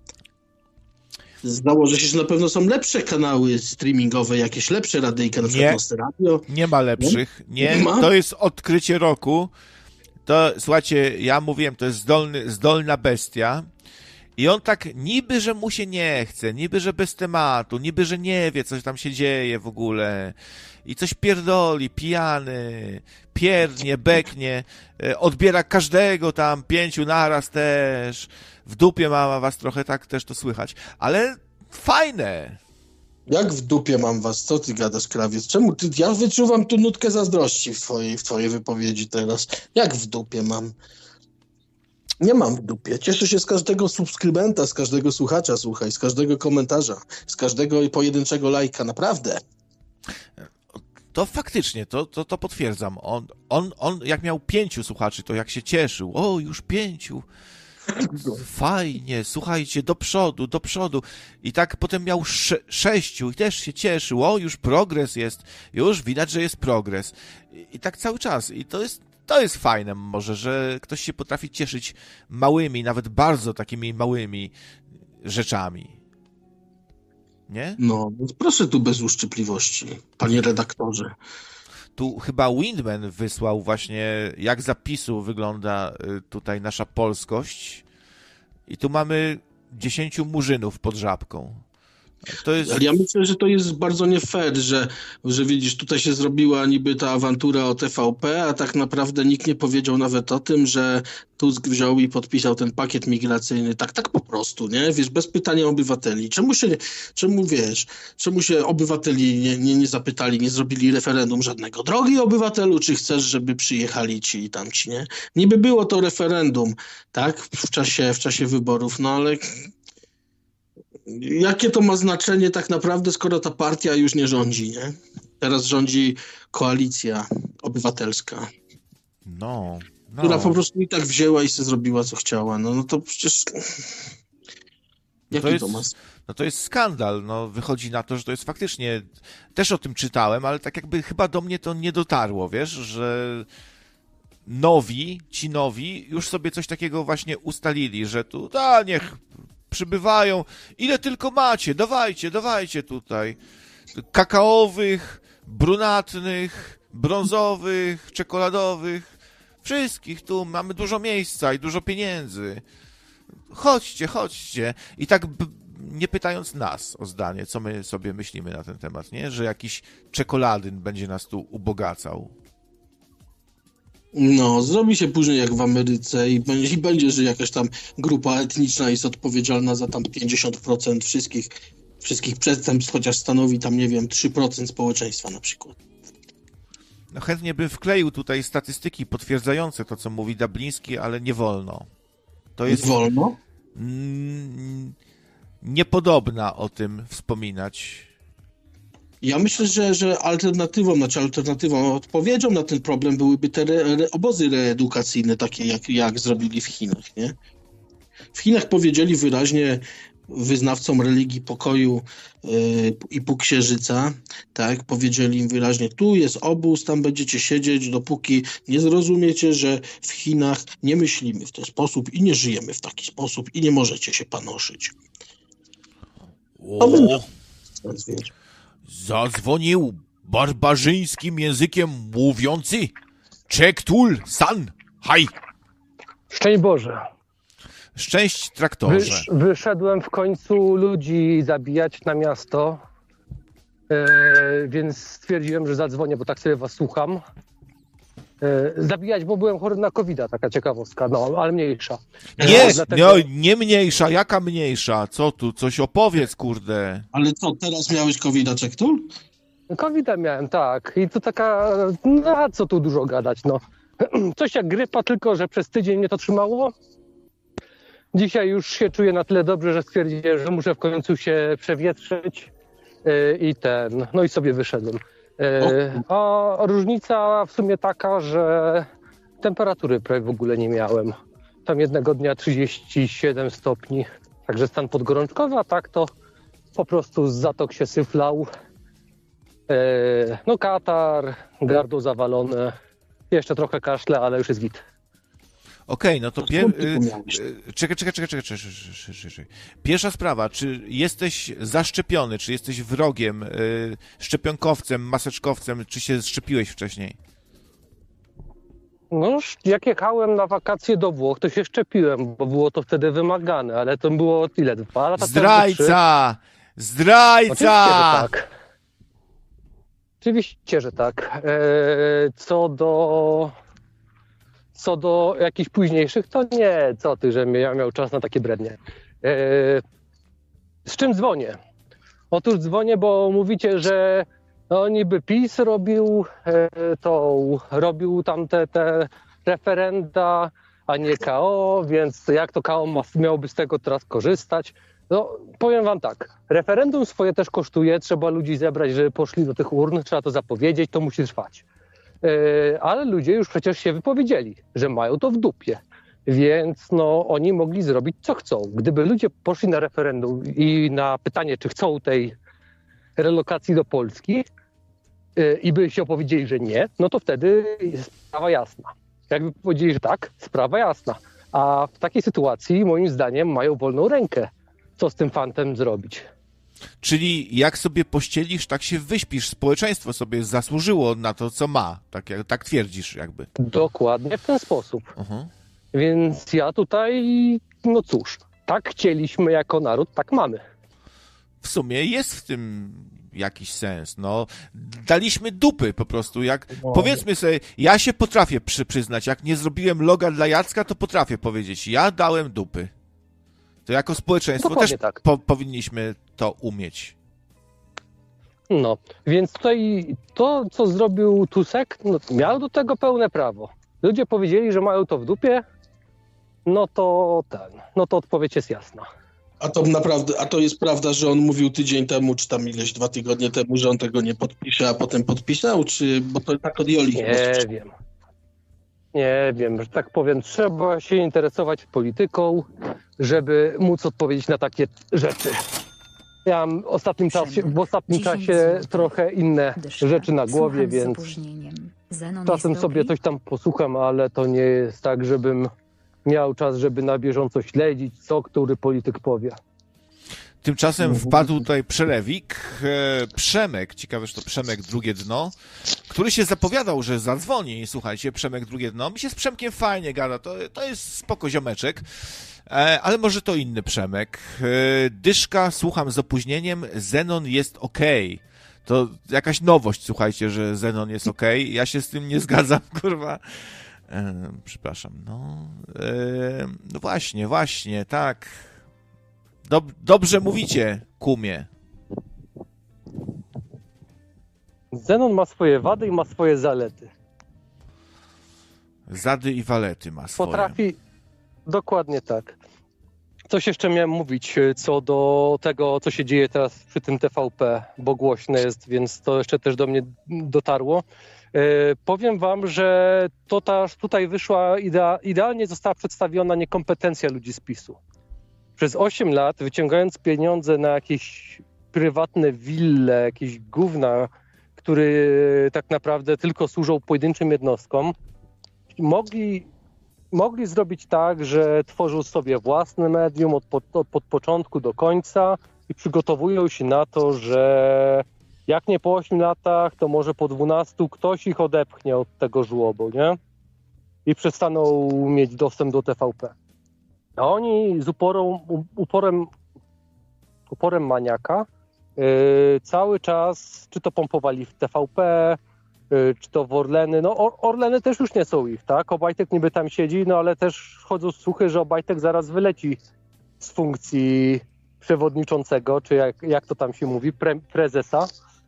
Założę się, że na pewno są lepsze kanały streamingowe, jakieś lepsze radyjka, na przykład Nosty Radio. Nie ma lepszych. Nie, nie ma? To jest odkrycie roku. To, słuchajcie, ja mówiłem, to jest zdolny, zdolna bestia. I on tak niby, że mu się nie chce, niby, że bez tematu, niby, że nie wie, co tam się dzieje w ogóle. I coś pierdoli, pijany, pierdnie, beknie, odbiera każdego tam, pięciu naraz też. W dupie mama was trochę, tak też to słychać. Ale fajne. Jak w dupie mam was? Co ty gadasz, krawiec? Czemu ty? Ja wyczuwam tu nutkę zazdrości w twojej, w twojej wypowiedzi teraz. Jak w dupie mam? Nie mam w dupie. Cieszę się z każdego subskrybenta, z każdego słuchacza, słuchaj, z każdego komentarza, z każdego pojedynczego lajka, naprawdę. To faktycznie, to, to, to potwierdzam. On, on, on jak miał pięciu słuchaczy, to jak się cieszył. O, już pięciu. Fajnie, słuchajcie, do przodu, do przodu. I tak potem miał sze- sześciu i też się cieszył. O, już progres jest. Już widać, że jest progres. I, i tak cały czas. I to jest To jest fajne może, że ktoś się potrafi cieszyć małymi, nawet bardzo takimi małymi rzeczami. Nie? No, proszę tu bez uszczypliwości, panie redaktorze. Tu chyba Windman wysłał właśnie, jak zapisu wygląda tutaj nasza polskość. I tu mamy dziesięciu murzynów pod żabką. To jest... Ale ja myślę, że to jest bardzo nie fair, że, że widzisz, tutaj się zrobiła niby ta awantura o T V P, a tak naprawdę nikt nie powiedział nawet o tym, że Tusk wziął i podpisał ten pakiet migracyjny tak, tak po prostu, nie? Wiesz, bez pytania obywateli. Czemu się, czemu wiesz, czemu się obywateli nie, nie, nie zapytali, nie zrobili referendum żadnego? Drogi obywatelu, czy chcesz, żeby przyjechali ci i tamci, nie? Niby było to referendum, tak? W czasie, w czasie wyborów, no ale... Jakie to ma znaczenie tak naprawdę, skoro ta partia już nie rządzi, nie? Teraz rządzi koalicja obywatelska. No, no. Która po prostu i tak wzięła i sobie zrobiła, co chciała. No, no to przecież... Jaki to jest, to ma? no to jest skandal. No, wychodzi na to, że to jest faktycznie... Też o tym czytałem, ale tak jakby chyba do mnie to nie dotarło, wiesz, że nowi, ci nowi już sobie coś takiego właśnie ustalili, że tu, a niech przybywają, ile tylko macie, dawajcie, dawajcie tutaj. Kakaowych, brunatnych, brązowych, czekoladowych, wszystkich tu, mamy dużo miejsca i dużo pieniędzy. Chodźcie, chodźcie. I tak b- nie pytając nas o zdanie, co my sobie myślimy na ten temat, nie? Że jakiś czekoladyn będzie nas tu ubogacał. No, zrobi się później jak w Ameryce i będzie, i będzie, że jakaś tam grupa etniczna jest odpowiedzialna za tam pięćdziesiąt procent wszystkich, wszystkich przestępstw, chociaż stanowi tam, nie wiem, trzy procent społeczeństwa na przykład. No chętnie bym wkleił tutaj statystyki potwierdzające to, co mówi Dubliński, ale nie wolno. To jest... Wolno? Mm, niepodobna o tym wspominać. Ja myślę, że, że alternatywą, znaczy alternatywą, odpowiedzią na ten problem byłyby te re, re, obozy reedukacyjne, takie jak, jak zrobili w Chinach, nie? W Chinach powiedzieli wyraźnie wyznawcom religii pokoju yy, i półksiężyca, tak, powiedzieli im wyraźnie, tu jest obóz, tam będziecie siedzieć, dopóki nie zrozumiecie, że w Chinach nie myślimy w ten sposób i nie żyjemy w taki sposób i nie możecie się panoszyć. O, zadzwonił barbarzyńskim językiem mówiący Czektul San Hai. Szczęść Boże. Szczęść traktorze. Wysz, wyszedłem w końcu ludzi zabijać na miasto, e, więc stwierdziłem, że zadzwonię, bo tak sobie was słucham. E, zabijać, bo byłem chory na kowida, taka ciekawostka, no, ale mniejsza. E, nie, dlatego... nie, nie mniejsza, jaka mniejsza? Co tu? Coś opowiedz, kurde. Ale co, teraz miałeś kowida, Czektul? Kowida miałem, tak. I to taka, no a co tu dużo gadać, no. Coś jak grypa, tylko że przez tydzień mnie to trzymało. Dzisiaj już się czuję na tyle dobrze, że stwierdziłem, że muszę w końcu się przewietrzyć yy, i ten, no i sobie wyszedłem. Yy, a różnica w sumie taka, że temperatury prawie w ogóle nie miałem. Tam jednego dnia trzydzieści siedem stopni, także stan podgorączkowy, a tak to po prostu z zatok się syflał. Yy, no katar, gardło zawalone, jeszcze trochę kaszle, ale już jest git. Okej, okay, no to pier... czekaj, czekaj, czekaj, czekaj, czekaj, czekaj. Pierwsza sprawa, czy jesteś zaszczepiony, czy jesteś wrogiem, szczepionkowcem, maseczkowcem, czy się szczepiłeś wcześniej? No, jak jechałem na wakacje do Włoch, to się szczepiłem, bo było to wtedy wymagane, ale to było ile, dwa lata temu? Zdrajca! Zdrajca! Oczywiście, że tak. Oczywiście, że tak. Co do... Co do jakichś późniejszych, to nie, co ty, że ja miał czas na takie brednie. Eee, z czym dzwonię? Otóż dzwonię, bo mówicie, że no niby PiS robił e, to, robił tam te, te referenda, a nie K O, więc jak to K O ma, miałoby z tego teraz korzystać? No, powiem wam tak, referendum swoje też kosztuje, trzeba ludzi zebrać, żeby poszli do tych urn, trzeba to zapowiedzieć, to musi trwać. Ale ludzie już przecież się wypowiedzieli, że mają to w dupie, więc no oni mogli zrobić co chcą. Gdyby ludzie poszli na referendum i na pytanie, czy chcą tej relokacji do Polski i by się opowiedzieli, że nie, no to wtedy sprawa jasna. Jakby powiedzieli, że tak, sprawa jasna. A w takiej sytuacji moim zdaniem mają wolną rękę, co z tym fantem zrobić. Czyli jak sobie pościelisz, tak się wyśpisz. Społeczeństwo sobie zasłużyło na to, co ma. Tak, tak twierdzisz jakby. Dokładnie w ten sposób. Uh-huh. Więc ja tutaj, no cóż, tak chcieliśmy jako naród, tak mamy. W sumie jest w tym jakiś sens. No, daliśmy dupy po prostu. Jak, no. Powiedzmy sobie, ja się potrafię przy, przyznać, jak nie zrobiłem loga dla Jacka, to potrafię powiedzieć, ja dałem dupy. To jako społeczeństwo Dokładnie też tak. po, powinniśmy to umieć. No, więc tutaj to, co zrobił Tusek, no, miał do tego pełne prawo. Ludzie powiedzieli, że mają to w dupie, no to ten, no to odpowiedź jest jasna. A to naprawdę, a to jest prawda, że on mówił tydzień temu, czy tam ileś, dwa tygodnie temu, że on tego nie podpisze, a potem podpisał, czy, bo to tak od Joli. Nie wiem. Nie wiem, że tak powiem, trzeba się interesować polityką, żeby móc odpowiedzieć na takie rzeczy. Ja mam w ostatnim czasie, w ostatnim czasie trochę inne rzeczy na głowie, więc czasem sobie coś tam posłucham, ale to nie jest tak, żebym miał czas, żeby na bieżąco śledzić, co który polityk powie. Tymczasem wpadł tutaj przelewik, e, Przemek, ciekawe, że to Przemek drugie dno, który się zapowiadał, że zadzwoni. Słuchajcie, Przemek drugie dno. Mi się z Przemkiem fajnie gada, to, to jest spoko ziomeczek, e, ale może to inny Przemek. E, Dyszka, słucham z opóźnieniem, Zenon jest okej. Okay. To jakaś nowość, słuchajcie, że Zenon jest okej. Okay. Ja się z tym nie zgadzam, kurwa. E, przepraszam, no. E, no właśnie, właśnie, tak. Dob- dobrze mówicie, kumie. Zenon ma swoje wady i ma swoje zalety. Zady i walety ma swoje. Potrafi, dokładnie tak. Coś jeszcze miałem mówić co do tego, co się dzieje teraz przy tym T V P, bo głośne jest, więc to jeszcze też do mnie dotarło. Yy, powiem wam, że to też tutaj wyszła, idea, idealnie została przedstawiona niekompetencja ludzi z PiSu. Przez osiem lat, wyciągając pieniądze na jakieś prywatne wille, jakieś gówna, które tak naprawdę tylko służą pojedynczym jednostkom, mogli, mogli zrobić tak, że tworzą sobie własne medium od, od, od początku do końca i przygotowują się na to, że jak nie po ośmiu latach, to może po dwunastu ktoś ich odepchnie od tego żłobu, nie? I przestaną mieć dostęp do T V P. A oni z uporą, uporem, uporem maniaka yy, cały czas, czy to pompowali w T V P, yy, czy to w Orleny. No Or- Orleny też już nie są ich, tak? Obajtek niby tam siedzi, no ale też chodzą słuchy, że Obajtek zaraz wyleci z funkcji przewodniczącego, czy jak, jak to tam się mówi, pre- prezesa.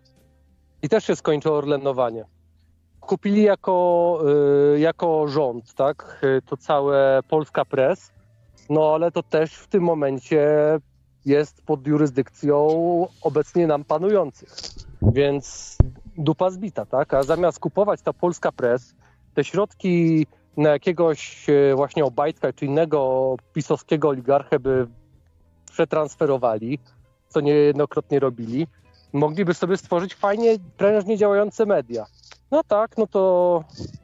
I też się skończy orlenowanie. Kupili jako, yy, jako rząd, tak? Yy, to całe Polska Press. No ale to też w tym momencie jest pod jurysdykcją obecnie nam panujących. Więc dupa zbita, tak? A zamiast kupować ta Polska Press, te środki na jakiegoś właśnie Obajtka czy innego pisowskiego oligarchę by przetransferowali, co niejednokrotnie robili, mogliby sobie stworzyć fajnie, prężnie działające media. No tak, no to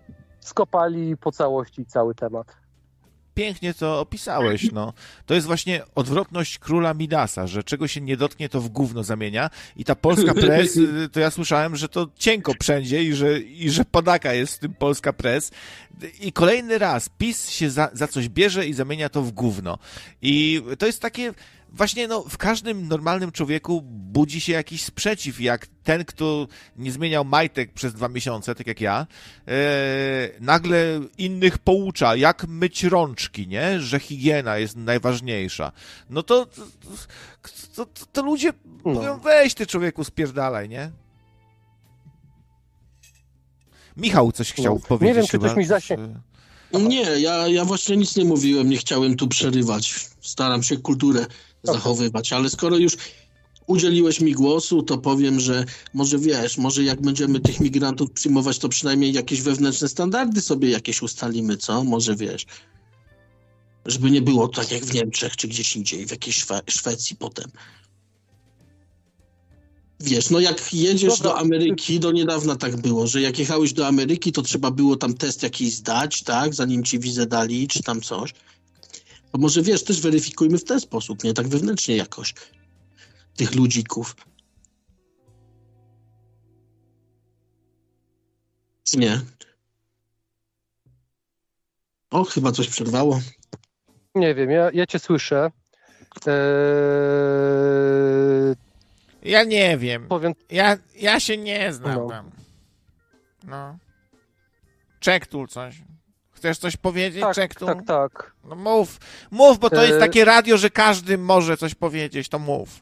skopali po całości cały temat. Pięknie to opisałeś, no. To jest właśnie odwrotność króla Midasa, że czego się nie dotknie, to w gówno zamienia. I ta Polska Press, to ja słyszałem, że to cienko wszędzie i że, i że podaka jest w tym Polska Press. I kolejny raz PiS się za, za coś bierze i zamienia to w gówno. I to jest takie... Właśnie no, w każdym normalnym człowieku budzi się jakiś sprzeciw, jak ten, kto nie zmieniał majtek przez dwa miesiące, tak jak ja, e, nagle innych poucza, jak myć rączki, nie? Że higiena jest najważniejsza. No to, to, to, to, to ludzie no. mówią, weź ty człowieku, spierdalaj, nie? Michał coś chciał no. powiedzieć. Nie wiem, czy ktoś mi zasie... Nie, ja, ja właśnie nic nie mówiłem, nie chciałem tu przerywać. Staram się kulturę zachowywać, ale skoro już udzieliłeś mi głosu, to powiem, że może wiesz, może jak będziemy tych migrantów przyjmować, to przynajmniej jakieś wewnętrzne standardy sobie jakieś ustalimy, co? Może wiesz, żeby nie było tak jak w Niemczech, czy gdzieś indziej, w jakiejś Szwe- Szwecji potem. Wiesz, no jak jedziesz Dobra. do Ameryki, do niedawna tak było, że jak jechałeś do Ameryki, to trzeba było tam test jakiś zdać, tak, zanim ci wizę dali, czy tam coś. To może wiesz, też weryfikujmy w ten sposób, nie tak wewnętrznie jakoś tych ludzików. Nie. O, chyba coś przerwało. Nie wiem, ja, ja cię słyszę. Eee... Ja nie wiem. Powiem... Ja, ja się nie znam no. tam. No. Czek tu coś. Chcesz coś powiedzieć, tak, Czek tu? Tak, tak. No mów, mów, bo to jest takie radio, że każdy może coś powiedzieć, to mów.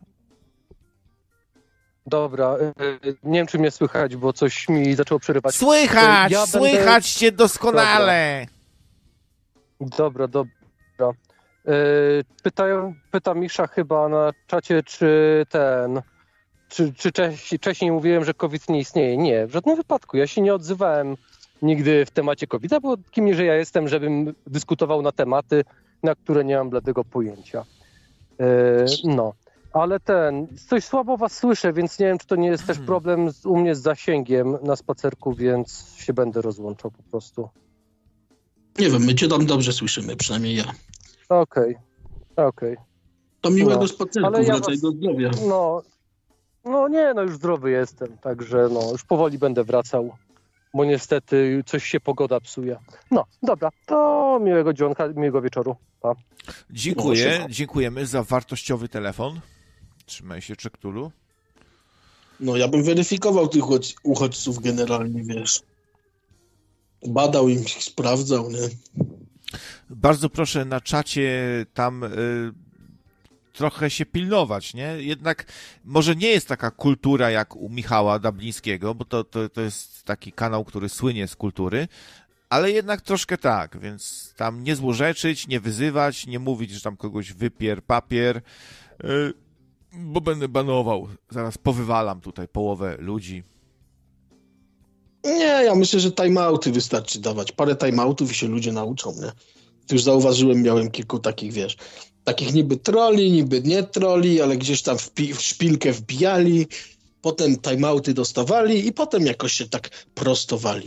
Dobra, nie wiem, czy mnie słychać, bo coś mi zaczęło przerywać. Słychać, ja słychać będę... cię doskonale. Dobra, dobra. dobra. Pytają, pyta Misza chyba na czacie, czy ten, czy, czy wcześniej mówiłem, że COVID nie istnieje. Nie, w żadnym wypadku. Ja się nie odzywałem nigdy w temacie kowida, bo kim że ja jestem, żebym dyskutował na tematy, na które nie mam bladego pojęcia. No, ale ten, coś słabo was słyszę, więc nie wiem, czy to nie jest też problem z, u mnie z zasięgiem na spacerku, więc się będę rozłączał po prostu. Nie wiem, my cię tam dobrze słyszymy, przynajmniej ja. Okej, okay. okej. Okay. To miłego no. spacerku, ale ja wracaj was, do zdrowia. No, no nie, no już zdrowy jestem, także no, już powoli będę wracał, bo niestety coś się pogoda psuje. No, dobra, to miłego dzionka, miłego wieczoru. Pa. Dziękuję, no, dziękujemy za wartościowy telefon. Trzymaj się, Czektulu. No, ja bym weryfikował tych uchodźców generalnie, wiesz. Badał im, sprawdzał, nie? Bardzo proszę na czacie tam y, trochę się pilnować, nie? Jednak może nie jest taka kultura jak u Michała Dablińskiego, bo to, to, to jest taki kanał, który słynie z kultury, ale jednak troszkę tak, więc tam nie złorzeczyć, nie wyzywać, nie mówić, że tam kogoś wypier, papier, y, bo będę banował. Zaraz powywalam tutaj połowę ludzi. Nie, ja myślę, że timeouty wystarczy dawać. Parę timeoutów i się ludzie nauczą, nie? Już zauważyłem, miałem kilku takich, wiesz, takich niby troli, niby nie troli, ale gdzieś tam w, pi- w szpilkę wbijali, potem timeouty dostawali i potem jakoś się tak prostowali.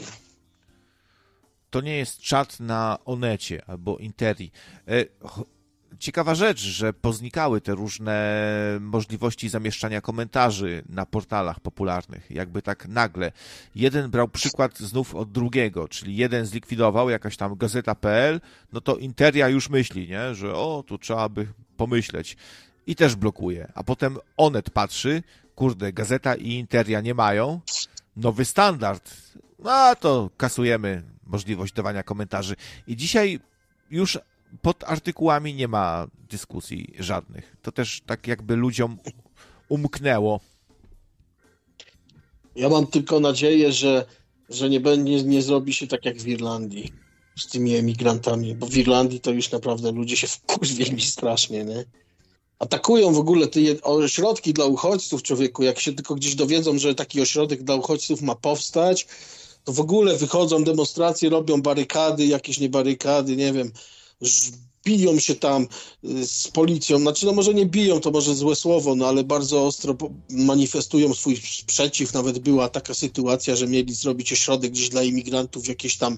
To nie jest czat na Onecie albo Interi. Ciekawa rzecz, że poznikały te różne możliwości zamieszczania komentarzy na portalach popularnych, jakby tak nagle. Jeden brał przykład znów od drugiego, czyli jeden zlikwidował, jakaś tam gazeta kropka pe el, no to Interia już myśli, nie, że o, tu trzeba by pomyśleć i też blokuje. A potem Onet patrzy, kurde, gazeta i Interia nie mają, nowy standard, a to kasujemy możliwość dawania komentarzy. I dzisiaj już pod artykułami nie ma dyskusji żadnych. To też tak jakby ludziom umknęło. Ja mam tylko nadzieję, że, że nie, będzie, nie zrobi się tak jak w Irlandii z tymi emigrantami, bo w Irlandii to już naprawdę ludzie się wkurwili strasznie, nie? Atakują w ogóle te ośrodki dla uchodźców, człowieku. Jak się tylko gdzieś dowiedzą, że taki ośrodek dla uchodźców ma powstać, to w ogóle wychodzą demonstracje, robią barykady, jakieś nie barykady, nie wiem, biją się tam z policją, znaczy no może nie biją, to może złe słowo, no ale bardzo ostro manifestują swój sprzeciw. Nawet była taka sytuacja, że mieli zrobić ośrodek gdzieś dla imigrantów, jakieś tam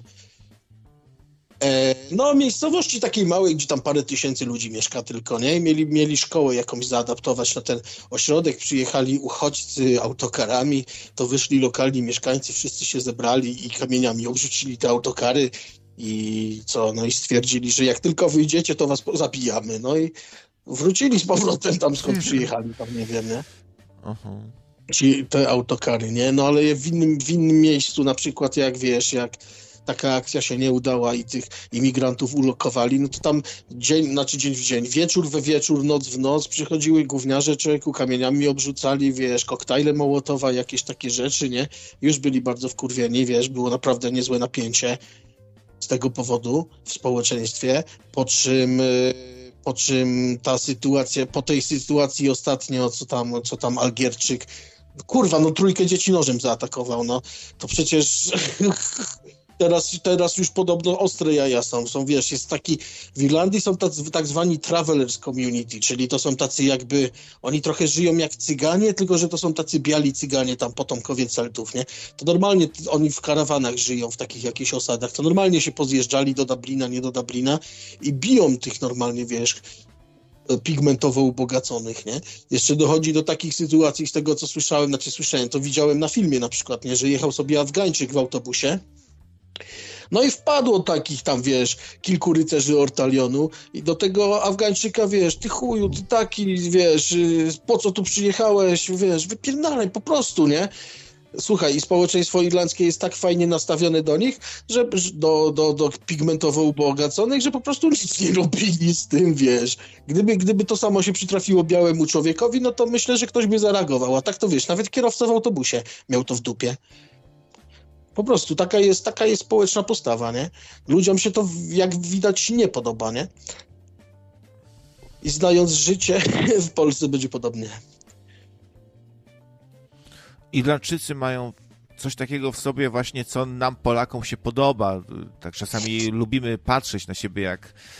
e, no miejscowości takiej małej, gdzie tam parę tysięcy ludzi mieszka tylko, nie? I mieli, mieli szkołę jakąś zaadaptować na ten ośrodek, przyjechali uchodźcy autokarami, to wyszli lokalni mieszkańcy, wszyscy się zebrali i kamieniami obrzucili te autokary. I co? No i stwierdzili, że jak tylko wyjdziecie, to was zabijamy. No i wrócili z powrotem tam, skąd przyjechali, tam nie wiem, nie? Uh-huh. Ci, te autokary, nie? No ale w innym, w innym miejscu, na przykład jak wiesz, jak taka akcja się nie udała i tych imigrantów ulokowali, no to tam dzień, znaczy dzień w dzień, wieczór we wieczór, noc w noc przychodziły gówniarze, człowieku, kamieniami obrzucali, wiesz, koktajle Mołotowa, jakieś takie rzeczy, nie? Już byli bardzo wkurwieni, wiesz, było naprawdę niezłe napięcie z tego powodu w społeczeństwie, po czym, po czym ta sytuacja, po tej sytuacji ostatnio, co tam, co tam Algierczyk, kurwa, no trójkę dzieci nożem zaatakował, no to przecież teraz, teraz już podobno ostre jaja są, są, wiesz, jest taki, w Irlandii są tacy, tak zwani travelers community, czyli to są tacy jakby, oni trochę żyją jak cyganie, tylko że to są tacy biali cyganie, tam potomkowie Celtów, nie? To normalnie oni w karawanach żyją, w takich jakichś osadach, to normalnie się pozjeżdżali do Dublina, nie do Dublina i biją tych normalnie, wiesz, pigmentowo ubogaconych, nie? Jeszcze dochodzi do takich sytuacji, z tego co słyszałem, znaczy słyszałem, to widziałem na filmie na przykład, nie? Że jechał sobie Afgańczyk w autobusie, no i wpadło takich tam, wiesz, kilku rycerzy Ortalionu i do tego Afgańczyka, wiesz, ty chuju, ty taki, wiesz, po co tu przyjechałeś, wiesz, wypierdalaj po prostu, nie? Słuchaj, i społeczeństwo irlandzkie jest tak fajnie nastawione do nich, że do, do, do pigmentowo ubogaconych, że po prostu nic nie robili z tym, wiesz. Gdyby, gdyby to samo się przytrafiło białemu człowiekowi, no to myślę, że ktoś by zareagował, a tak to wiesz, nawet kierowca w autobusie miał to w dupie. Po prostu taka jest, taka jest społeczna postawa, nie? Ludziom się to, jak widać, nie podoba, nie? I znając życie, w Polsce będzie podobnie. Irlandczycy mają coś takiego w sobie właśnie, co nam Polakom się podoba. Tak czasami lubimy patrzeć na siebie jak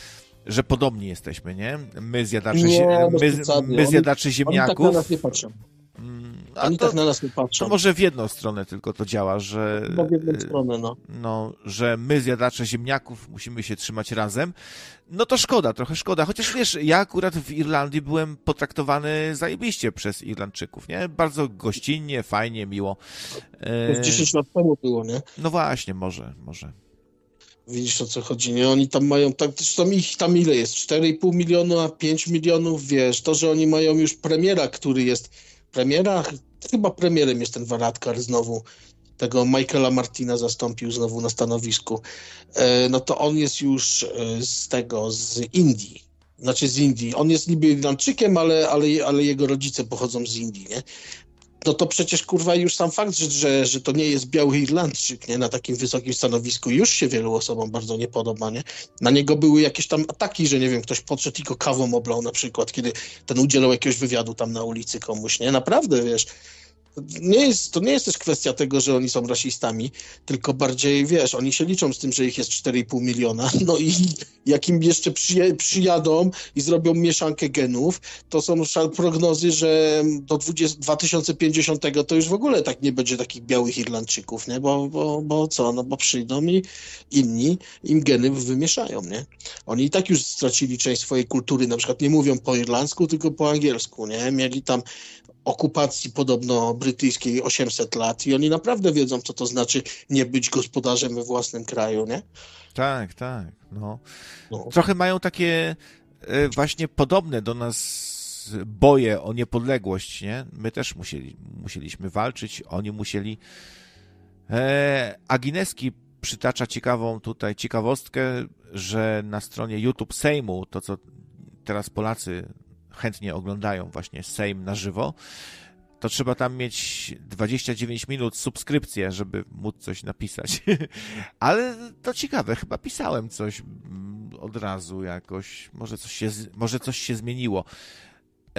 że podobni jesteśmy, nie? My zjadacze, Nie, my, my zjadacze ziemniaków. Oni tak na nas nie patrzą. A Oni to, tak na nas nie patrzą. To może w jedną stronę tylko to działa, że... No w jedną stronę, no. No, że my zjadacze ziemniaków musimy się trzymać razem. No to szkoda, trochę szkoda. Chociaż wiesz, ja akurat w Irlandii byłem potraktowany zajebiście przez Irlandczyków, nie? Bardzo gościnnie, fajnie, miło. To dziesięć lat temu było, nie? No właśnie, może, może. Widzisz, o co chodzi, nie? Oni tam mają, tak, zresztą ich tam ile jest? cztery i pół miliona, a pięć milionów, wiesz, to, że oni mają już premiera, który jest, premiera, chyba premierem jest ten Varadkar znowu, tego Michaela Martina zastąpił znowu na stanowisku, e, no to on jest już e, z tego, z Indii, znaczy z Indii, on jest niby Irlandczykiem, ale, ale, ale jego rodzice pochodzą z Indii, nie? No to przecież, kurwa, już sam fakt, że, że, że to nie jest biały Irlandczyk, nie, na takim wysokim stanowisku, już się wielu osobom bardzo nie podoba, nie? Na niego były jakieś tam ataki, że nie wiem, ktoś podszedł i go kawą oblał na przykład, kiedy ten udzielał jakiegoś wywiadu tam na ulicy komuś, nie? Naprawdę, wiesz, nie jest, to nie jest też kwestia tego, że oni są rasistami, tylko bardziej, wiesz, oni się liczą z tym, że ich jest cztery i pół miliona, no i jak im jeszcze przyje, przyjadą i zrobią mieszankę genów, to są prognozy, że do dwa tysiące pięćdziesiątego to już w ogóle tak nie będzie takich białych Irlandczyków, nie? Bo, bo, bo co, no bo przyjdą i inni im geny wymieszają, nie? Oni i tak już stracili część swojej kultury, na przykład nie mówią po irlandzku, tylko po angielsku, nie? Mieli tam okupacji podobno brytyjskiej osiemset lat i oni naprawdę wiedzą, co to znaczy nie być gospodarzem we własnym kraju, nie? Tak, tak, no. no. Trochę mają takie e, właśnie podobne do nas boje o niepodległość, nie? My też musieli, musieliśmy walczyć, oni musieli. E, Agineski przytacza ciekawą tutaj ciekawostkę, że na stronie YouTube Sejmu, to co teraz Polacy chętnie oglądają właśnie Sejm na żywo, to trzeba tam mieć dwadzieścia dziewięć minut subskrypcję, żeby móc coś napisać. Ale to ciekawe, chyba pisałem coś od razu jakoś, może coś się, może coś się zmieniło. Yy...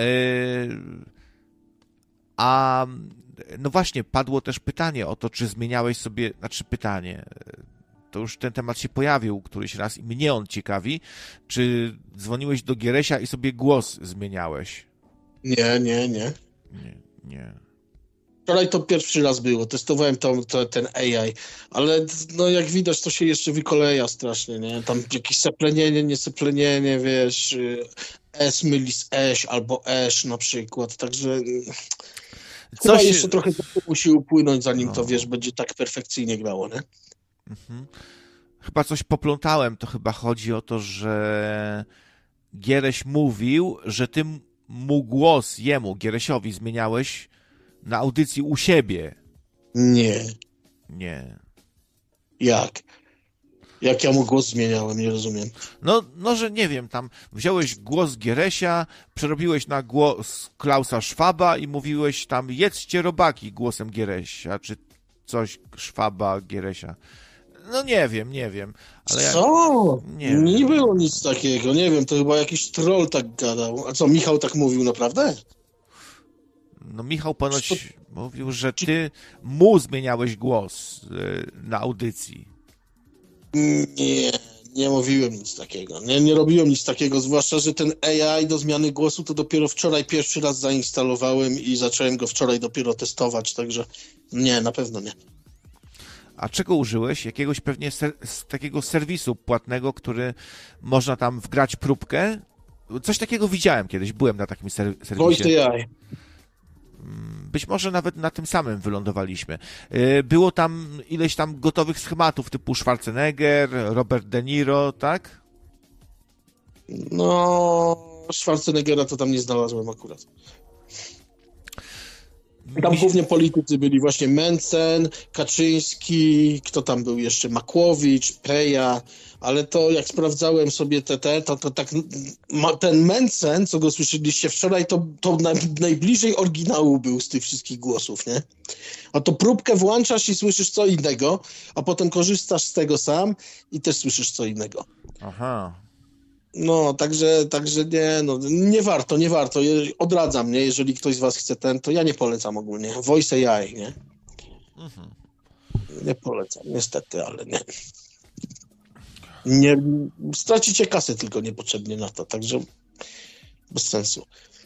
A no właśnie, padło też pytanie o to, czy zmieniałeś sobie, znaczy pytanie, to już ten temat się pojawił któryś raz i mnie on ciekawi, czy dzwoniłeś do Gieresia i sobie głos zmieniałeś? Nie, nie, nie. Nie, nie. Wczoraj to pierwszy raz było, testowałem to, to, ten A I, ale no jak widać to się jeszcze wykoleja strasznie, nie? Tam jakieś seplenienie, nieseplenienie, wiesz, S myli z eś albo esz na przykład, także Co chyba się... jeszcze trochę musi upłynąć, zanim no. to, wiesz, będzie tak perfekcyjnie grało, nie? Mhm. Chyba coś poplątałem, to chyba chodzi o to, że Giereś mówił, że ty mu głos jemu, Gieresiowi, zmieniałeś na audycji u siebie. Nie. Nie. Jak? Jak ja mu głos zmieniałem, nie rozumiem. No, no, że nie wiem, tam wziąłeś głos Gieresia, przerobiłeś na głos Klausa Schwaba i mówiłeś tam jedzcie robaki głosem Gieresia, czy coś Schwaba, Gieresia. No nie wiem, nie wiem. Ale co? Ja... Nie, nie było nic takiego, nie wiem, to chyba jakiś troll tak gadał. A co, Michał tak mówił naprawdę? No Michał ponoć to... mówił, że ty mu zmieniałeś głos yy, na audycji. Nie, nie mówiłem nic takiego. Nie, nie robiłem nic takiego, zwłaszcza, że ten A I do zmiany głosu to dopiero wczoraj pierwszy raz zainstalowałem i zacząłem go wczoraj dopiero testować, także nie, na pewno nie. A czego użyłeś? Jakiegoś pewnie ser- takiego serwisu płatnego, który można tam wgrać próbkę? Coś takiego widziałem kiedyś, byłem na takim ser- serwisie. Voice A I. Być może nawet na tym samym wylądowaliśmy. Było tam ileś tam gotowych schematów typu Schwarzenegger, Robert De Niro, tak? No, Schwarzeneggera to tam nie znalazłem akurat. Tam Mi... głównie politycy byli właśnie Mencen, Kaczyński, kto tam był jeszcze, Makłowicz, Peja, ale to jak sprawdzałem sobie te, te to, to tak ten Mencen, co go słyszeliście wczoraj, to, to naj, najbliżej oryginału był z tych wszystkich głosów, nie? A to próbkę włączasz i słyszysz co innego, a potem korzystasz z tego sam i też słyszysz co innego. Aha. No, także, także nie, no, nie warto, nie warto. Odradzam, nie? Jeżeli ktoś z was chce ten, to ja nie polecam ogólnie. Voice A I, nie? Mhm. Nie polecam, niestety, ale nie. Nie, stracicie kasę tylko niepotrzebnie na to, także bez sensu.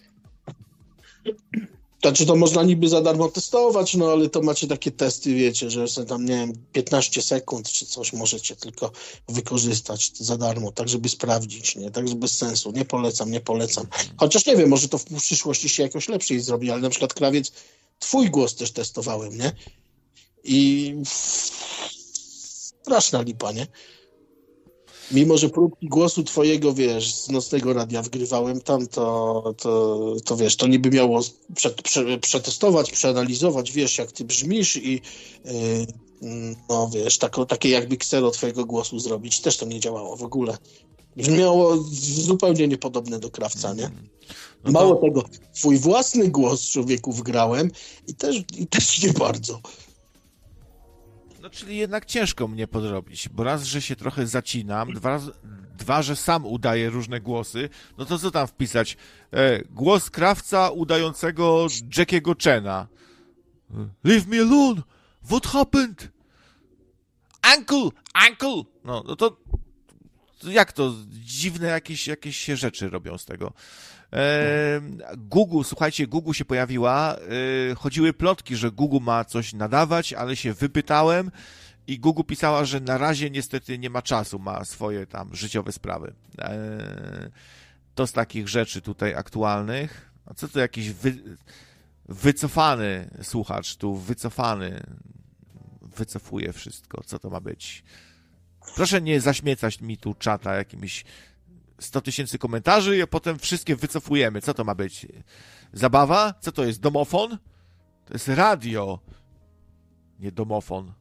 Znaczy to można niby za darmo testować, no ale to macie takie testy, wiecie, że są tam, nie wiem, piętnaście sekund czy coś możecie tylko wykorzystać za darmo, tak żeby sprawdzić, nie? Także bez sensu. Nie polecam, nie polecam. Chociaż nie wiem, może to w przyszłości się jakoś lepiej zrobi, ale na przykład Krawiec, twój głos też testowałem, nie? I straszna lipa, nie? Mimo że próbki głosu twojego, wiesz, z nocnego radia wgrywałem tam, to, to, to wiesz, to niby miało przed, prze, przetestować, przeanalizować, wiesz, jak ty brzmisz i yy, no wiesz, tako, takie jakby ksero twojego głosu zrobić. Też to nie działało w ogóle. Brzmiało zupełnie niepodobne do Krawca, nie? No to... Mało tego, twój własny głos, człowieku, wgrałem i też, i też nie bardzo. No, czyli jednak ciężko mnie podrobić, bo raz, że się trochę zacinam, dwa, dwa że sam udaję różne głosy, no to co tam wpisać? E, głos Krawca udającego Jackiego Chana. Leave me alone! What happened? Uncle! Uncle! No, no to, to jak to? Dziwne jakieś, jakieś się rzeczy robią z tego. E, Google, słuchajcie, Google się pojawiła, e, chodziły plotki, że Google ma coś nadawać, ale się wypytałem i Google pisała, że na razie niestety nie ma czasu, ma swoje tam życiowe sprawy. E, to z takich rzeczy tutaj aktualnych. A co to jakiś wy, wycofany słuchacz, tu wycofany, wycofuje wszystko, co to ma być? Proszę nie zaśmiecać mi tu czata jakimiś sto tysięcy komentarzy, a potem wszystkie wycofujemy. Co to ma być? Zabawa? Co to jest? Domofon? To jest radio. Nie domofon.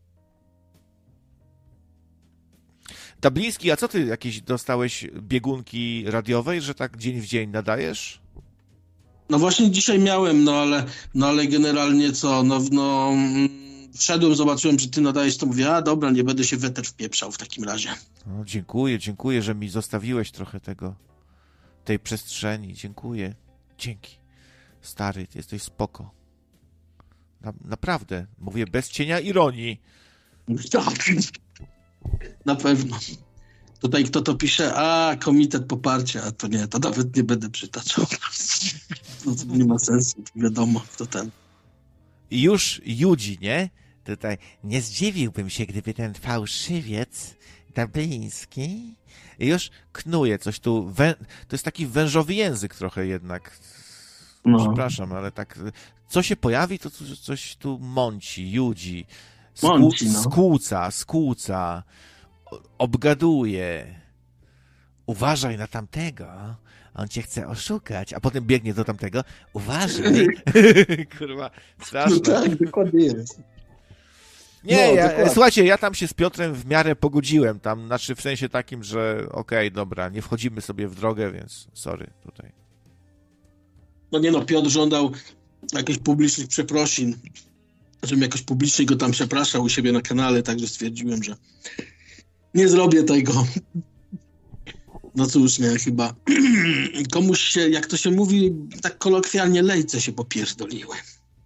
Tabliński, a co ty jakieś dostałeś biegunki radiowej, że tak dzień w dzień nadajesz? No właśnie dzisiaj miałem, no ale, no ale generalnie co, no, no wszedłem, zobaczyłem, że ty nadajesz, to mówię, a dobra, nie będę się weter wpieprzał w takim razie. No, dziękuję, dziękuję, że mi zostawiłeś trochę tego, tej przestrzeni. Dziękuję. Dzięki. Stary, ty jesteś spoko. Na, naprawdę. Mówię bez cienia ironii. Tak. Na pewno. Tutaj kto to pisze? A, komitet poparcia. To nie, to nawet nie będę przytaczał. To nie ma sensu. Wiadomo, kto ten. I już Judzi, nie? Tutaj nie zdziwiłbym się, gdyby ten fałszywiec Tabliński już knuje coś tu. Wę... To jest taki wężowy język trochę jednak. No. Przepraszam, ale tak. Co się pojawi, to coś tu mąci, Judzi. Skłó... Mąci, no. Skłóca, skłóca. Obgaduje. Uważaj na tamtego. On cię chce oszukać, a potem biegnie do tamtego. Uważaj. Kurwa, straszne. No tak, dokładnie jest. Nie, no, ja, dokładnie. Słuchajcie, ja tam się z Piotrem w miarę pogodziłem. Tam, znaczy w sensie takim, że okej, okay, dobra, nie wchodzimy sobie w drogę, więc sorry tutaj. No nie no, Piotr żądał jakichś publicznych przeprosin, żebym jakoś publicznie go tam przepraszał u siebie na kanale, także stwierdziłem, że nie zrobię tego. No cóż, nie, chyba komuś się, jak to się mówi, tak kolokwialnie, lejce się popierdoliły.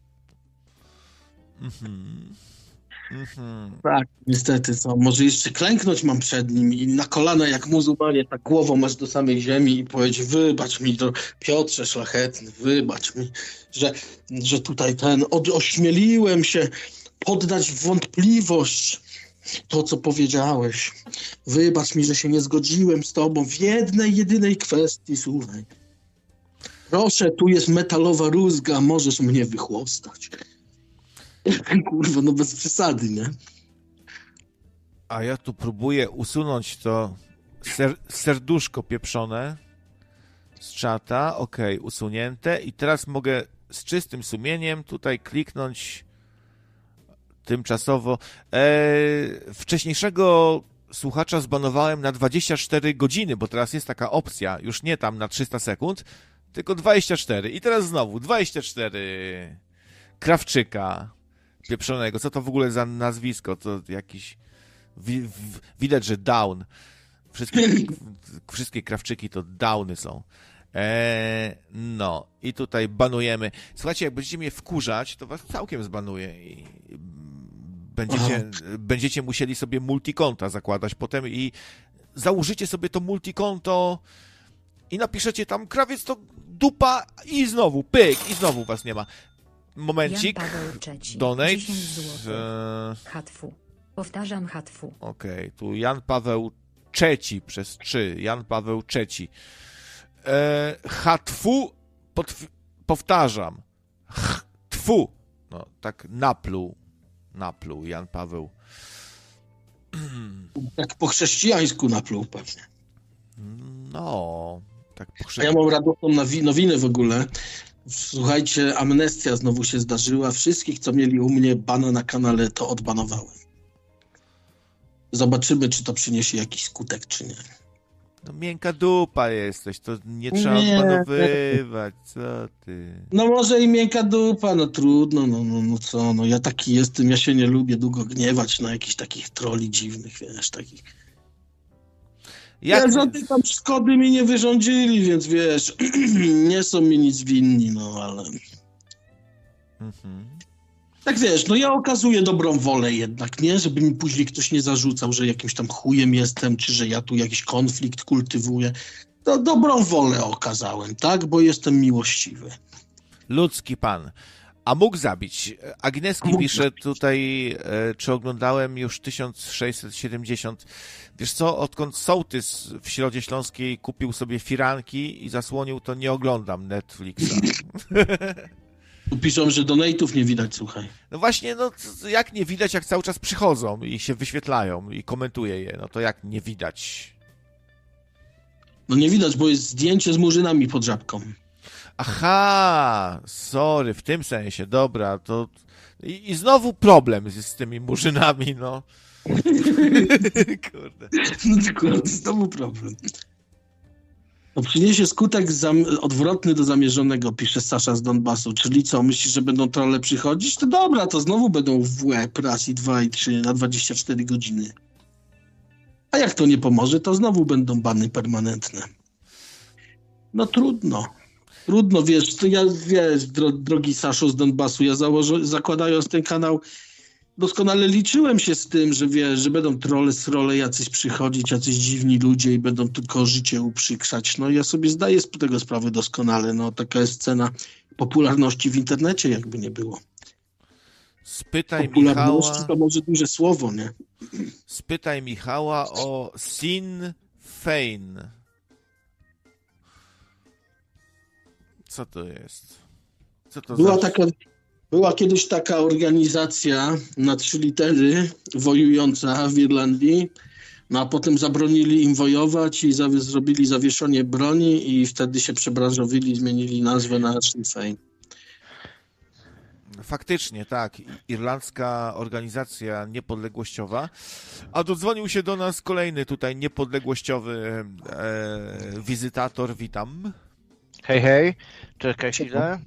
Mhm. Mhm. Tak, niestety, co, może jeszcze klęknąć mam przed nim i na kolana jak muzułmanie, tak głową aż do samej ziemi i powiedzieć, wybacz mi, to Piotrze szlachetny, wybacz mi, że, że tutaj ten, od, ośmieliłem się poddać w wątpliwość to, co powiedziałeś. Wybacz mi, że się nie zgodziłem z tobą w jednej, jedynej kwestii, słuchaj. Proszę, tu jest metalowa rózga, możesz mnie wychłostać. Kurwa, no bez przesady, nie? A ja tu próbuję usunąć to ser- serduszko pieprzone z czata. Okej, okay, usunięte. I teraz mogę z czystym sumieniem tutaj kliknąć tymczasowo. Eee, wcześniejszego słuchacza zbanowałem na dwadzieścia cztery godziny, bo teraz jest taka opcja, już nie tam na trzysta sekund, tylko dwadzieścia cztery. I teraz znowu dwadzieścia cztery. Krawczyka pieprzonego. Co to w ogóle za nazwisko? To jakiś... Wi- w- widać, że down. Wszystkie, wszystkie Krawczyki to downy są. Eee, no. I tutaj banujemy. Słuchajcie, jak będziecie mnie wkurzać, to was całkiem zbanuję i będziecie, będziecie musieli sobie multikonta zakładać potem i założycie sobie to multikonto i napiszecie tam krawiec to dupa i znowu pyk i znowu was nie ma. Momencik. Jan Paweł trzeci. Donate. dziesięć złotych. E... Hatfu. Powtarzam hatfu. Okej, okay, tu Jan Paweł trzeci przez trzy. Jan Paweł trzeci. E... Hatfu. Potw... Powtarzam. Tfu. No, tak napluł. Napluł Jan Paweł. Tak po chrześcijańsku napluł pewnie. No, tak po chrześcijańsku. Ja mam radosną nowinę w ogóle. Słuchajcie, amnestia znowu się zdarzyła. Wszystkich, co mieli u mnie bana na kanale, to odbanowałem. Zobaczymy, czy to przyniesie jakiś skutek, czy nie. No miękka dupa jesteś, to nie trzeba nie. odbanowywać, co ty? No może i miękka dupa, no trudno, no, no, no co, no ja taki jestem, ja się nie lubię długo gniewać na jakichś takich troli dziwnych, wiesz, takich. Jak... Ja żadnej tam szkody mi nie wyrządzili, więc wiesz, nie są mi nic winni, no ale... Mhm. Tak wiesz, no ja okazuję dobrą wolę jednak, nie? Żeby mi później ktoś nie zarzucał, że jakimś tam chujem jestem, czy że ja tu jakiś konflikt kultywuję. To dobrą wolę okazałem, tak? Bo jestem miłościwy. Ludzki pan. A mógł zabić. Agnieski mógł pisze zabić. Tutaj, e, czy oglądałem już tysiąc sześćset siedemdziesiąt. Wiesz co, odkąd sołtys w Środzie Śląskiej kupił sobie firanki i zasłonił, to nie oglądam Netflixa. Tu piszą, że donate'ów nie widać, słuchaj. No właśnie, no jak nie widać, jak cały czas przychodzą i się wyświetlają i komentuje je, no to jak nie widać? No nie widać, bo jest zdjęcie z murzynami pod żabką. Aha, sorry, w tym sensie, dobra, to... I, i znowu problem jest z tymi murzynami, no. Kurde. No dokładnie, znowu problem. No przyniesie skutek zam- odwrotny do zamierzonego, pisze Sasza z Donbasu. Czyli co, myślisz, że będą trolle przychodzić? To dobra, to znowu będą w łeb raz i dwa i trzy na dwadzieścia cztery godziny. A jak to nie pomoże, to znowu będą bany permanentne. No trudno. Trudno, wiesz, to ja, wiesz, dro- drogi Saszo z Donbasu, ja założę, zakładając ten kanał, doskonale liczyłem się z tym, że wiesz, że będą trolle, srole jacyś przychodzić, jacyś dziwni ludzie i będą tylko życie uprzykrzać. No ja sobie zdaję z tego sprawę doskonale. No taka jest cena popularności w internecie, jakby nie było. Spytaj popularności Michała... to może duże słowo, nie? Spytaj Michała o Sinn Fein. Co to jest? Co to Była za... taka... Była kiedyś taka organizacja na trzy litery wojująca w Irlandii, no a potem zabronili im wojować i zawie- zrobili zawieszenie broni i wtedy się przebranżowili i zmienili nazwę na Sinn Fein. Faktycznie, tak. Irlandzka organizacja niepodległościowa. A dodzwonił się do nas kolejny tutaj niepodległościowy e, wizytator. Witam. Hej, hej. Czekaj chwilę.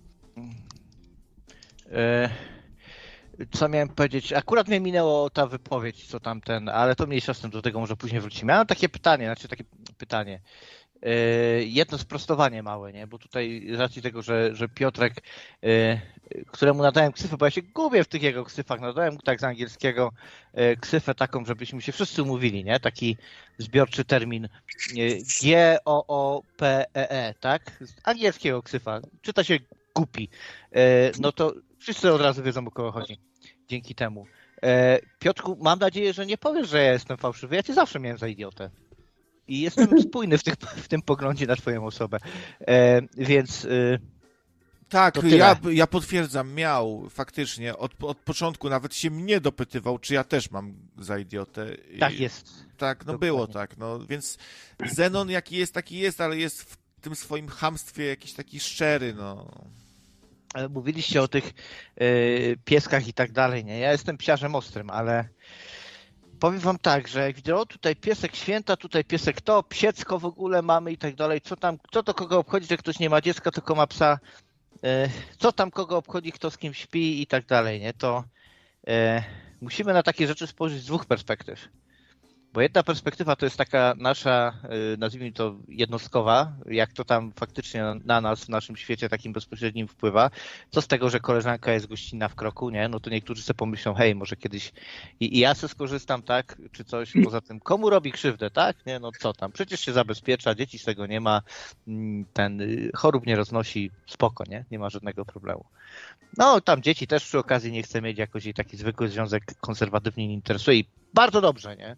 Co miałem powiedzieć? Akurat mnie minęło ta wypowiedź, co tamten, ale to mniejsza z tym, do tego może później wrócimy. Miałem takie pytanie, znaczy takie pytanie. Jedno sprostowanie małe, nie? Bo tutaj z racji tego, że, że Piotrek, któremu nadałem ksywę, bo ja się gubię w tych jego ksywach, nadałem tak z angielskiego ksywę taką, żebyśmy się wszyscy umówili, nie? Taki zbiorczy termin G O O P E E, tak? Z angielskiego ksywa. Czyta się gupi. No to wszyscy od razu wiedzą, o kogo chodzi. Dzięki temu. Piotrku, mam nadzieję, że nie powiesz, że ja jestem fałszywy. Ja cię zawsze miałem za idiotę. I jestem spójny w, tych, w tym poglądzie na twoją osobę. E, więc... E, tak, ja, ja potwierdzam, miał faktycznie. Od, od początku nawet się mnie dopytywał, czy ja też mam za idiotę. I, tak jest. Tak, no Dokładnie. Było tak. No, więc Zenon jaki jest, taki jest, ale jest w tym swoim chamstwie jakiś taki szczery, no. Mówiliście o tych y, pieskach i tak dalej, nie? Ja jestem psiarzem ostrym, ale powiem wam tak, że jak widzę, o tutaj piesek święta, tutaj piesek to, psiecko w ogóle mamy i tak dalej, co tam, kto to kogo obchodzi, że ktoś nie ma dziecka, tylko ma psa, y, co tam kogo obchodzi, kto z kim śpi i tak dalej, nie? To y, musimy na takie rzeczy spojrzeć z dwóch perspektyw. Bo jedna perspektywa to jest taka nasza, nazwijmy to jednostkowa, jak to tam faktycznie na nas w naszym świecie takim bezpośrednim wpływa. Co z tego, że koleżanka jest gościnna w kroku, nie? No to niektórzy sobie pomyślą, hej, może kiedyś i, i ja se skorzystam, tak? Czy coś, poza tym komu robi krzywdę, tak? Nie, no co tam, przecież się zabezpiecza, dzieci z tego nie ma, ten chorób nie roznosi, spoko, nie? Nie ma żadnego problemu. No tam dzieci też przy okazji nie chce mieć jakoś jej taki zwykły związek konserwatywnie nie interesuje i bardzo dobrze, nie?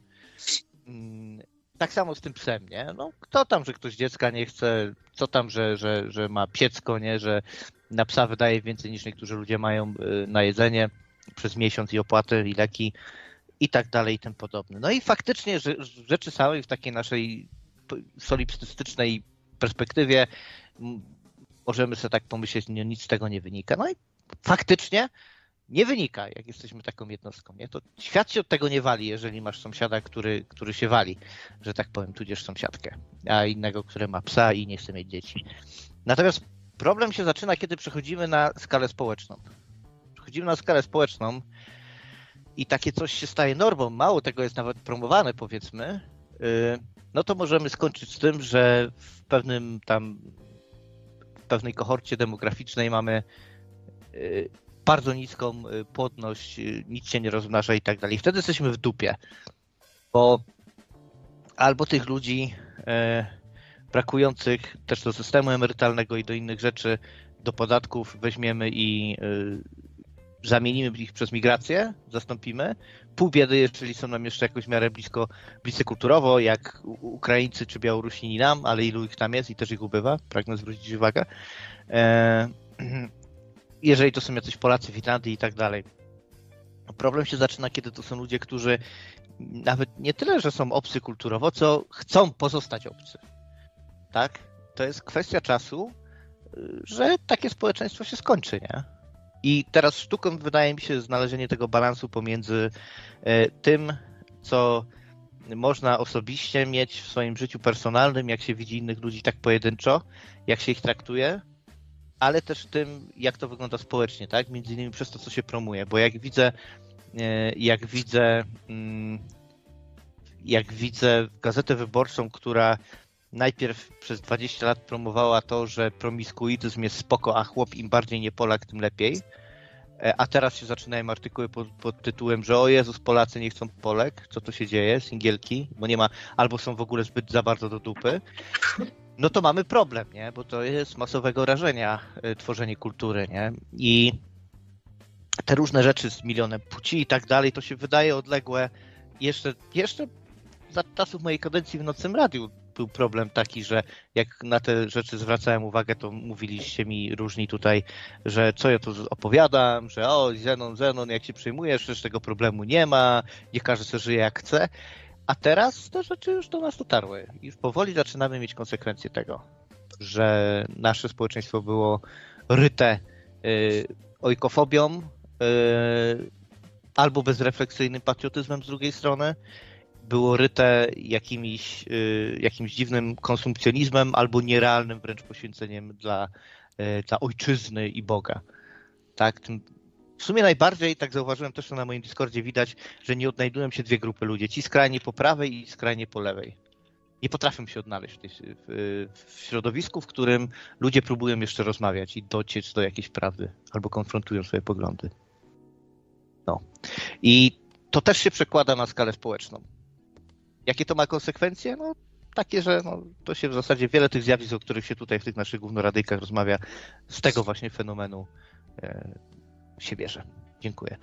Tak samo z tym psem, nie? No kto tam, że ktoś dziecka nie chce, co tam, że, że, że ma piecko, nie? Że na psa wydaje więcej niż niektórzy ludzie mają na jedzenie przez miesiąc i opłaty i leki i tak dalej i tym podobne. No i faktycznie że, rzeczy samej w takiej naszej solipstycznej perspektywie możemy sobie tak pomyśleć, nie, nic z tego nie wynika. No i faktycznie nie wynika, jak jesteśmy taką jednostką. Nie? To świat się od tego nie wali, jeżeli masz sąsiada, który, który się wali, że tak powiem, tudzież sąsiadkę, a innego, który ma psa i nie chce mieć dzieci. Natomiast problem się zaczyna, kiedy przechodzimy na skalę społeczną. Przechodzimy na skalę społeczną i takie coś się staje normą, mało tego jest nawet promowane, powiedzmy, no to możemy skończyć z tym, że w pewnym tam, w pewnej kohorcie demograficznej mamy bardzo niską płodność, nic się nie rozmnaża i tak dalej. Wtedy jesteśmy w dupie, bo albo tych ludzi e, brakujących też do systemu emerytalnego i do innych rzeczy, do podatków weźmiemy i e, zamienimy ich przez migrację, zastąpimy. Pół biedy, jeżeli są nam jeszcze jakoś w miarę blisko, bliscy kulturowo, jak Ukraińcy czy Białorusini nam, ale ilu ich tam jest i też ich ubywa, pragnę zwrócić uwagę. E, jeżeli to są jacyś Polacy w Irlandii i tak dalej. Problem się zaczyna, kiedy to są ludzie, którzy nawet nie tyle, że są obcy kulturowo, co chcą pozostać obcy. Tak? To jest kwestia czasu, że takie społeczeństwo się skończy, nie? I teraz sztuką wydaje mi się znalezienie tego balansu pomiędzy tym, co można osobiście mieć w swoim życiu personalnym, jak się widzi innych ludzi tak pojedynczo, jak się ich traktuje, ale też tym, jak to wygląda społecznie, tak? Między innymi przez to, co się promuje, bo jak widzę, jak widzę, jak widzę Gazetę Wyborczą, która najpierw przez dwadzieścia lat promowała to, że promiskuityzm jest spoko, a chłop im bardziej nie Polak, tym lepiej, a teraz się zaczynają artykuły pod, pod tytułem, że o Jezus, Polacy nie chcą Polek, co tu się dzieje, singielki, bo nie ma, albo są w ogóle zbyt za bardzo do dupy. No to mamy problem, nie? Bo to jest masowego rażenia y, tworzenie kultury, nie? I te różne rzeczy z milionem płci i tak dalej, to się wydaje odległe. Jeszcze, jeszcze za czasów mojej kadencji w Nocnym Radiu był problem taki, że jak na te rzeczy zwracałem uwagę, to mówiliście mi różni tutaj, że co ja tu opowiadam, że o, Zenon, Zenon, jak się przyjmujesz, przecież tego problemu nie ma, nie każdy sobie żyje jak chce. A teraz te rzeczy już do nas dotarły. Już powoli zaczynamy mieć konsekwencje tego, że nasze społeczeństwo było ryte y, ojkofobią y, albo bezrefleksyjnym patriotyzmem z drugiej strony, było ryte jakimiś, y, jakimś dziwnym konsumpcjonizmem albo nierealnym wręcz poświęceniem dla, y, dla ojczyzny i Boga. Tak, tym w sumie najbardziej, tak zauważyłem też to na moim Discordzie, widać, że nie odnajdują się dwie grupy ludzi. Ci skrajnie po prawej i skrajnie po lewej. Nie potrafią się odnaleźć w, tej, w, w środowisku, w którym ludzie próbują jeszcze rozmawiać i dociec do jakiejś prawdy albo konfrontują swoje poglądy. No. I to też się przekłada na skalę społeczną. Jakie to ma konsekwencje? No takie, że no, to się w zasadzie wiele tych zjawisk, o których się tutaj w tych naszych głównoradyjkach rozmawia, z tego właśnie fenomenu e, się bierze. Dziękuję.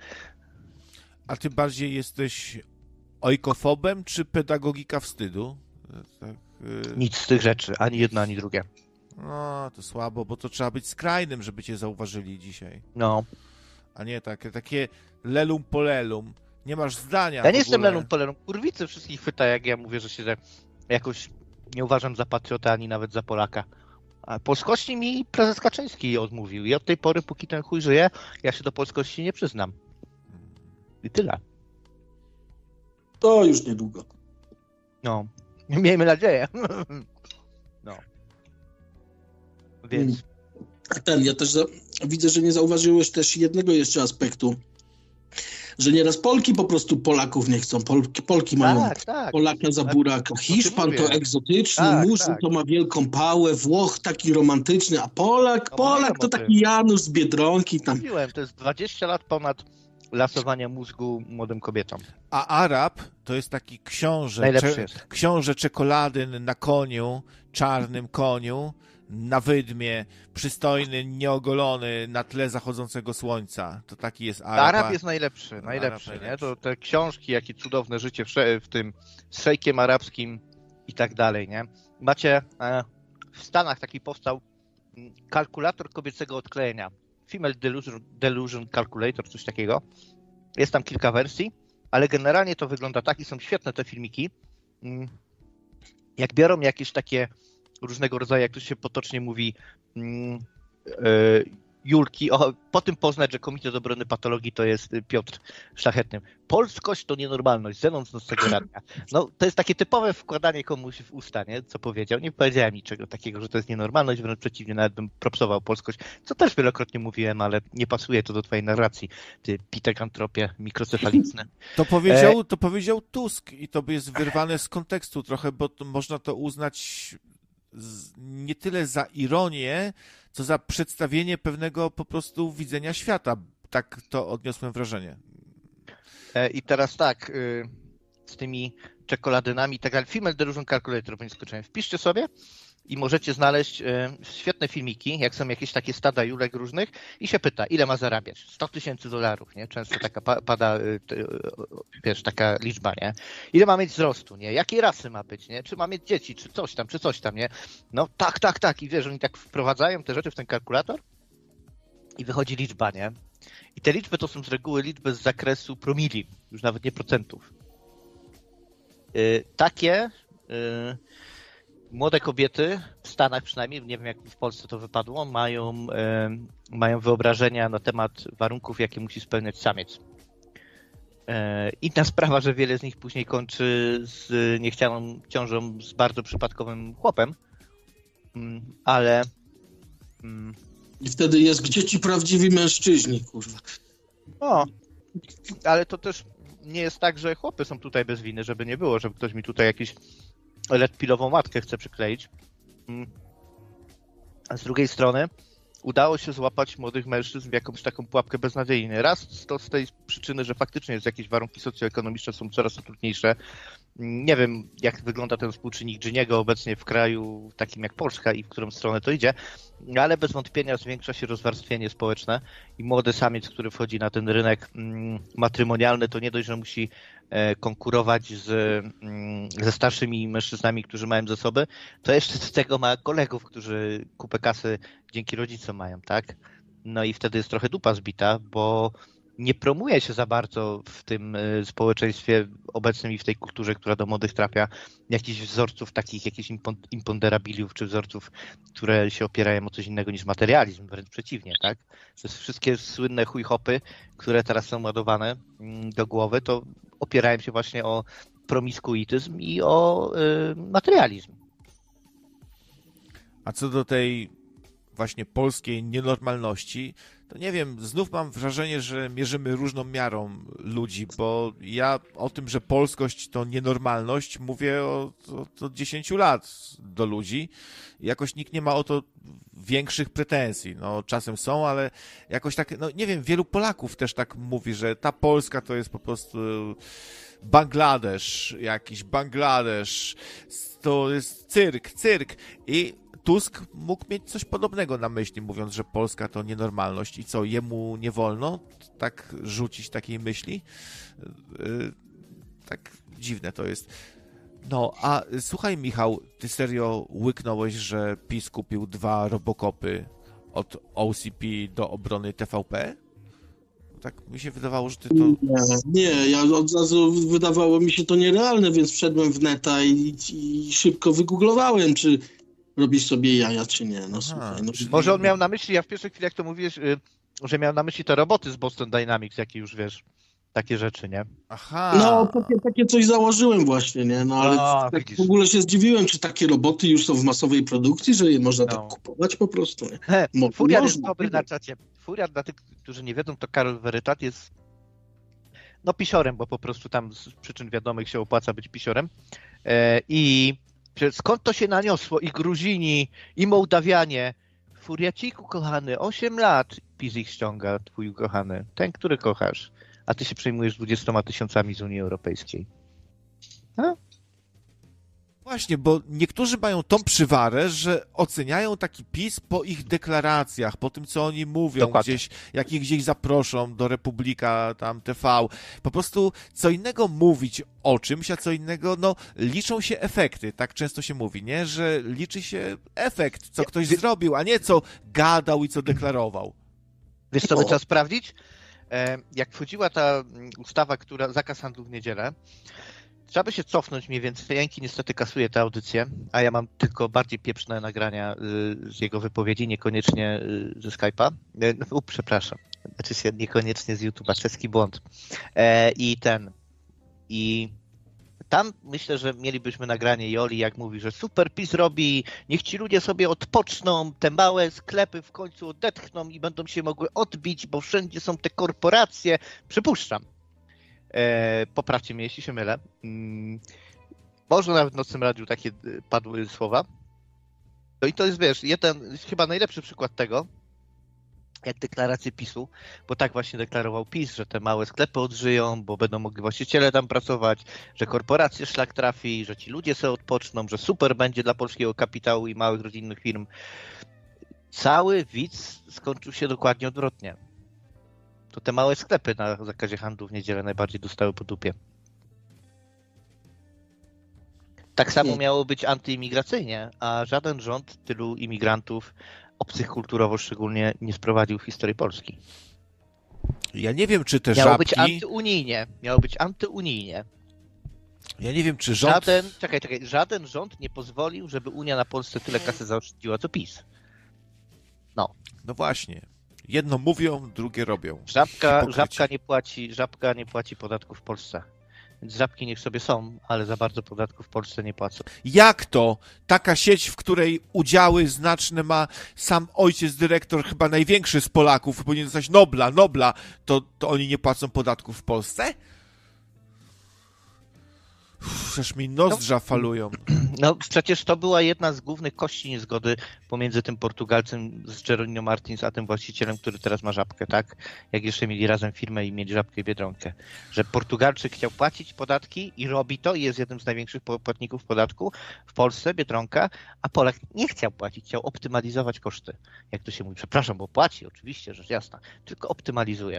A ty bardziej jesteś ojkofobem, czy pedagogika wstydu? Tak, yy... Nic z tych rzeczy, ani jedno, ani drugie. No, to słabo, bo to trzeba być skrajnym, żeby cię zauważyli dzisiaj. No. A nie takie, takie lelum polelum. Nie masz zdania. Ja nie jestem lelum polelum. Kurwicy wszystkich chwyta, jak ja mówię, że się jakoś nie uważam za patriotę, ani nawet za Polaka. A polskości mi prezes Kaczyński odmówił i od tej pory, póki ten chuj żyje, ja się do polskości nie przyznam. I tyle. To już niedługo. No. Miejmy nadzieję. No. Więc... A ten, ja też za... widzę, że nie zauważyłeś też jednego jeszcze aspektu. że nieraz Polki po prostu Polaków nie chcą. Polki, Polki mają Tak, tak. Polaka za buraka. Hiszpan to mówię. egzotyczny, Tak, Murzyn tak. to ma wielką pałę, Włoch taki romantyczny, a Polak, No, Polak mówiłem to o tym. taki Janusz z Biedronki tam. Mówiłem, to jest dwadzieścia lat ponad lasowania mózgu młodym kobietom. A Arab to jest taki książę, Najlepszy cze, jest. książę czekoladyn na koniu, czarnym koniu, na wydmie, przystojny, nieogolony na tle zachodzącego słońca. To taki jest Arab. Arab jest najlepszy, najlepszy, Arab nie? To te książki, jakie cudowne życie w, sze- w tym z szejkiem arabskim i tak dalej, nie? Macie e, w Stanach taki powstał mm, kalkulator kobiecego odklejenia. Female Delusion, Delusion Calculator, coś takiego. Jest tam kilka wersji, ale generalnie to wygląda tak i są świetne te filmiki. Mm, Jak biorą jakieś takie różnego rodzaju, jak to się potocznie mówi, mm, e, Julki, o, po tym poznać, że Komitet Obrony Patologii to jest y, Piotr Szlachetny. Polskość to nienormalność, Zenon z Nocnego Radia. No, to jest takie typowe wkładanie komuś w usta, nie? Co powiedział. Nie powiedziałem niczego takiego, że to jest nienormalność, wręcz przeciwnie, nawet bym propsował polskość, co też wielokrotnie mówiłem, ale nie pasuje to do twojej narracji, ty pitekantropie mikrocefaliczne. To powiedział, to powiedział Tusk i to jest wyrwane z kontekstu trochę, bo to, można to uznać z, nie tyle za ironię, co za przedstawienie pewnego po prostu widzenia świata. Tak to odniosłem wrażenie. E, I teraz tak, y, z tymi czekoladynami i tak dalej. Female Delusion Calculator, bo nie skończyłem. Wpiszcie sobie i możecie znaleźć y, świetne filmiki, jak są jakieś takie stada julek różnych i się pyta, ile ma zarabiać? sto tysięcy dolarów, nie? Często taka pa- pada, y, y, wiesz, taka liczba, nie? Ile ma mieć wzrostu, nie? Jakiej rasy ma być, nie? Czy ma mieć dzieci, czy coś tam, czy coś tam, nie? No tak, tak, tak. I wiesz, oni tak wprowadzają te rzeczy w ten kalkulator i wychodzi liczba, nie? I te liczby to są z reguły liczby z zakresu promili, już nawet nie procentów. Yy, takie yy, młode kobiety, w Stanach przynajmniej, nie wiem jak w Polsce to wypadło, mają, yy, mają wyobrażenia na temat warunków, jakie musi spełniać samiec. Yy, inna sprawa, że wiele z nich później kończy z niechcianą ciążą z bardzo przypadkowym chłopem, yy, ale... Yy, I wtedy jest, gdzie ci prawdziwi mężczyźni, kurwa. O, ale to też nie jest tak, że chłopy są tutaj bez winy, żeby nie było, żeby ktoś mi tutaj jakiś ledpilową matkę chce przykleić. A z drugiej strony udało się złapać młodych mężczyzn w jakąś taką pułapkę beznadziejną. Raz to z tej przyczyny, że faktycznie jest jakieś warunki socjoekonomiczne są coraz trudniejsze. Nie wiem, jak wygląda ten współczynnik Giniego obecnie w kraju takim jak Polska i w którą stronę to idzie, ale bez wątpienia zwiększa się rozwarstwienie społeczne i młody samiec, który wchodzi na ten rynek matrymonialny, to nie dość, że musi konkurować z, ze starszymi mężczyznami, którzy mają zasoby, to jeszcze z tego ma kolegów, którzy kupę kasy dzięki rodzicom mają, tak? No i wtedy jest trochę dupa zbita, bo nie promuje się za bardzo w tym społeczeństwie obecnym i w tej kulturze, która do młodych trafia, jakichś wzorców takich, jakichś imponderabiliów, czy wzorców, które się opierają o coś innego niż materializm, wręcz przeciwnie, tak? To jest wszystkie słynne chuj-hopy, które teraz są ładowane do głowy, to opierają się właśnie o promiskuityzm i o y, materializm. A co do tej właśnie polskiej nienormalności, to nie wiem, znów mam wrażenie, że mierzymy różną miarą ludzi, bo ja o tym, że polskość to nienormalność, mówię od, od, od dziesięciu lat do ludzi. Jakoś nikt nie ma o to większych pretensji. No, czasem są, ale jakoś tak, no nie wiem, wielu Polaków też tak mówi, że ta Polska to jest po prostu Bangladesz, jakiś Bangladesz, to jest cyrk, cyrk i Tusk mógł mieć coś podobnego na myśli, mówiąc, że Polska to nienormalność i co, jemu nie wolno tak rzucić takiej myśli? Yy, tak dziwne to jest. No, a słuchaj Michał, ty serio łyknąłeś, że PiS kupił dwa Robocopy od O C P do obrony T V P? Tak mi się wydawało, że ty to... Nie, nie, ja od razu wydawało mi się to nierealne, więc wszedłem w neta i, i szybko wygooglowałem, czy robisz sobie jaja, czy nie. No, słuchaj, no, może on miał na myśli, ja w pierwszej chwili, jak to mówisz, że miał na myśli te roboty z Boston Dynamics, jakie już wiesz, takie rzeczy, nie? Aha. No, takie, takie coś założyłem właśnie, nie? No, ale no, tak w ogóle się zdziwiłem, czy takie roboty już są w masowej produkcji, że je można no. tak kupować po prostu, nie? He, Mo- Furiat jest dobry na czacie. Furiat, dla tych, którzy nie wiedzą, to Karol Verytat jest no pisiorem, bo po prostu tam z przyczyn wiadomych się opłaca być pisiorem. E, I skąd to się naniosło? I Gruzini, i Mołdawianie. Furiaciku, kochany, osiem lat PiS ich ściąga, twój ukochany. Ten, który kochasz. A ty się przejmujesz dwudziestoma tysiącami z Unii Europejskiej. A? Właśnie, bo niektórzy mają tą przywarę, że oceniają taki PiS po ich deklaracjach, po tym, co oni mówią, Dokładnie. gdzieś, jak ich gdzieś zaproszą do Republika, tam T V. Po prostu co innego mówić o czymś, a co innego, no, liczą się efekty. Tak często się mówi, nie? Że liczy się efekt, co ktoś zrobił, a nie co gadał i co deklarował. Wiesz, co by trzeba sprawdzić? E, jak wchodziła ta ustawa, która zakaz handlu w niedzielę, trzeba by się cofnąć mniej więcej. Janki niestety kasuje tę audycję, a ja mam tylko bardziej pieprzne nagrania y, z jego wypowiedzi, niekoniecznie y, ze Skype'a. Y, no, przepraszam, znaczy się niekoniecznie z YouTube'a, czeski błąd. E, I ten, i tam myślę, że mielibyśmy nagranie Joli, jak mówi, że super PiS robi, niech ci ludzie sobie odpoczną, te małe sklepy w końcu odetchną i będą się mogły odbić, bo wszędzie są te korporacje. Przypuszczam. E, poprawcie mnie, jeśli się mylę. Mm, może nawet w Nocnym Radiu takie padły słowa. No i to jest, wiesz, jeden, chyba najlepszy przykład tego, jak deklaracje PiSu, bo tak właśnie deklarował PiS, że te małe sklepy odżyją, bo będą mogli właściciele tam pracować, że korporacje szlak trafi, że ci ludzie sobie odpoczną, że super będzie dla polskiego kapitału i małych rodzinnych firm. Cały widz skończył się dokładnie odwrotnie. To te małe sklepy na zakazie handlu w niedzielę najbardziej dostały po dupie. Tak samo miało być antyimigracyjnie, a żaden rząd tylu imigrantów, obcych kulturowo szczególnie, nie sprowadził w historii Polski. Ja nie wiem, czy te miało żabki... być antyunijnie. Miało być antyunijnie. Ja nie wiem, czy rząd... Żaden, czekaj, czekaj, żaden rząd nie pozwolił, żeby Unia na Polsce tyle kasy zaoszczędziła, co PiS. No. No właśnie. Jedno mówią, drugie robią. Żabka, żabka, nie płaci, żabka nie płaci podatków w Polsce. Więc żabki niech sobie są, ale za bardzo podatków w Polsce nie płacą. Jak to? Taka sieć, w której udziały znaczne ma sam ojciec dyrektor, chyba największy z Polaków, powinien dostać Nobla, Nobla, to, to oni nie płacą podatków w Polsce? Przecież mi nozdrza falują. No przecież to była jedna z głównych kości niezgody pomiędzy tym Portugalcem z Jeronimo Martins a tym właścicielem, który teraz ma żabkę, tak? Jak jeszcze mieli razem firmę i mieli żabkę i Biedronkę. Że Portugalczyk chciał płacić podatki i robi to i jest jednym z największych płatników podatku w Polsce, Biedronka, a Polak nie chciał płacić, chciał optymalizować koszty. Jak to się mówi? Przepraszam, bo płaci, oczywiście, rzecz jasna, tylko optymalizuje.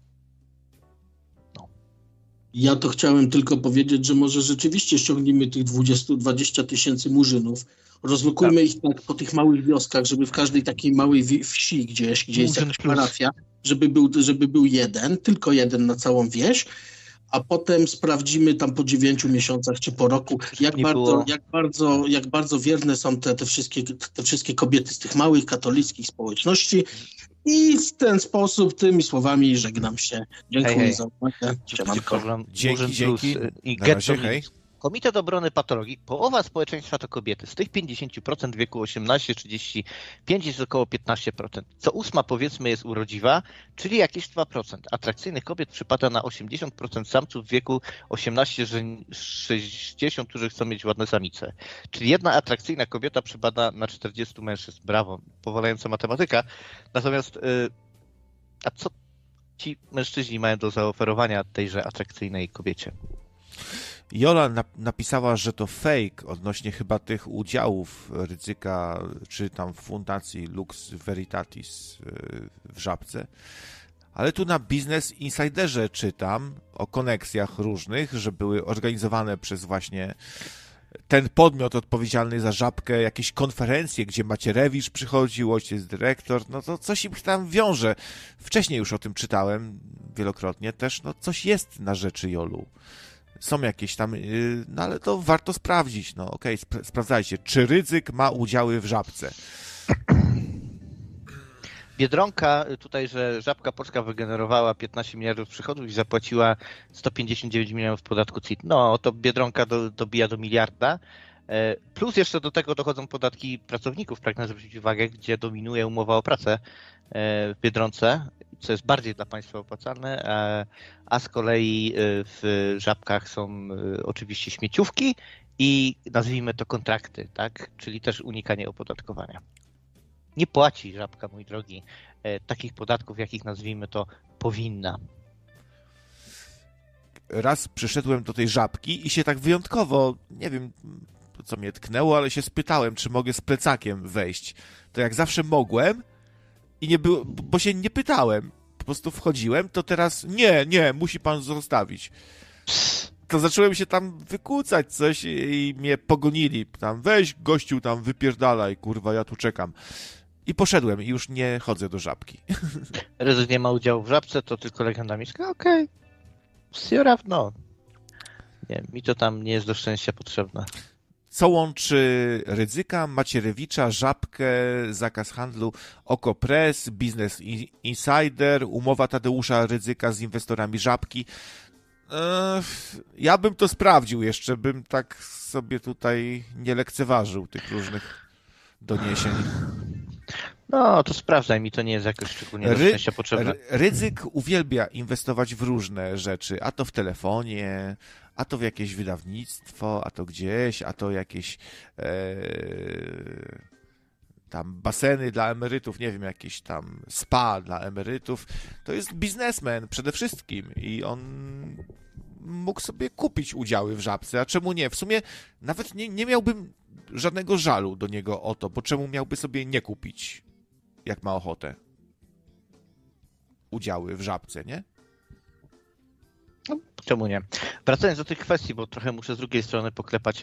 Ja to chciałem tylko powiedzieć, że może rzeczywiście ściągnijmy tych dwadzieścia dwadzieścia tysięcy murzynów, rozlokujmy tak. ich tak po tych małych wioskach, żeby w każdej takiej małej wsi gdzieś, gdzie jest jakaś parafia, żeby był, żeby był jeden, tylko jeden na całą wieś, a potem sprawdzimy tam po dziewięciu miesiącach czy po roku, jak bardzo, jak bardzo, jak bardzo wierne są te, te, wszystkie, te wszystkie kobiety z tych małych katolickich społeczności. I w ten sposób, tymi słowami żegnam się. Dziękuję hej, hej. za uwagę. Dzięki, dzięki. I hej. Komitet Obrony Patologii. Połowa społeczeństwa to kobiety. Z tych pięćdziesiąt procent wieku osiemnaście trzydzieści pięć jest około piętnaście procent. Co ósma powiedzmy jest urodziwa, czyli jakieś dwa procent. Atrakcyjnych kobiet przypada na osiemdziesiąt procent samców w wieku osiemnaście sześćdziesiąt, którzy chcą mieć ładne samice. Czyli jedna atrakcyjna kobieta przypada na czterdziestu mężczyzn. Brawo, powalająca matematyka. Natomiast yy, a co ci mężczyźni mają do zaoferowania tejże atrakcyjnej kobiecie? Jola napisała, że to fake odnośnie chyba tych udziałów Rydzyka, czy tam w fundacji Lux Veritatis w Żabce. Ale tu na Business Insiderze czytam o koneksjach różnych, że były organizowane przez właśnie ten podmiot odpowiedzialny za Żabkę, jakieś konferencje, gdzie Macierewicz przychodził, ojciec dyrektor, no to coś im tam wiąże. Wcześniej już o tym czytałem wielokrotnie też, no coś jest na rzeczy Jolu. Są jakieś tam, no ale to warto sprawdzić, no okej, okay, sp- sprawdzajcie, czy Rydzyk ma udziały w Żabce. Biedronka, tutaj, że Żabka Polska wygenerowała piętnaście miliardów przychodów i zapłaciła sto pięćdziesiąt dziewięć milionów podatku C I T. No, to Biedronka do, dobija do miliarda, Plus jeszcze do tego dochodzą podatki pracowników, pragnę zwrócić uwagę, gdzie dominuje umowa o pracę w Biedronce, co jest bardziej dla państwa opłacalne, a z kolei w Żabkach są oczywiście śmieciówki i nazwijmy to kontrakty, tak? Czyli też unikanie opodatkowania. Nie płaci Żabka, mój drogi, takich podatków, jakich nazwijmy to powinna. Raz przyszedłem do tej Żabki i się tak wyjątkowo, nie wiem co mnie tknęło, ale się spytałem, czy mogę z plecakiem wejść. To jak zawsze mogłem i nie było, bo się nie pytałem. Po prostu wchodziłem, to teraz nie, nie, musi pan zostawić. To zacząłem się tam wykłócać coś i mnie pogonili. Tam weź gościu tam wypierdalaj, kurwa, ja tu czekam. I poszedłem i już nie chodzę do Żabki. Ryzyk nie ma udziału w Żabce, to tylko legenda miejska? Okej. Okay. Sierawno. Nie, mi to tam nie jest do szczęścia potrzebne. Co łączy Rydzyka, Macierewicza, Żabkę, zakaz handlu, Okopres, Business Insider, umowa Tadeusza Rydzyka z inwestorami Żabki? Eee, ja bym to sprawdził jeszcze, bym tak sobie tutaj nie lekceważył tych różnych doniesień. No, to sprawdzaj, mi to nie jest jakoś szczególnie do szczęścia potrzebne. Rydzyk uwielbia inwestować w różne rzeczy, a to w telefonie, a to w jakieś wydawnictwo, a to gdzieś, a to jakieś e, tam baseny dla emerytów, nie wiem, jakieś tam spa dla emerytów. To jest biznesmen przede wszystkim i on mógł sobie kupić udziały w Żabce, a czemu nie? W sumie nawet nie, nie miałbym żadnego żalu do niego o to, bo czemu miałby sobie nie kupić, jak ma ochotę, udziały w Żabce, nie? No, czemu nie? Wracając do tych kwestii, bo trochę muszę z drugiej strony poklepać.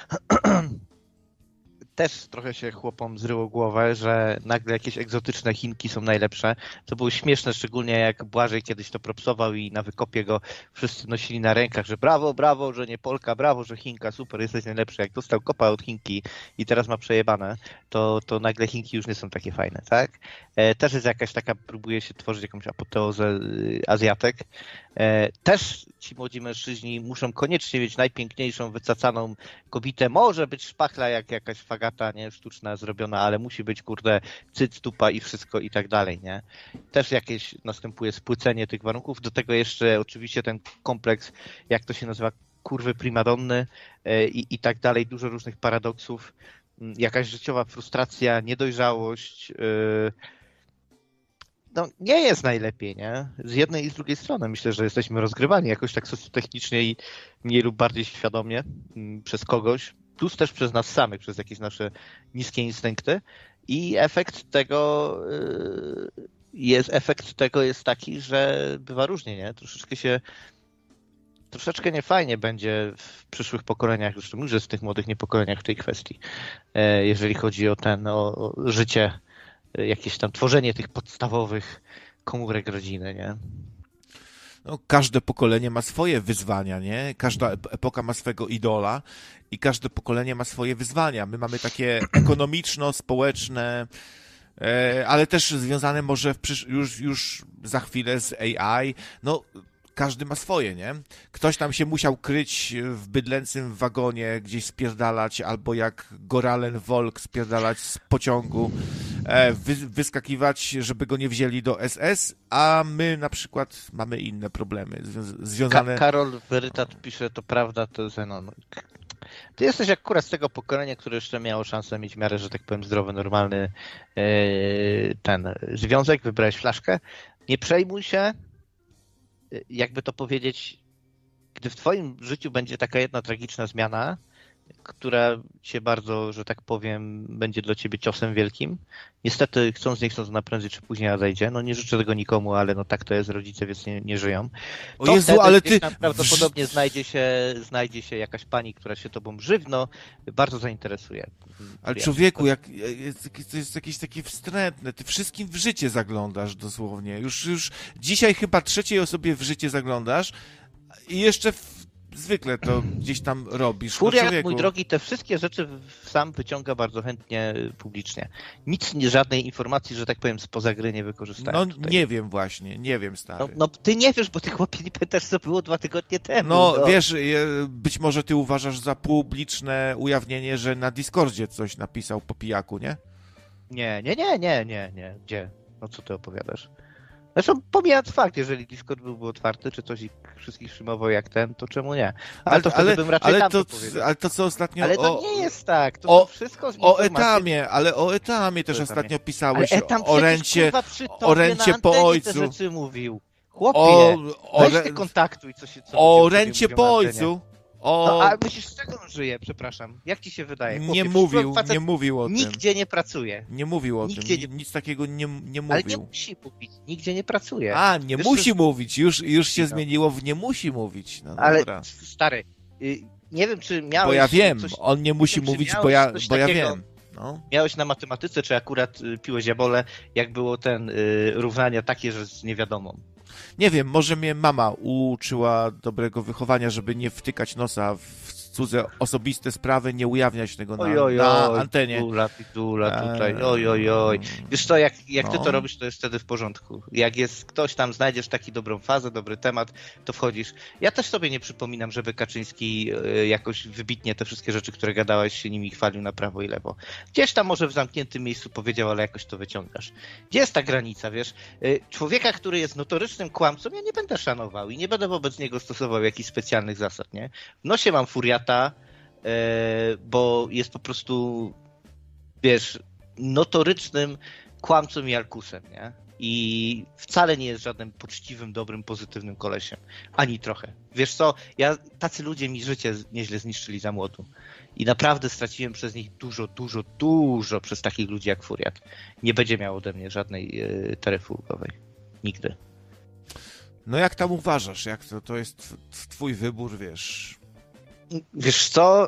Też trochę się chłopom zryło głowę, że nagle jakieś egzotyczne Chinki są najlepsze. To było śmieszne, szczególnie jak Błażej kiedyś to propsował i na wykopie go wszyscy nosili na rękach, że brawo, brawo, że nie Polka, brawo, że Chinka, super, jesteś najlepszy. Jak dostał kopa od Chinki i teraz ma przejebane, to, to nagle Chinki już nie są takie fajne, tak? E, też jest jakaś taka, próbuje się tworzyć jakąś apoteozę y, Azjatek. E, też ci młodzi mężczyźni muszą koniecznie mieć najpiękniejszą, wycacaną kobietę. Może być szpachla jak jakaś fagata, nie, sztuczna zrobiona, ale musi być, kurde, cyc, tupa i wszystko i tak dalej, nie? Też jakieś następuje spłycenie tych warunków. Do tego jeszcze oczywiście ten kompleks, jak to się nazywa, kurwy primadonny e, i, i tak dalej. Dużo różnych paradoksów. Jakaś życiowa frustracja, niedojrzałość, e, no nie jest najlepiej, nie? Z jednej i z drugiej strony. Myślę, że jesteśmy rozgrywani jakoś tak socjotechnicznie i mniej lub bardziej świadomie m, przez kogoś, plus też przez nas samych, przez jakieś nasze niskie instynkty i efekt tego yy, jest, efekt tego jest taki, że bywa różnie, nie? Troszeczkę się troszeczkę niefajnie będzie w przyszłych pokoleniach, zresztą już jest w tych młodych niepokoleniach w tej kwestii, yy, jeżeli chodzi o ten, o, o życie, jakieś tam tworzenie tych podstawowych komórek rodziny, nie? No, każde pokolenie ma swoje wyzwania, nie? Każda epoka ma swego idola i każde pokolenie ma swoje wyzwania. My mamy takie ekonomiczno-społeczne, ale też związane może w przysz- już, już za chwilę z A I. No, każdy ma swoje, nie? Ktoś tam się musiał kryć w bydlęcym wagonie, gdzieś spierdalać, albo jak Goralen Volk spierdalać z pociągu, wy, wyskakiwać, żeby go nie wzięli do S S, a my na przykład mamy inne problemy zwią- związane... Ka- Karol Werytat pisze, to prawda, to Zenon. Ty jesteś akurat z tego pokolenia, które jeszcze miało szansę mieć w miarę, że tak powiem, zdrowy, normalny yy, ten związek, wybrałeś flaszkę. Nie przejmuj się, jakby to powiedzieć, gdy w twoim życiu będzie taka jedna tragiczna zmiana, która cię bardzo, że tak powiem, będzie dla ciebie ciosem wielkim. Niestety, chcąc nie chcąc, ona prędzej czy później nadejdzie. No nie życzę tego nikomu, ale no tak to jest, rodzice więc nie, nie żyją. To o Jezu, ale ty... prawdopodobnie znajdzie się, znajdzie się jakaś pani, która się tobą żywno bardzo zainteresuje. Ale człowieku, jak, to jest jakieś takie wstrętne. Ty wszystkim w życie zaglądasz dosłownie. Już, już dzisiaj chyba trzeciej osobie w życie zaglądasz i jeszcze w zwykle to gdzieś tam robisz. Furiat, no mój drogi, te wszystkie rzeczy sam wyciąga bardzo chętnie publicznie. Nic, nie, żadnej informacji, że tak powiem, spoza gry nie wykorzystałem. No tutaj. nie wiem właśnie, nie wiem, stary. No, no ty nie wiesz, bo ty chłopie nie pamiętasz, co było dwa tygodnie temu. No, no wiesz, być może ty uważasz za publiczne ujawnienie, że na Discordzie coś napisał po pijaku, nie? Nie, nie, nie, nie, nie, nie. Gdzie? No co ty opowiadasz? Zresztą pomijając fakt, jeżeli Discord byłby otwarty, czy coś ich wszystkich przyjmował jak ten, to czemu nie? Ale, ale to wtedy ale, bym raczej ale tam to, to powiedział. ale to co ostatnio... Ale to o, nie jest tak, to o, są wszystko z O informacji. Etamie, ale o Etamie też O Etamie. ostatnio pisałeś, Ale Etam o rencie, o rencie po ojcu. Te rzeczy mówił. Chłopie, o, o, weź re... ty kontaktuj, co się co O rencie po ojcu. O... No, a myślisz, z czego on żyje, przepraszam? Jak ci się wydaje? Chłopie, nie mówił, facet nie mówił o tym. Nigdzie nie pracuje. Nie mówił o Nigdzie tym, nie... nic takiego nie, nie mówił. Ale nie musi mówić, nigdzie nie pracuje. A, nie Wiesz, musi że... mówić, już, już się no. zmieniło w nie musi mówić. No, ale dobra. stary, nie wiem, czy miałeś... Bo ja wiem, coś... on nie musi wiem, mówić, bo ja, bo ja wiem. No. Miałeś na matematyce, czy akurat y, piłeś jabole, jak było ten y, równania takie, że z niewiadomą? Nie wiem, może mnie mama uczyła dobrego wychowania, żeby nie wtykać nosa w cudze osobiste sprawy, nie ujawniać tego na, oj, oj, na oj, antenie. Dula, dula tutaj, oj, oj, oj. Wiesz co, jak, jak ty no. to robisz, to jest wtedy w porządku. Jak jest ktoś tam, znajdziesz taki dobrą fazę, dobry temat, to wchodzisz. Ja też sobie nie przypominam, żeby Kaczyński y, jakoś wybitnie te wszystkie rzeczy, które gadałeś, się nimi chwalił na prawo i lewo. Gdzieś tam może w zamkniętym miejscu powiedział, ale jakoś to wyciągasz. Gdzie jest ta granica, wiesz? Y, człowieka, który jest notorycznym kłamcą, ja nie będę szanował i nie będę wobec niego stosował jakichś specjalnych zasad, nie? W nosie mam furiata, bo jest po prostu, wiesz, notorycznym kłamcą i alkusem, nie? I wcale nie jest żadnym poczciwym, dobrym, pozytywnym kolesiem. Ani trochę. Wiesz co, ja, tacy ludzie mi życie nieźle zniszczyli za młodu. I naprawdę straciłem przez nich dużo, dużo, dużo przez takich ludzi jak Furiat. Nie będzie miał ode mnie żadnej e, taryfy ulgowej. Nigdy. No jak tam uważasz? Jak to, to jest twój wybór, wiesz... Wiesz co?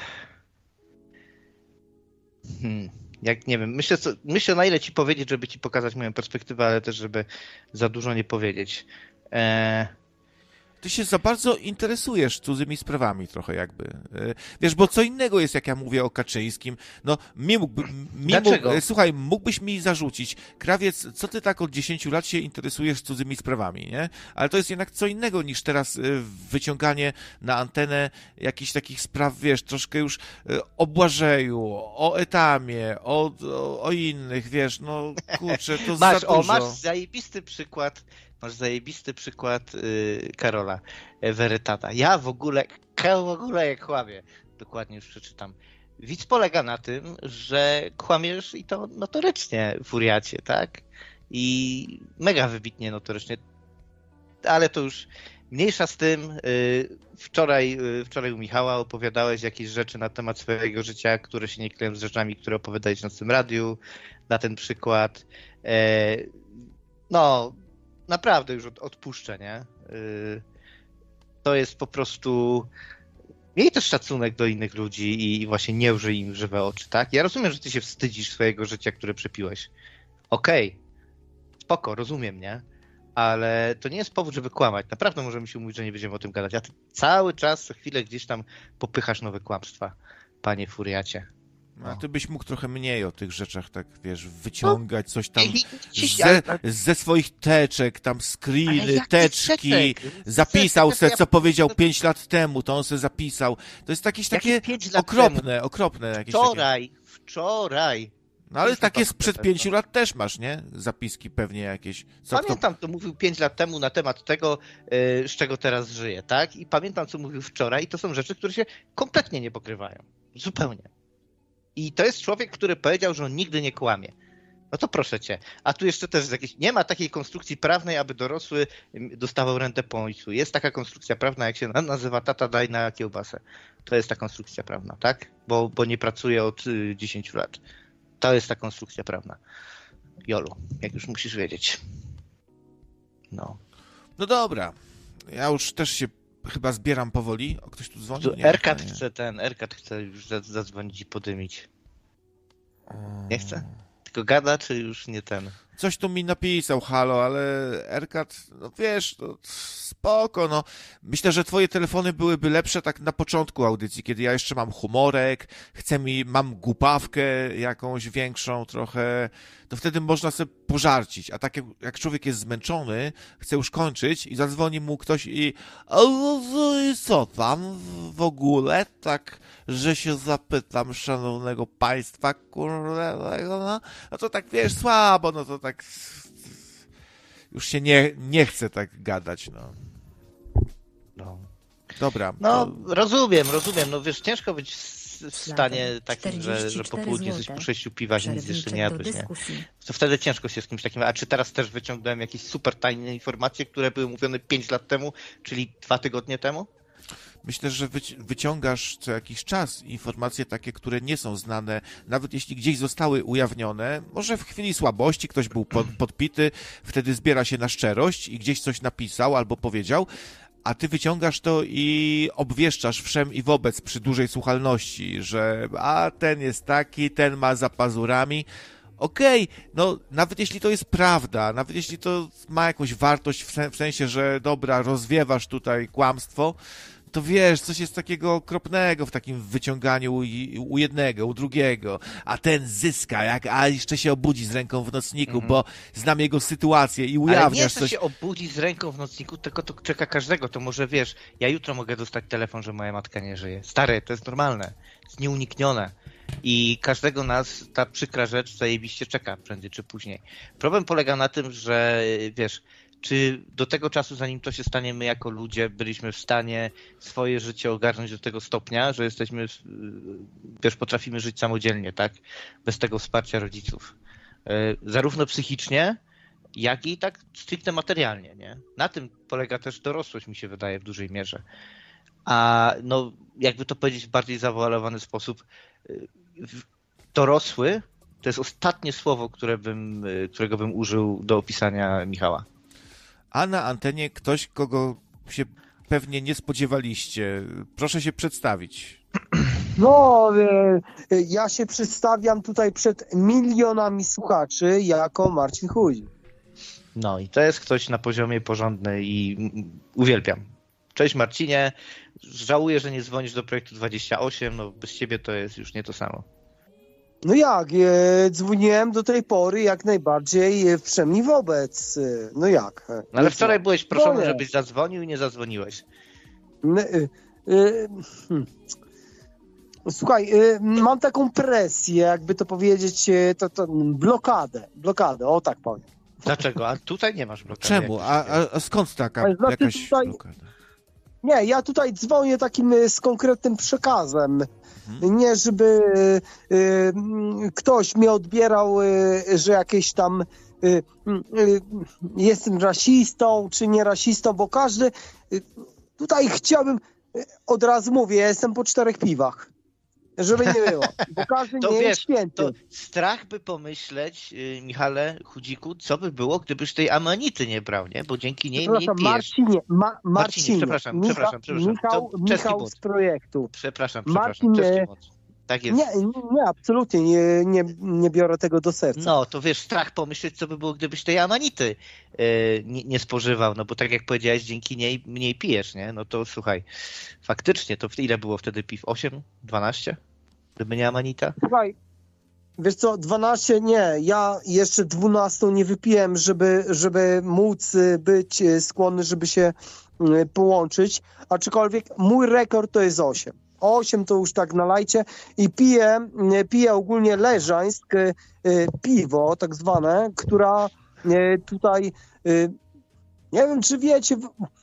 Hmm, jak nie wiem, myślę, co, myślę na ile ci powiedzieć, żeby ci pokazać moją perspektywę, ale też żeby za dużo nie powiedzieć. Eee... Ty się za bardzo interesujesz cudzymi sprawami trochę jakby. Wiesz, bo co innego jest, jak ja mówię o Kaczyńskim. No, mi mógłby, mi Dlaczego? Mógł, słuchaj, mógłbyś mi zarzucić, Krawiec, co ty tak od dziesięciu lat się interesujesz cudzymi sprawami, nie? Ale to jest jednak co innego niż teraz wyciąganie na antenę jakichś takich spraw, wiesz, troszkę już o Błażeju, o Etamie, o, o, o innych, wiesz, no kurczę, to masz, za o, dużo. Masz zajebisty przykład Masz zajebisty przykład yy, Karola Werytata. Ja w ogóle, w ogóle jak kłamię, dokładnie już przeczytam. Widz polega na tym, że kłamiesz i to notorycznie, Furiacie, tak? I mega wybitnie notorycznie. Ale to już mniejsza z tym. Yy, wczoraj, yy, wczoraj u Michała opowiadałeś jakieś rzeczy na temat swojego życia, które się nie kleją z rzeczami, które opowiadałeś na tym radiu, na ten przykład. Yy, no... Naprawdę już od, odpuszczę, nie? Yy, to jest po prostu... Miej też szacunek do innych ludzi i, i właśnie nie użyj im w żywe oczy, tak? Ja rozumiem, że ty się wstydzisz swojego życia, które przepiłeś. Okej, okay. Spoko, rozumiem, nie? Ale to nie jest powód, żeby kłamać. Naprawdę możemy się mówić, że nie będziemy o tym gadać. A ty cały czas, co chwilę gdzieś tam popychasz nowe kłamstwa, panie Furiacie. No. A ty byś mógł trochę mniej o tych rzeczach, tak wiesz, wyciągać coś tam ze, ze swoich teczek, tam screeny, teczki, zapisał se, co powiedział pięć lat temu, to on se zapisał. To jest jakieś takie okropne, okropne. Jakieś wczoraj, takie... wczoraj. No ale takie sprzed pięciu lat też masz, nie? Zapiski pewnie jakieś. Co pamiętam, to... to mówił pięć lat temu na temat tego, z czego teraz żyję, tak? I pamiętam, co mówił wczoraj i to są rzeczy, które się kompletnie nie pokrywają. Zupełnie. I to jest człowiek, który powiedział, że on nigdy nie kłamie. No to proszę cię. A tu jeszcze też jakieś... nie ma takiej konstrukcji prawnej, aby dorosły dostawał rentę po ojcu. Jest taka konstrukcja prawna, jak się nazywa, tata daj na kiełbasę. To jest ta konstrukcja prawna, tak? Bo, bo nie pracuje od dziesięciu lat. To jest ta konstrukcja prawna. Jolu, jak już musisz wiedzieć. No. No dobra. Ja już też się chyba zbieram powoli. O, ktoś tu dzwoni? Tu Erkat chce ten, Erkat chce już zadzwonić i podymić. Nie chce? Tylko gada, czy już nie ten? coś tu mi napisał, halo, ale Erkat, no wiesz, no, spoko, no. Myślę, że twoje telefony byłyby lepsze tak na początku audycji, kiedy ja jeszcze mam humorek, chcę mi, mam głupawkę jakąś większą trochę, to wtedy można sobie pożarcić, a tak jak, jak człowiek jest zmęczony, chce już kończyć i zadzwoni mu ktoś i co tam w ogóle, tak, że się zapytam szanownego państwa, kurde, no, no to tak, wiesz, słabo, no to tak już się nie, nie chce tak gadać, no. No. Dobra. No, to... rozumiem, rozumiem, no wiesz, ciężko być w stanie takim, że, że po południu jesteś po sześciu piwach i nic jeszcze nie jadłeś, nie? To wtedy ciężko się z kimś takim, a czy teraz też wyciągnąłem jakieś super tajne informacje, które były mówione pięć lat temu, czyli dwa tygodnie temu? Myślę, że wyciągasz co jakiś czas informacje takie, które nie są znane, nawet jeśli gdzieś zostały ujawnione, może w chwili słabości ktoś był pod, podpity, wtedy zbiera się na szczerość i gdzieś coś napisał albo powiedział, a ty wyciągasz to i obwieszczasz wszem i wobec przy dużej słuchalności, że a ten jest taki, ten ma za pazurami. Okej, okay, no nawet jeśli to jest prawda, nawet jeśli to ma jakąś wartość w, sen- w sensie, że dobra, rozwiewasz tutaj kłamstwo, to wiesz, coś jest takiego okropnego w takim wyciąganiu u, u jednego, u drugiego, a ten zyska, jak, a jeszcze się obudzi z ręką w nocniku, mm-hmm. bo znam jego sytuację i ujawniasz coś. Ale nie, że się obudzi z ręką w nocniku, tylko to czeka każdego, to może wiesz, ja jutro mogę dostać telefon, że moja matka nie żyje. Stary, to jest normalne, jest nieuniknione. I każdego nas ta przykra rzecz zajebiście czeka, prędzej czy później. Problem polega na tym, że wiesz, czy do tego czasu, zanim to się stanie, my jako ludzie byliśmy w stanie swoje życie ogarnąć do tego stopnia, że jesteśmy, wiesz, potrafimy żyć samodzielnie, tak? Bez tego wsparcia rodziców. Zarówno psychicznie, jak i tak stricte materialnie, nie? Na tym polega też dorosłość, mi się wydaje, w dużej mierze. A no, jakby to powiedzieć w bardziej zawoalowany sposób, dorosły to jest ostatnie słowo, które bym, którego bym użył do opisania Michała. A na antenie ktoś, kogo się pewnie nie spodziewaliście. Proszę się przedstawić. No, ja się przedstawiam tutaj przed milionami słuchaczy jako Marcin Chuj. No i to jest ktoś na poziomie porządny i uwielbiam. Cześć Marcinie, żałuję, że nie dzwonisz do Projektu dwadzieścia osiem, no bez ciebie to jest już nie to samo. No jak, e, dzwoniłem do tej pory jak najbardziej e, wszemi wobec. E, no jak? E, no ale wczoraj co? byłeś proszony, no żebyś zadzwonił i nie zadzwoniłeś. No, e, e, hmm. Słuchaj, e, mam taką presję, jakby to powiedzieć, e, to, to blokadę, blokadę, o tak powiem. Dlaczego? A tutaj nie masz blokady. Czemu? A, a, a skąd taka znaczy jakaś tutaj, blokada? Nie, ja tutaj dzwonię takim z konkretnym przekazem. Hmm. Nie, żeby y, y, ktoś mnie odbierał, y, że jakieś tam y, y, jestem rasistą, czy nie rasistą, bo każdy... Y, tutaj chciałbym, y, od razu mówię, ja jestem po czterech piwach. Żeby nie było, bo każdy to nie wiesz, jest święty. To strach by pomyśleć, yy, Michale, Chudziku, co by było, gdybyś tej amanity nie brał, nie? Bo dzięki niej mniej pijesz. Marcinie, ma, Marcinie, Marcinie, przepraszam, Michał, przepraszam, przepraszam. Michał, Michał z projektu. Przepraszam, przepraszam, Marcin, czeski moc. Tak jest. Nie, nie, absolutnie nie, nie, nie biorę tego do serca. No, to wiesz, strach pomyśleć, co by było, gdybyś tej amanity yy, nie, nie spożywał, no bo tak jak powiedziałeś, dzięki niej mniej pijesz, nie? No to słuchaj, faktycznie, to ile było wtedy piw? osiem? dwanaście? Gdyby nie amanita? Słuchaj, wiesz co, dwanaście nie, ja jeszcze dwunastą nie wypiłem, żeby, żeby móc być skłonny, żeby się połączyć, aczkolwiek mój rekord to jest osiem. osiem to już tak nalajcie i piję, piję ogólnie leżańsk, piwo tak zwane, która tutaj, nie wiem czy wiecie,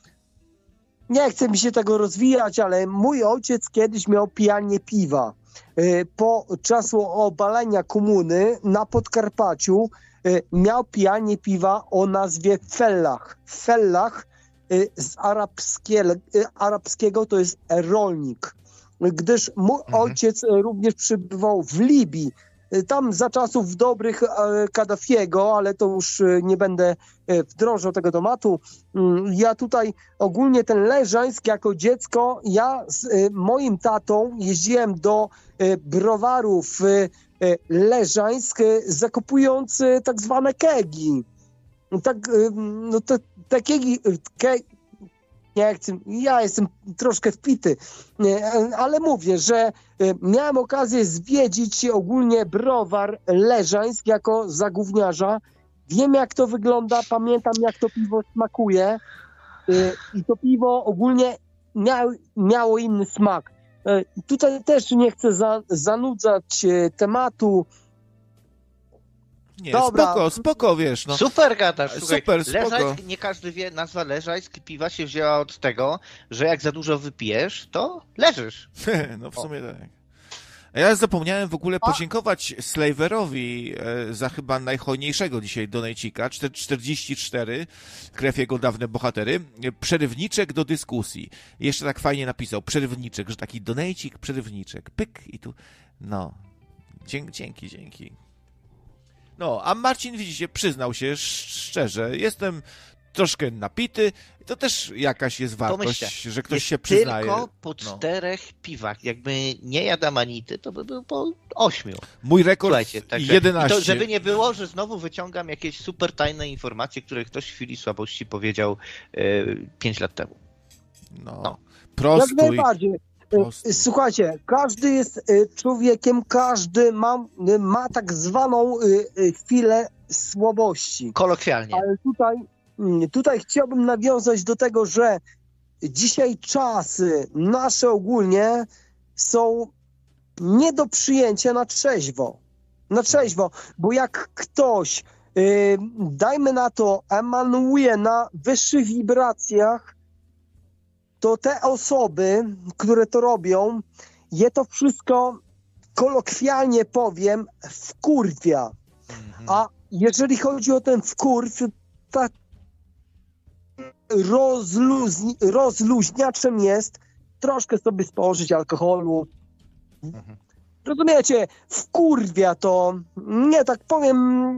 nie chcę mi się tego rozwijać, ale mój ojciec kiedyś miał pijanie piwa. Po czasu obalenia komuny na Podkarpaciu miał pijanie piwa o nazwie Fellach. Fellach z arabskie, arabskiego to jest rolnik. Gdyż mój mhm. ojciec również przebywał w Libii tam za czasów dobrych Kaddafiego, ale to już nie będę wdrążał tego tematu. Ja tutaj ogólnie ten Leżańsk jako dziecko, ja z moim tatą jeździłem do browarów Leżańsk, zakupując tak zwane kegi. Tak, no to te kegi, ke, nie chcę, ja jestem troszkę wpity, ale mówię, że miałem okazję zwiedzić ogólnie browar Leżańsk jako zagówniarza. Wiem, jak to wygląda, pamiętam, jak to piwo smakuje i to piwo ogólnie miał, miało inny smak. Tutaj też nie chcę za, zanudzać tematu. Nie, Dobra. spoko, spoko, wiesz, no. Super gadasz, słuchaj, Super, spoko. Leżajsk, nie każdy wie, nazwa Leżajsk piwa się wzięła od tego, że jak za dużo wypijesz, to leżysz. No w sumie tak. A ja zapomniałem w ogóle podziękować Slaverowi e, za chyba najhojniejszego dzisiaj donejcika, czterdzieści cztery, krew jego dawne bohatery, przerywniczek do dyskusji. I jeszcze tak fajnie napisał, przerywniczek, że taki donejcik, przerywniczek, pyk i tu, no, dzięki, dzięki, dzięki. No, a Marcin, widzicie, przyznał się szczerze, jestem troszkę napity, to też jakaś jest wartość, Pomyślcie, że ktoś jest się przyznaje. Tylko po no. czterech piwach. Jakby nie jadł amanity, to by był po ośmiu. Mój rekord Słuchajcie, także, jedenaście. I to, żeby nie było, że znowu wyciągam jakieś super tajne informacje, które ktoś w chwili słabości powiedział yy, pięć lat temu. No, no. Prostuj. Jak najbardziej. Słuchajcie, każdy jest człowiekiem, każdy ma, ma tak zwaną chwilę słabości. Kolokwialnie. Ale tutaj, tutaj chciałbym nawiązać do tego, że dzisiaj czasy nasze ogólnie są nie do przyjęcia na trzeźwo. Na trzeźwo, bo jak ktoś, dajmy na to, emanuje na wyższych wibracjach, to te osoby, które to robią, je to wszystko, kolokwialnie powiem, wkurwia. Mhm. A jeżeli chodzi o ten wkurw, tak rozluźni, rozluźniaczem jest troszkę sobie spożyć alkoholu. Mhm. Rozumiecie? Wkurwia to, nie tak powiem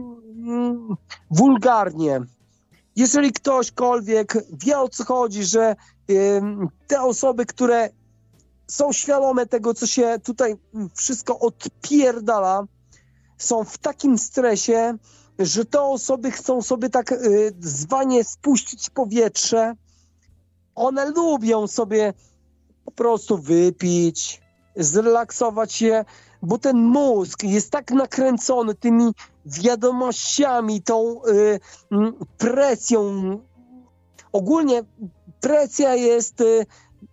wulgarnie. Jeżeli ktośkolwiek wie, o co chodzi, że y, te osoby, które są świadome tego, co się tutaj wszystko odpierdala, są w takim stresie, że te osoby chcą sobie tak y, zwanie spuścić powietrze. One lubią sobie po prostu wypić, zrelaksować się, bo ten mózg jest tak nakręcony tymi wiadomościami, tą y, presją. Ogólnie presja jest y,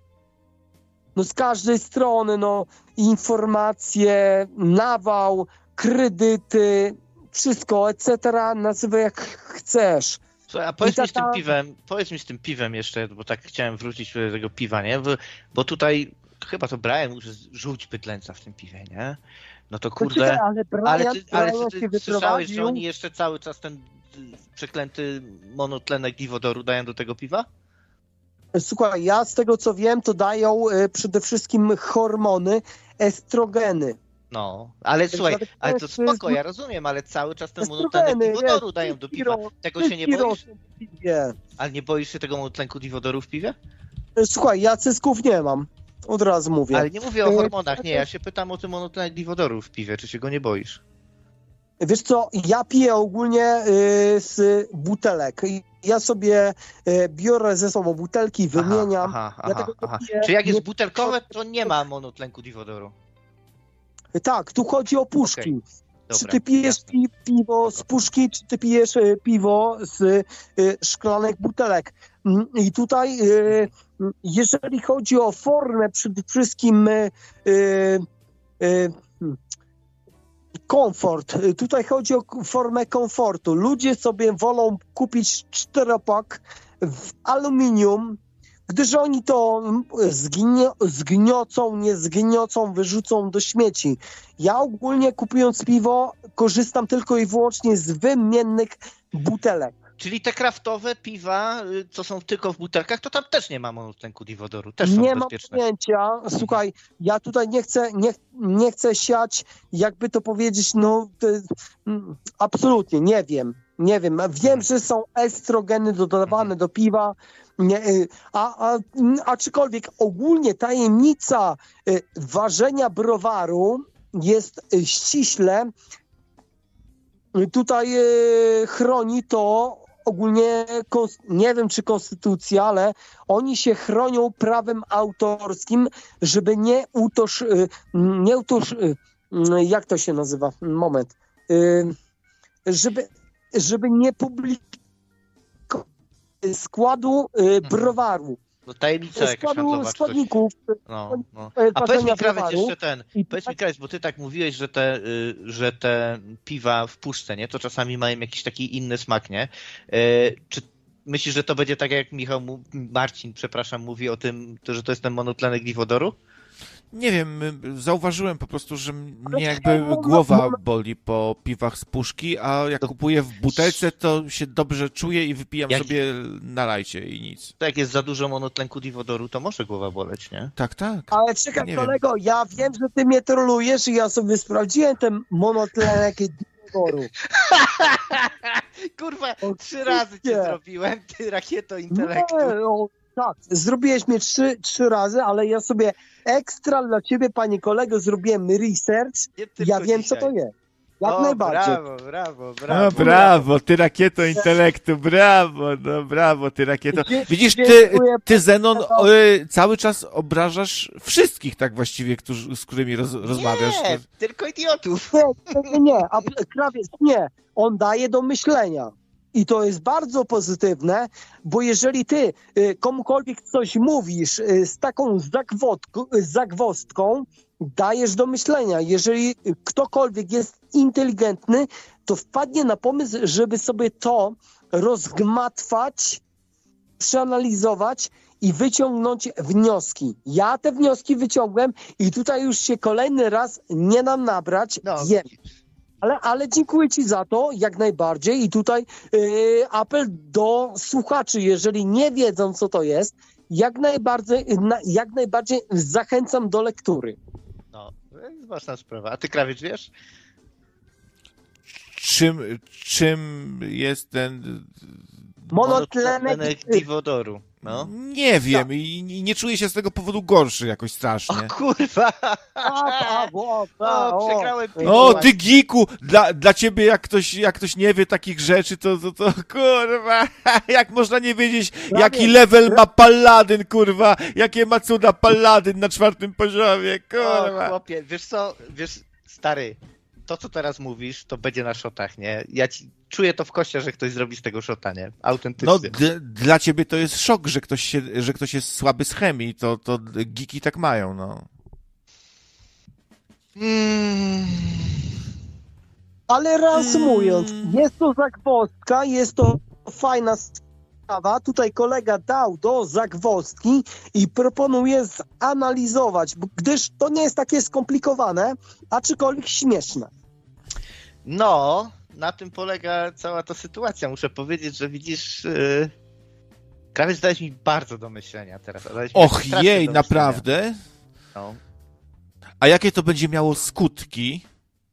no, z każdej strony, no, informacje, nawał, kredyty, wszystko, et cetera. Nazywaj jak chcesz. Słuchaj, a powiedz ta, mi z tym ta... piwem, powiedz mi z tym piwem jeszcze, bo tak chciałem wrócić do tego piwa, nie? Bo, bo tutaj chyba to Brian mówi, że żółć bydlęca w tym piwie, nie? No to kurde, Poczekaj, ale, Brian, ale ty, ale Brian ty, się ty słyszałeś, że wyprowadził. oni jeszcze cały czas ten przeklęty monotlenek giwodoru dają do tego piwa? Słuchaj, ja z tego co wiem, to dają y, przede wszystkim hormony, estrogeny. No, ale słuchaj, ale to spoko, ja rozumiem, ale cały czas ten monotlenek giwodoru dają do piwa. Tego się nie boisz? Ale nie boisz się tego monotlenku giwodoru w piwie? Słuchaj, ja cysków nie mam. Od razu mówię. Ale nie mówię o hormonach, nie, ja się pytam o ten monotlenek giwodoru w piwie, czy się go nie boisz? Wiesz co, ja piję ogólnie y, z butelek. Ja sobie y, biorę ze sobą butelki, wymieniam. Aha, aha, aha, aha. Czy jak jest butelkowe, to nie ma monotlenku giwodoru? Tak, tu chodzi o puszki. Okay. Dobra, czy ty pijesz jasne. piwo z puszki, czy ty pijesz y, piwo z y, szklanek butelek. I tutaj, y, jeżeli chodzi o formę, przede wszystkim y, y, komfort. Tutaj chodzi o formę komfortu. Ludzie sobie wolą kupić czteropak w aluminium, gdyż oni to zgnie, zgniocą, nie zgniocą, wyrzucą do śmieci. Ja ogólnie kupując piwo korzystam tylko i wyłącznie z wymiennych butelek. Czyli te kraftowe piwa, co są tylko w butelkach, to tam też nie ma monotlenku diwodoru, też są nie bezpieczne. Nie mam pojęcia. Słuchaj, ja tutaj nie chcę, nie, nie chcę siać, jakby to powiedzieć, no to, mm, absolutnie, nie wiem. Nie wiem. Wiem, że są estrogeny dodawane do piwa, nie, a, a, aczkolwiek ogólnie tajemnica ważenia browaru jest ściśle tutaj chroni to ogólnie, nie wiem czy konstytucja, ale oni się chronią prawem autorskim, żeby nie utoż, nie utoż, jak to się nazywa? Moment. Żeby, żeby nie publikować składu browaru. No tajemnica jakaś handlowa. Składników. No, no. A powiedz mi, Krawiec, jeszcze ten, powiedz mi, Krawiec, bo ty tak mówiłeś, że te, że te piwa w puszce, nie, to czasami mają jakiś taki inny smak, nie? Czy myślisz, że to będzie tak, jak Michał, Marcin, przepraszam, mówi o tym, to, że to jest ten monotlenek diwodoru? Nie wiem, zauważyłem po prostu, że mnie jakby głowa boli po piwach z puszki, a jak kupuję w butelce, to się dobrze czuję i wypijam jak... sobie na lajcie i nic. To jak jest za dużo monotlenku diwodoru, to może głowa boleć, nie? Tak, tak. Ale czekaj, ja kolego, wiem. ja wiem, że ty mnie trolujesz i ja sobie sprawdziłem ten monotlenek diwodoru. Kurwa, trzy razy cię zrobiłem, ty rakieto intelektu. Nie, no, tak, zrobiłeś mnie trzy, trzy razy, ale ja sobie ekstra dla ciebie, panie kolego, zrobiłem research. Ja wiem, dzisiaj. co to jest. Jak o, najbardziej. Brawo, brawo, brawo. No brawo, ty rakieto intelektu, brawo, no brawo, ty rakieto. Widzisz, ty, ty Zenon, o, cały czas obrażasz wszystkich tak właściwie, którzy, z którymi roz, rozmawiasz. Nie, tylko idiotów. Nie, nie, nie, a Krawiec, nie. On daje do myślenia. I to jest bardzo pozytywne, bo jeżeli ty y, komukolwiek coś mówisz y, z taką zagwodką, y, zagwozdką, dajesz do myślenia. Jeżeli ktokolwiek jest inteligentny, to wpadnie na pomysł, żeby sobie to rozgmatwać, przeanalizować i wyciągnąć wnioski. Ja te wnioski wyciągłem i tutaj już się kolejny raz nie nam nabrać. No. Wiem. Ale, ale dziękuję ci za to, jak najbardziej. I tutaj yy, apel do słuchaczy, jeżeli nie wiedzą, co to jest, jak najbardziej, na, jak najbardziej zachęcam do lektury. No, to jest ważna sprawa. A ty, Krawiec, wiesz? Czym, czym jest ten... Monotlenek diwodoru. No. Nie wiem no. i nie czuję się z tego powodu gorszy jakoś strasznie. O kurwa! A, o, o, o, przegrałem piwo. O, ty giku! Dla, dla ciebie jak ktoś, jak ktoś nie wie takich rzeczy, to, to, to kurwa, jak można nie wiedzieć, prawie, jaki level ma Paladyn, kurwa, jakie ma cuda Paladyn na czwartym poziomie, kurwa. O, chłopie, wiesz co, wiesz, stary, to co teraz mówisz, to będzie na szotach, nie? Ja ci czuję to w kościach, że ktoś zrobi z tego szota, nie? Autentycznie. No, d- dla ciebie to jest szok, że ktoś, się, że ktoś jest słaby z chemii, to, to geeki tak mają, no. Mm. Ale reasumując, mm. jest to zagwozdka, jest to fajna sprawa. Tutaj kolega dał do zagwozdki i proponuje zanalizować, gdyż to nie jest takie skomplikowane, aczkolwiek śmieszne. No, na tym polega cała ta sytuacja. Muszę powiedzieć, że widzisz... Yy... Krawiec, dałeś mi bardzo do myślenia teraz. Och jej, naprawdę? No. A jakie to będzie miało skutki?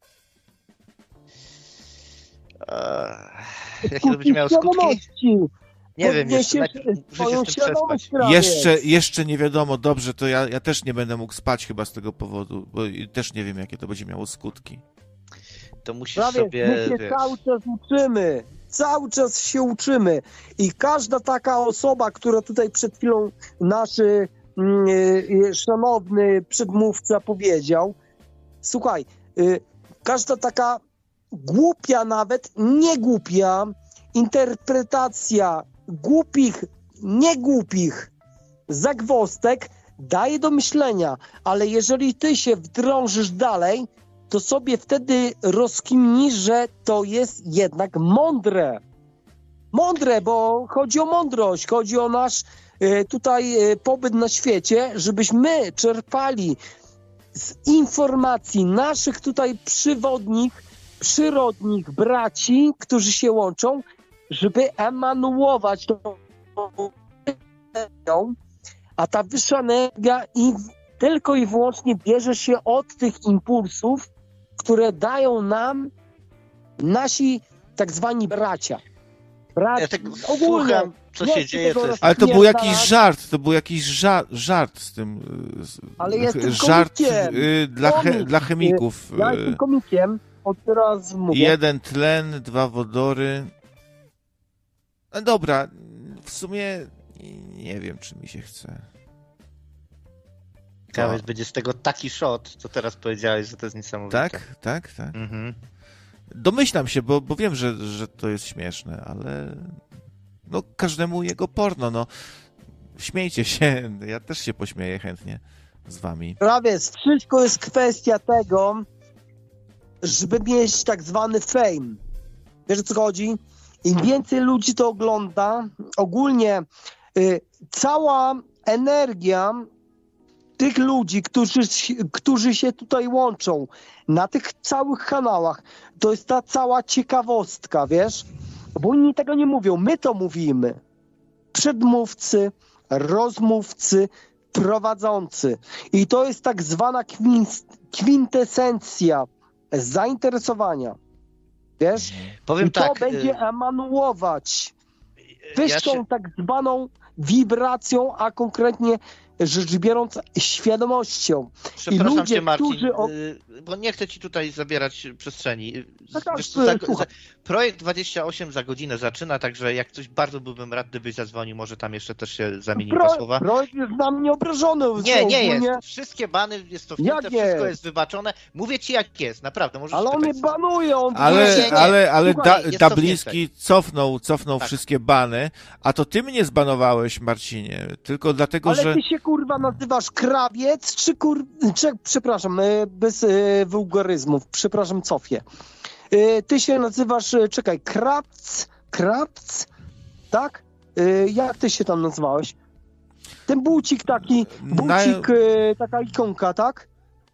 Eee, jakie to będzie miało skutki? Nie wiem, jeszcze, muszę się z tym przespać. Jeszcze, jeszcze nie wiadomo, dobrze, to ja, ja też nie będę mógł spać chyba z tego powodu, bo też nie wiem, jakie to będzie miało skutki. To musisz Prawie, sobie... My się wiesz... cały czas uczymy, cały czas się uczymy i każda taka osoba, która tutaj przed chwilą nasz yy, szanowny przedmówca powiedział, słuchaj, yy, każda taka głupia nawet, nie głupia interpretacja głupich, nie głupich zagwozdek daje do myślenia, ale jeżeli ty się wdrążysz dalej, to sobie wtedy rozkminisz, że to jest jednak mądre. Mądre, bo chodzi o mądrość, chodzi o nasz y, tutaj y, pobyt na świecie, żebyśmy czerpali z informacji naszych tutaj przywodnich, przyrodnich braci, którzy się łączą, żeby emanuować tą energią, a ta wyższa energia i tylko i wyłącznie bierze się od tych impulsów, które dają nam nasi tak zwani bracia. bracia. Ja tak Ogólnie, słucham, co się dzieje. To jest... Ale to był jakiś żart, to był jakiś żart, żart z tym. Z, Ale jestem żart komikiem. y, dla, he, dla chemików. Ja jestem komikiem, od teraz mówię. Jeden tlen, dwa wodory. No dobra, w sumie nie wiem, czy mi się chce. Ciekawe, będzie z tego taki shot, co teraz powiedziałeś, że to jest niesamowite. Tak, tak, tak. Mhm. Domyślam się, bo, bo wiem, że, że to jest śmieszne, ale no każdemu jego porno, no. Śmiejcie się, ja też się pośmieję chętnie z wami. Prawie wszystko jest kwestia tego, żeby mieć tak zwany fame. Wiesz, o co chodzi? Im więcej ludzi to ogląda, ogólnie y, cała energia tych ludzi, którzy, którzy się tutaj łączą na tych całych kanałach, to jest ta cała ciekawostka, wiesz? Bo oni tego nie mówią, my to mówimy. Przedmówcy, rozmówcy, prowadzący. I to jest tak zwana kwin- kwintesencja zainteresowania. Wiesz? Powiem I to tak, będzie y- emanuować wyższą ja się... tak zwaną wibracją, a konkretnie rzecz biorąc świadomością. I Przepraszam ludzie, cię, Marcin, którzy... O... bo nie chcę ci tutaj zabierać przestrzeni. Tak, tak, Wiesz, co, za, słucham. za, projekt dwadzieścia osiem za godzinę zaczyna, także jak coś bardzo byłbym rad, gdybyś zadzwonił, może tam jeszcze też się zamieni Pro, dwa słowa. Projekt jest na mnie obrażony. Nie, nie ogólnie... jest. Wszystkie bany jest to wcięte, Jak wszystko jest? jest wybaczone. Mówię ci jak jest, naprawdę. Możesz Ale on mnie czytać. banuje, on... Ale, Nie, nie, nie. ale, ale Słuchaj, da, jest Dabliński to cofnął, cofnął Tak. wszystkie bany, a to ty mnie zbanowałeś, Marcinie, tylko dlatego, Ale że... ty się kurwa nazywasz krawiec, czy kur... Czy, przepraszam, e, bez e, wulgaryzmów, przepraszam, cofię. E, Ty się nazywasz, e, czekaj, Krapc, Krapc, tak? E, Jak ty się tam nazwałeś? Ten bucik taki, bucik, e, taka ikonka, tak?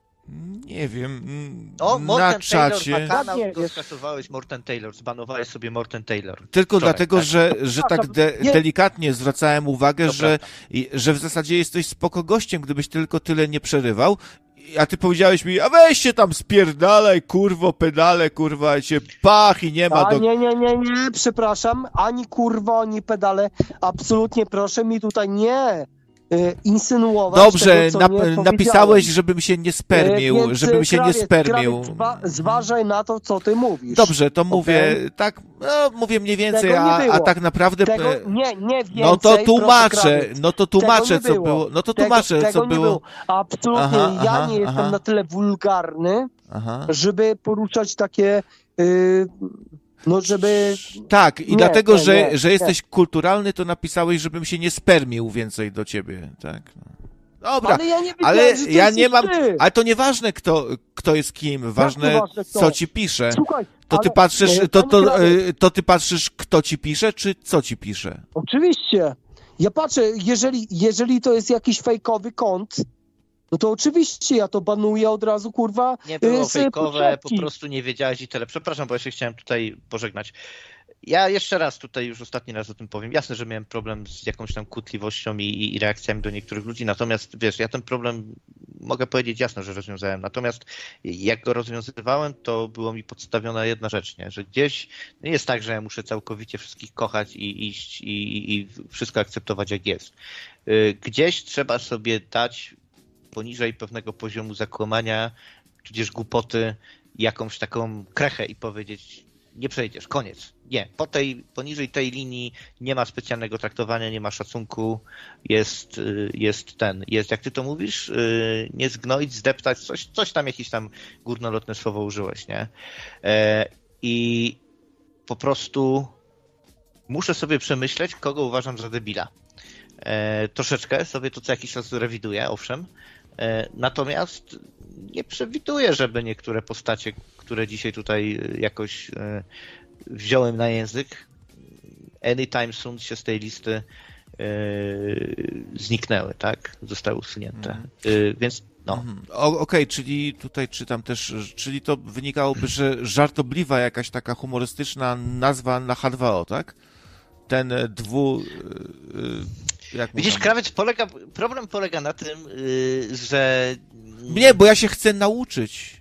Nie wiem, mm, O, na Morten Taylor czacie... ma kanał, Nie, to skasowałeś Morten Taylor, zbanowałeś sobie Morten Taylor. Tylko Wczoraj, dlatego, tak? że, że tak de, Nie. delikatnie zwracałem uwagę, To że, i, że w zasadzie jesteś spoko gościem, gdybyś tylko tyle nie przerywał, a ty powiedziałeś mi, a weź się tam spierdalaj, kurwo, pedale, kurwa, i cię pach i nie ma A do... nie, nie, nie, nie, przepraszam, ani kurwa, ani pedale, absolutnie proszę mi tutaj nie y, insynuować Dobrze, tego, co nap- nie napisałeś, powiedziałem. żebym się nie spermił, E, więc, żebym się krawiec, nie spermił. krawiec, zwa- zważaj na to, co ty mówisz. Dobrze, to mówię, Okej? tak, no, mówię mniej więcej, Tego nie a, było. a tak naprawdę... Tego, e, nie, nie więcej, No to proszę, tłumaczę, krawiec. no to Tego tłumaczę, nie co było. było. No to Tego- tłumaczę, tego co nie było. Absolutnie, Aha, ja aha, nie jestem aha. na tyle wulgarny, Aha. żeby poruszać takie, y, no żeby... Tak, i Nie, dlatego, nie, że, nie, że nie. jesteś kulturalny, to napisałeś, żebym się nie spermił więcej do ciebie, tak? No. Dobra, Ale ja nie wiedziałem, ale że to ja jesteś nie mam, ty. ale to nieważne, kto, kto jest kim, ważne, nieważne kto? co ci pisze. Słuchaj, To ty ale- patrzysz, e, to, panie to, krawiec. e, to ty patrzysz, kto ci pisze, czy co ci pisze? Oczywiście. Ja patrzę, jeżeli, jeżeli to jest jakiś fejkowy kont, no to oczywiście ja to banuję od razu, kurwa. Nie było z fejkowe, po potrzebki. prostu nie wiedziałeś i tyle. Przepraszam, bo ja się chciałem tutaj pożegnać. Ja jeszcze raz tutaj już ostatni raz o tym powiem. Jasne, że miałem problem z jakąś tam kłótliwością i, i, i reakcjami do niektórych ludzi, natomiast wiesz, ja ten problem mogę powiedzieć jasno, że rozwiązałem. Natomiast jak go rozwiązywałem, to było mi podstawiona jedna rzecz, nie? Że gdzieś nie jest tak, że ja muszę całkowicie wszystkich kochać i iść i, i, i wszystko akceptować jak jest. Gdzieś trzeba sobie dać poniżej pewnego poziomu zakłamania, tudzież głupoty, jakąś taką krechę i powiedzieć, nie przejdziesz, koniec. Nie, po tej, poniżej tej linii nie ma specjalnego traktowania, nie ma szacunku, jest, jest ten, jest, jak ty to mówisz, nie zgnoić, zdeptać, coś, coś tam, jakieś tam górnolotne słowo użyłeś, nie? I po prostu muszę sobie przemyśleć, kogo uważam za debila. Troszeczkę sobie to co jakiś czas rewiduję, owszem, natomiast nie przewiduję, żeby niektóre postacie, które dzisiaj tutaj jakoś wziąłem na język, anytime soon się z tej listy zniknęły, tak? Zostały usunięte. Mm. Więc No. Mhm. Okej, okay, czyli tutaj czytam też, czyli to wynikałoby, że żartobliwa jakaś taka humorystyczna nazwa na H dwa O, tak? Ten dwu... Jak Widzisz, mówią? krawiec polega, problem polega na tym, yy, że... Nie, bo ja się chcę nauczyć.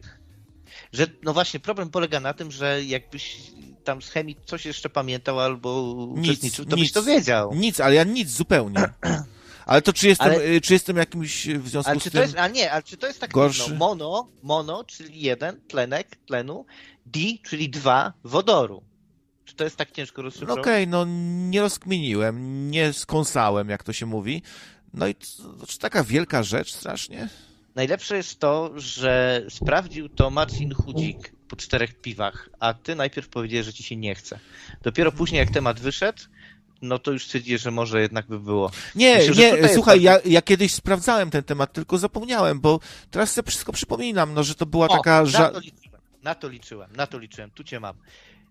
Że, no właśnie, problem polega na tym, że jakbyś tam z chemii coś jeszcze pamiętał albo Nic, uczestniczył, to nic, byś to wiedział. Nic, ale ja nic zupełnie. Ale to czy jestem, Ale- czy jestem jakimś w związku Ale z czy tym... to jest, a nie, ale czy to jest tak gorszy? no, mono, mono, czyli jeden, tlenek, tlenu, di, czyli dwa, wodoru. Czy to jest tak ciężko No rozszyfrować? okej, okay, no nie rozkminiłem, nie skąsałem, jak to się mówi. No i to, czy taka wielka rzecz strasznie? Najlepsze jest to, że sprawdził to Marcin Chudzik po czterech piwach, a ty najpierw powiedziałeś, że ci się nie chce. Dopiero później, jak temat wyszedł, no to już stwierdziłeś, że może jednak by było. Nie, Myślę, że nie, tutaj słuchaj, jest ja, ja kiedyś sprawdzałem ten temat, tylko zapomniałem, bo teraz sobie wszystko przypominam, no, że to była O, taka... na Ża... to liczyłem, na to liczyłem, na to liczyłem, tu cię mam.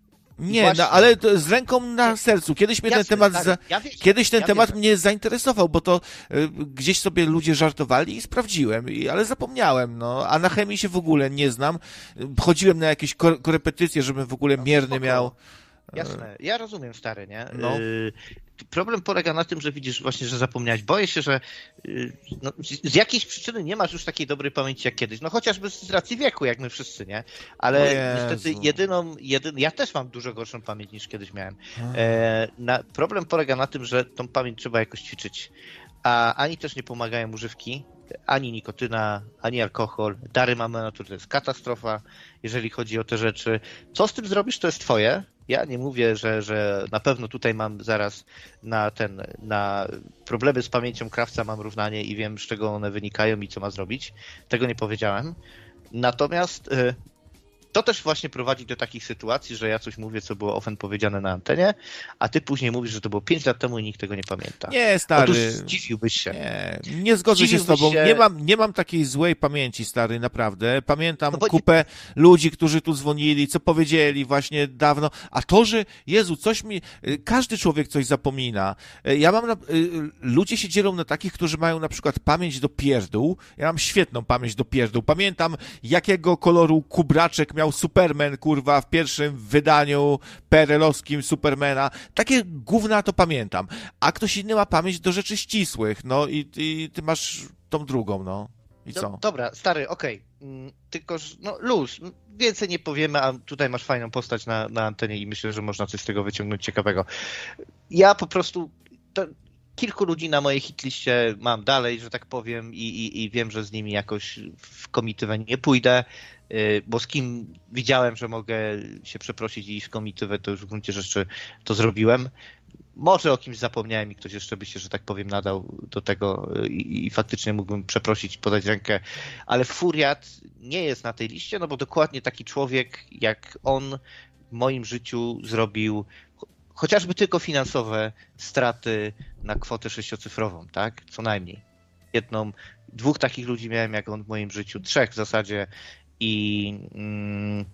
I Nie, właśnie- no, ale to z ręką na sercu. Kiedyś mnie Jasne, ten temat, stary, za... ja wierzę, Kiedyś ten ja temat wierzę. mnie zainteresował, bo to y, gdzieś sobie ludzie żartowali i sprawdziłem, i, ale zapomniałem, no, a na chemii się w ogóle nie znam. Chodziłem na jakieś ko- korepetycje, żebym w ogóle mierny spoko. miał. Jasne, ja rozumiem, stary, nie? No. Y, problem polega na tym, że widzisz właśnie, że zapomniałeś. Boję się, że y, no, z, z jakiejś przyczyny nie masz już takiej dobrej pamięci jak kiedyś. No chociażby z racji wieku, jak my wszyscy, nie? Ale O Jezu. niestety jedyną, jedyn, ja też mam dużo gorszą pamięć niż kiedyś miałem. E, na, problem polega na tym, że tą pamięć trzeba jakoś ćwiczyć. A ani też nie pomagają używki, ani nikotyna, ani alkohol. Dary mamy na to, to jest katastrofa, jeżeli chodzi o te rzeczy. Co z tym zrobisz, to jest twoje. Ja nie mówię, że, że na pewno tutaj mam zaraz na ten, na problemy z pamięcią krawca mam równanie i wiem, z czego one wynikają i co ma zrobić. Tego nie powiedziałem. Natomiast y, to też właśnie prowadzi do takich sytuacji, że ja coś mówię, co było ofen powiedziane na antenie, a ty później mówisz, że to było pięć lat temu i nikt tego nie pamięta. Nie, stary. Otóż zdziwiłbyś się. Nie, nie zgodzę się z Zdziwiłbyś tobą. się- Nie mam, nie mam takiej złej pamięci, stary, naprawdę. Pamiętam No bo- kupę ludzi, którzy tu dzwonili, co powiedzieli właśnie dawno. A to, że, Jezu, coś mi... Każdy człowiek coś zapomina. Ja mam... Na... Ludzie się dzielą na takich, którzy mają na przykład pamięć do pierdół. Ja mam świetną pamięć do pierdół. Pamiętam, jakiego koloru kubraczek miał Superman, kurwa, w pierwszym wydaniu perelowskim Supermana. Takie gówna to pamiętam. A ktoś inny ma pamięć do rzeczy ścisłych, no i, i ty masz tą drugą, no. I co? Do, dobra, stary, okej. Mm, Tylko, że no luz, więcej nie powiemy, a tutaj masz fajną postać na, na antenie i myślę, że można coś z tego wyciągnąć ciekawego. Ja po prostu... To, kilku ludzi na mojej hitliście mam dalej, że tak powiem, i, i, i wiem, że z nimi jakoś w komitywę nie pójdę, yy, bo z kim widziałem, że mogę się przeprosić i iść w komitywę, to już w gruncie rzeczy to zrobiłem. Może o kimś zapomniałem i ktoś jeszcze by się, że tak powiem, nadał do tego i, i faktycznie mógłbym przeprosić, podać rękę, ale Furiat nie jest na tej liście, no bo dokładnie taki człowiek jak on w moim życiu zrobił chociażby tylko finansowe straty na kwotę sześciocyfrową, tak? Co najmniej. Jedną, dwóch takich ludzi miałem jak on w moim życiu, trzech w zasadzie i, mm,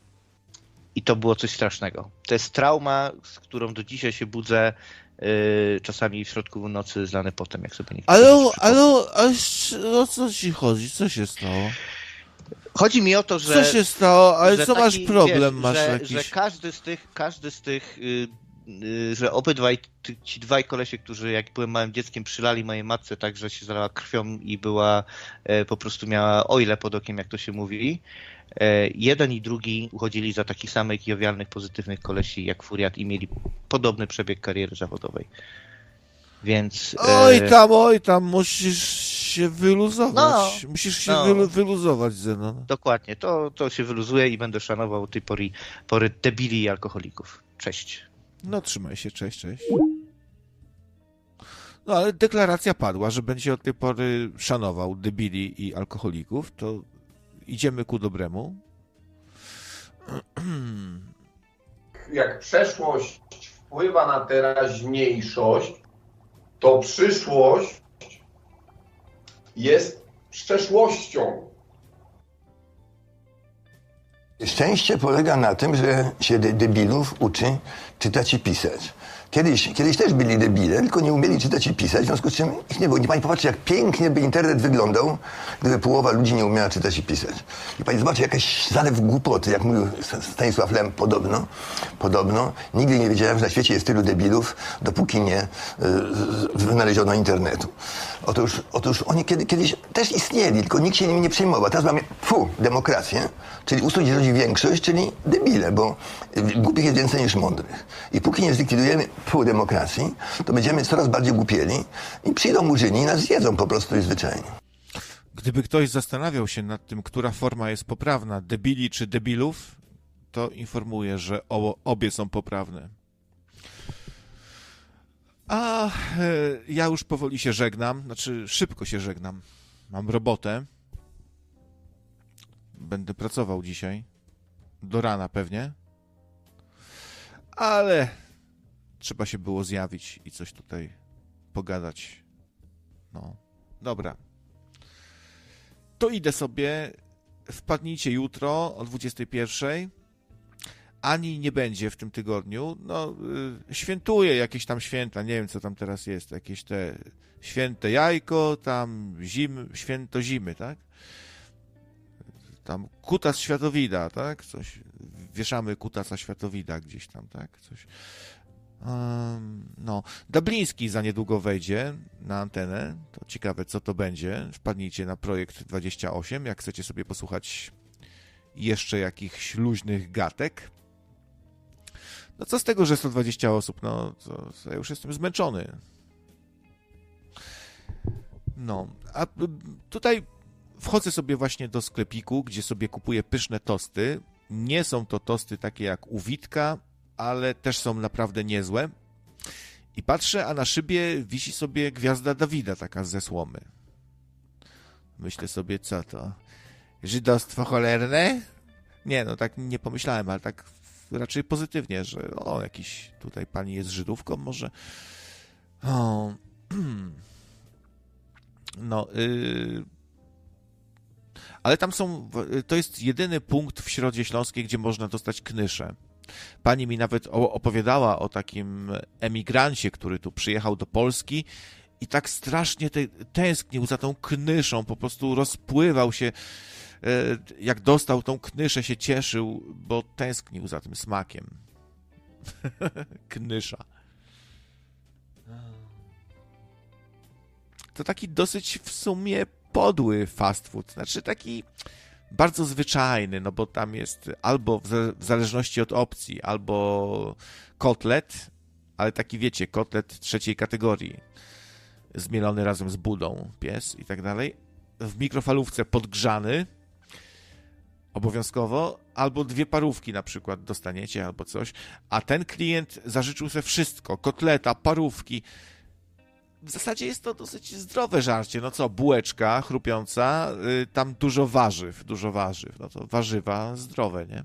i to było coś strasznego. To jest trauma, z którą do dzisiaj się budzę, yy, czasami w środku nocy zlany potem, jak sobie nie chcę. Ale, ale, ale o co ci chodzi? Co się stało? Chodzi mi o to, że... Co się stało? Ale że co taki, masz problem? wiesz, masz że, jakiś... że każdy z tych, każdy z tych, yy, yy, że obydwaj ty, ci dwaj kolesie, którzy jak byłem małym dzieckiem przylali mojej matce tak, że się zalała krwią i była, yy, po prostu miała oile pod okiem, jak to się mówi. Yy, jeden i drugi uchodzili za takich samych jowialnych, pozytywnych kolesi jak Furiat i mieli podobny przebieg kariery zawodowej. Więc... Oj yy, tam, oj tam, musisz się wyluzować. No, musisz się no. wylu- wyluzować, Zenon. Dokładnie, to, to się wyluzuje i będę szanował tej pory, pory debili i alkoholików. Cześć. No trzymaj się, cześć, cześć. No ale deklaracja padła, że będzie od tej pory szanował debili i alkoholików, to idziemy ku dobremu. Jak przeszłość wpływa na teraźniejszość, to przyszłość jest przeszłością. Szczęście polega na tym, że się de- debilów uczy czytać i pisać. Kiedyś, kiedyś też byli debile, tylko nie umieli czytać i pisać, w związku z czym ich nie było. Nie pani popatrzy, jak pięknie by internet wyglądał, gdyby połowa ludzi nie umiała czytać i pisać. I pani zobaczy, jakaś zalew głupoty, jak mówił Stanisław Lem, podobno, podobno. Nigdy nie wiedziałem, że na świecie jest tylu debilów, dopóki nie y, wynaleziono internetu. Otóż, otóż oni kiedy, kiedyś też istnieli, tylko nikt się nimi nie przejmował. Teraz mamy, fu, demokrację, czyli ustrój, gdzie rządzi większość, czyli debile, bo głupich jest więcej niż mądrych. I póki nie zlikwidujemy pół demokracji, to będziemy coraz bardziej głupieli i przyjdą murzyni i nas zjedzą po prostu i zwyczajnie. Gdyby ktoś zastanawiał się nad tym, która forma jest poprawna, debili czy debilów, to informuję, że o, obie są poprawne. A e, ja już powoli się żegnam, znaczy szybko się żegnam. Mam robotę. Będę pracował dzisiaj. Do rana pewnie. Ale trzeba się było zjawić i coś tutaj pogadać. No, dobra. To idę sobie. Wpadnijcie jutro o dwudziestej pierwszej. Ani nie będzie w tym tygodniu. No, y, świętuję jakieś tam święta. Nie wiem, co tam teraz jest. Jakieś te święte jajko, tam zim, święto zimy, tak? Tam kutas światowida, tak? Coś. Wieszamy kutasa światowida gdzieś tam, tak? Coś. Um, no. Dubliński za niedługo wejdzie na antenę. To ciekawe, co to będzie. Wpadnijcie na projekt dwadzieścia osiem, jak chcecie sobie posłuchać jeszcze jakichś luźnych gatek. No co z tego, że sto dwadzieścia osób? No, to, to ja już jestem zmęczony. No, a tutaj wchodzę sobie właśnie do sklepiku, gdzie sobie kupuję pyszne tosty. Nie są to tosty takie jak u Witka, ale też są naprawdę niezłe. I patrzę, a na szybie wisi sobie gwiazda Dawida, taka ze słomy. Myślę sobie, co to? Żydostwo cholerne? Nie, no tak nie pomyślałem, ale tak raczej pozytywnie, że o, jakiś tutaj pani jest Żydówką może. O, no, yy... ale tam są, to jest jedyny punkt w Środzie Śląskiej, gdzie można dostać knyszę. Pani mi nawet opowiadała o takim emigrancie, który tu przyjechał do Polski i tak strasznie te, tęsknił za tą knyszą, po prostu rozpływał się, jak dostał tą knyszę, się cieszył, bo tęsknił za tym smakiem. Knysza. To taki dosyć w sumie podły fast food, znaczy taki bardzo zwyczajny, no bo tam jest albo w zależności od opcji, albo kotlet, ale taki wiecie, kotlet trzeciej kategorii, zmielony razem z budą, pies i tak dalej, w mikrofalówce podgrzany, obowiązkowo, albo dwie parówki na przykład dostaniecie, albo coś, a ten klient zażyczył sobie wszystko, kotleta, parówki. W zasadzie jest to dosyć zdrowe żarcie, no co, bułeczka chrupiąca, yy, tam dużo warzyw, dużo warzyw, no to warzywa zdrowe, nie?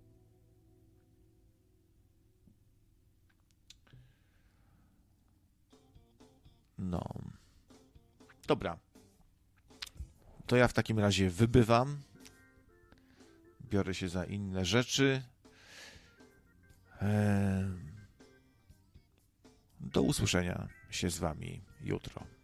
No. Dobra. To ja w takim razie wybywam. Biorę się za inne rzeczy. Eee... Do usłyszenia się z wami jutro.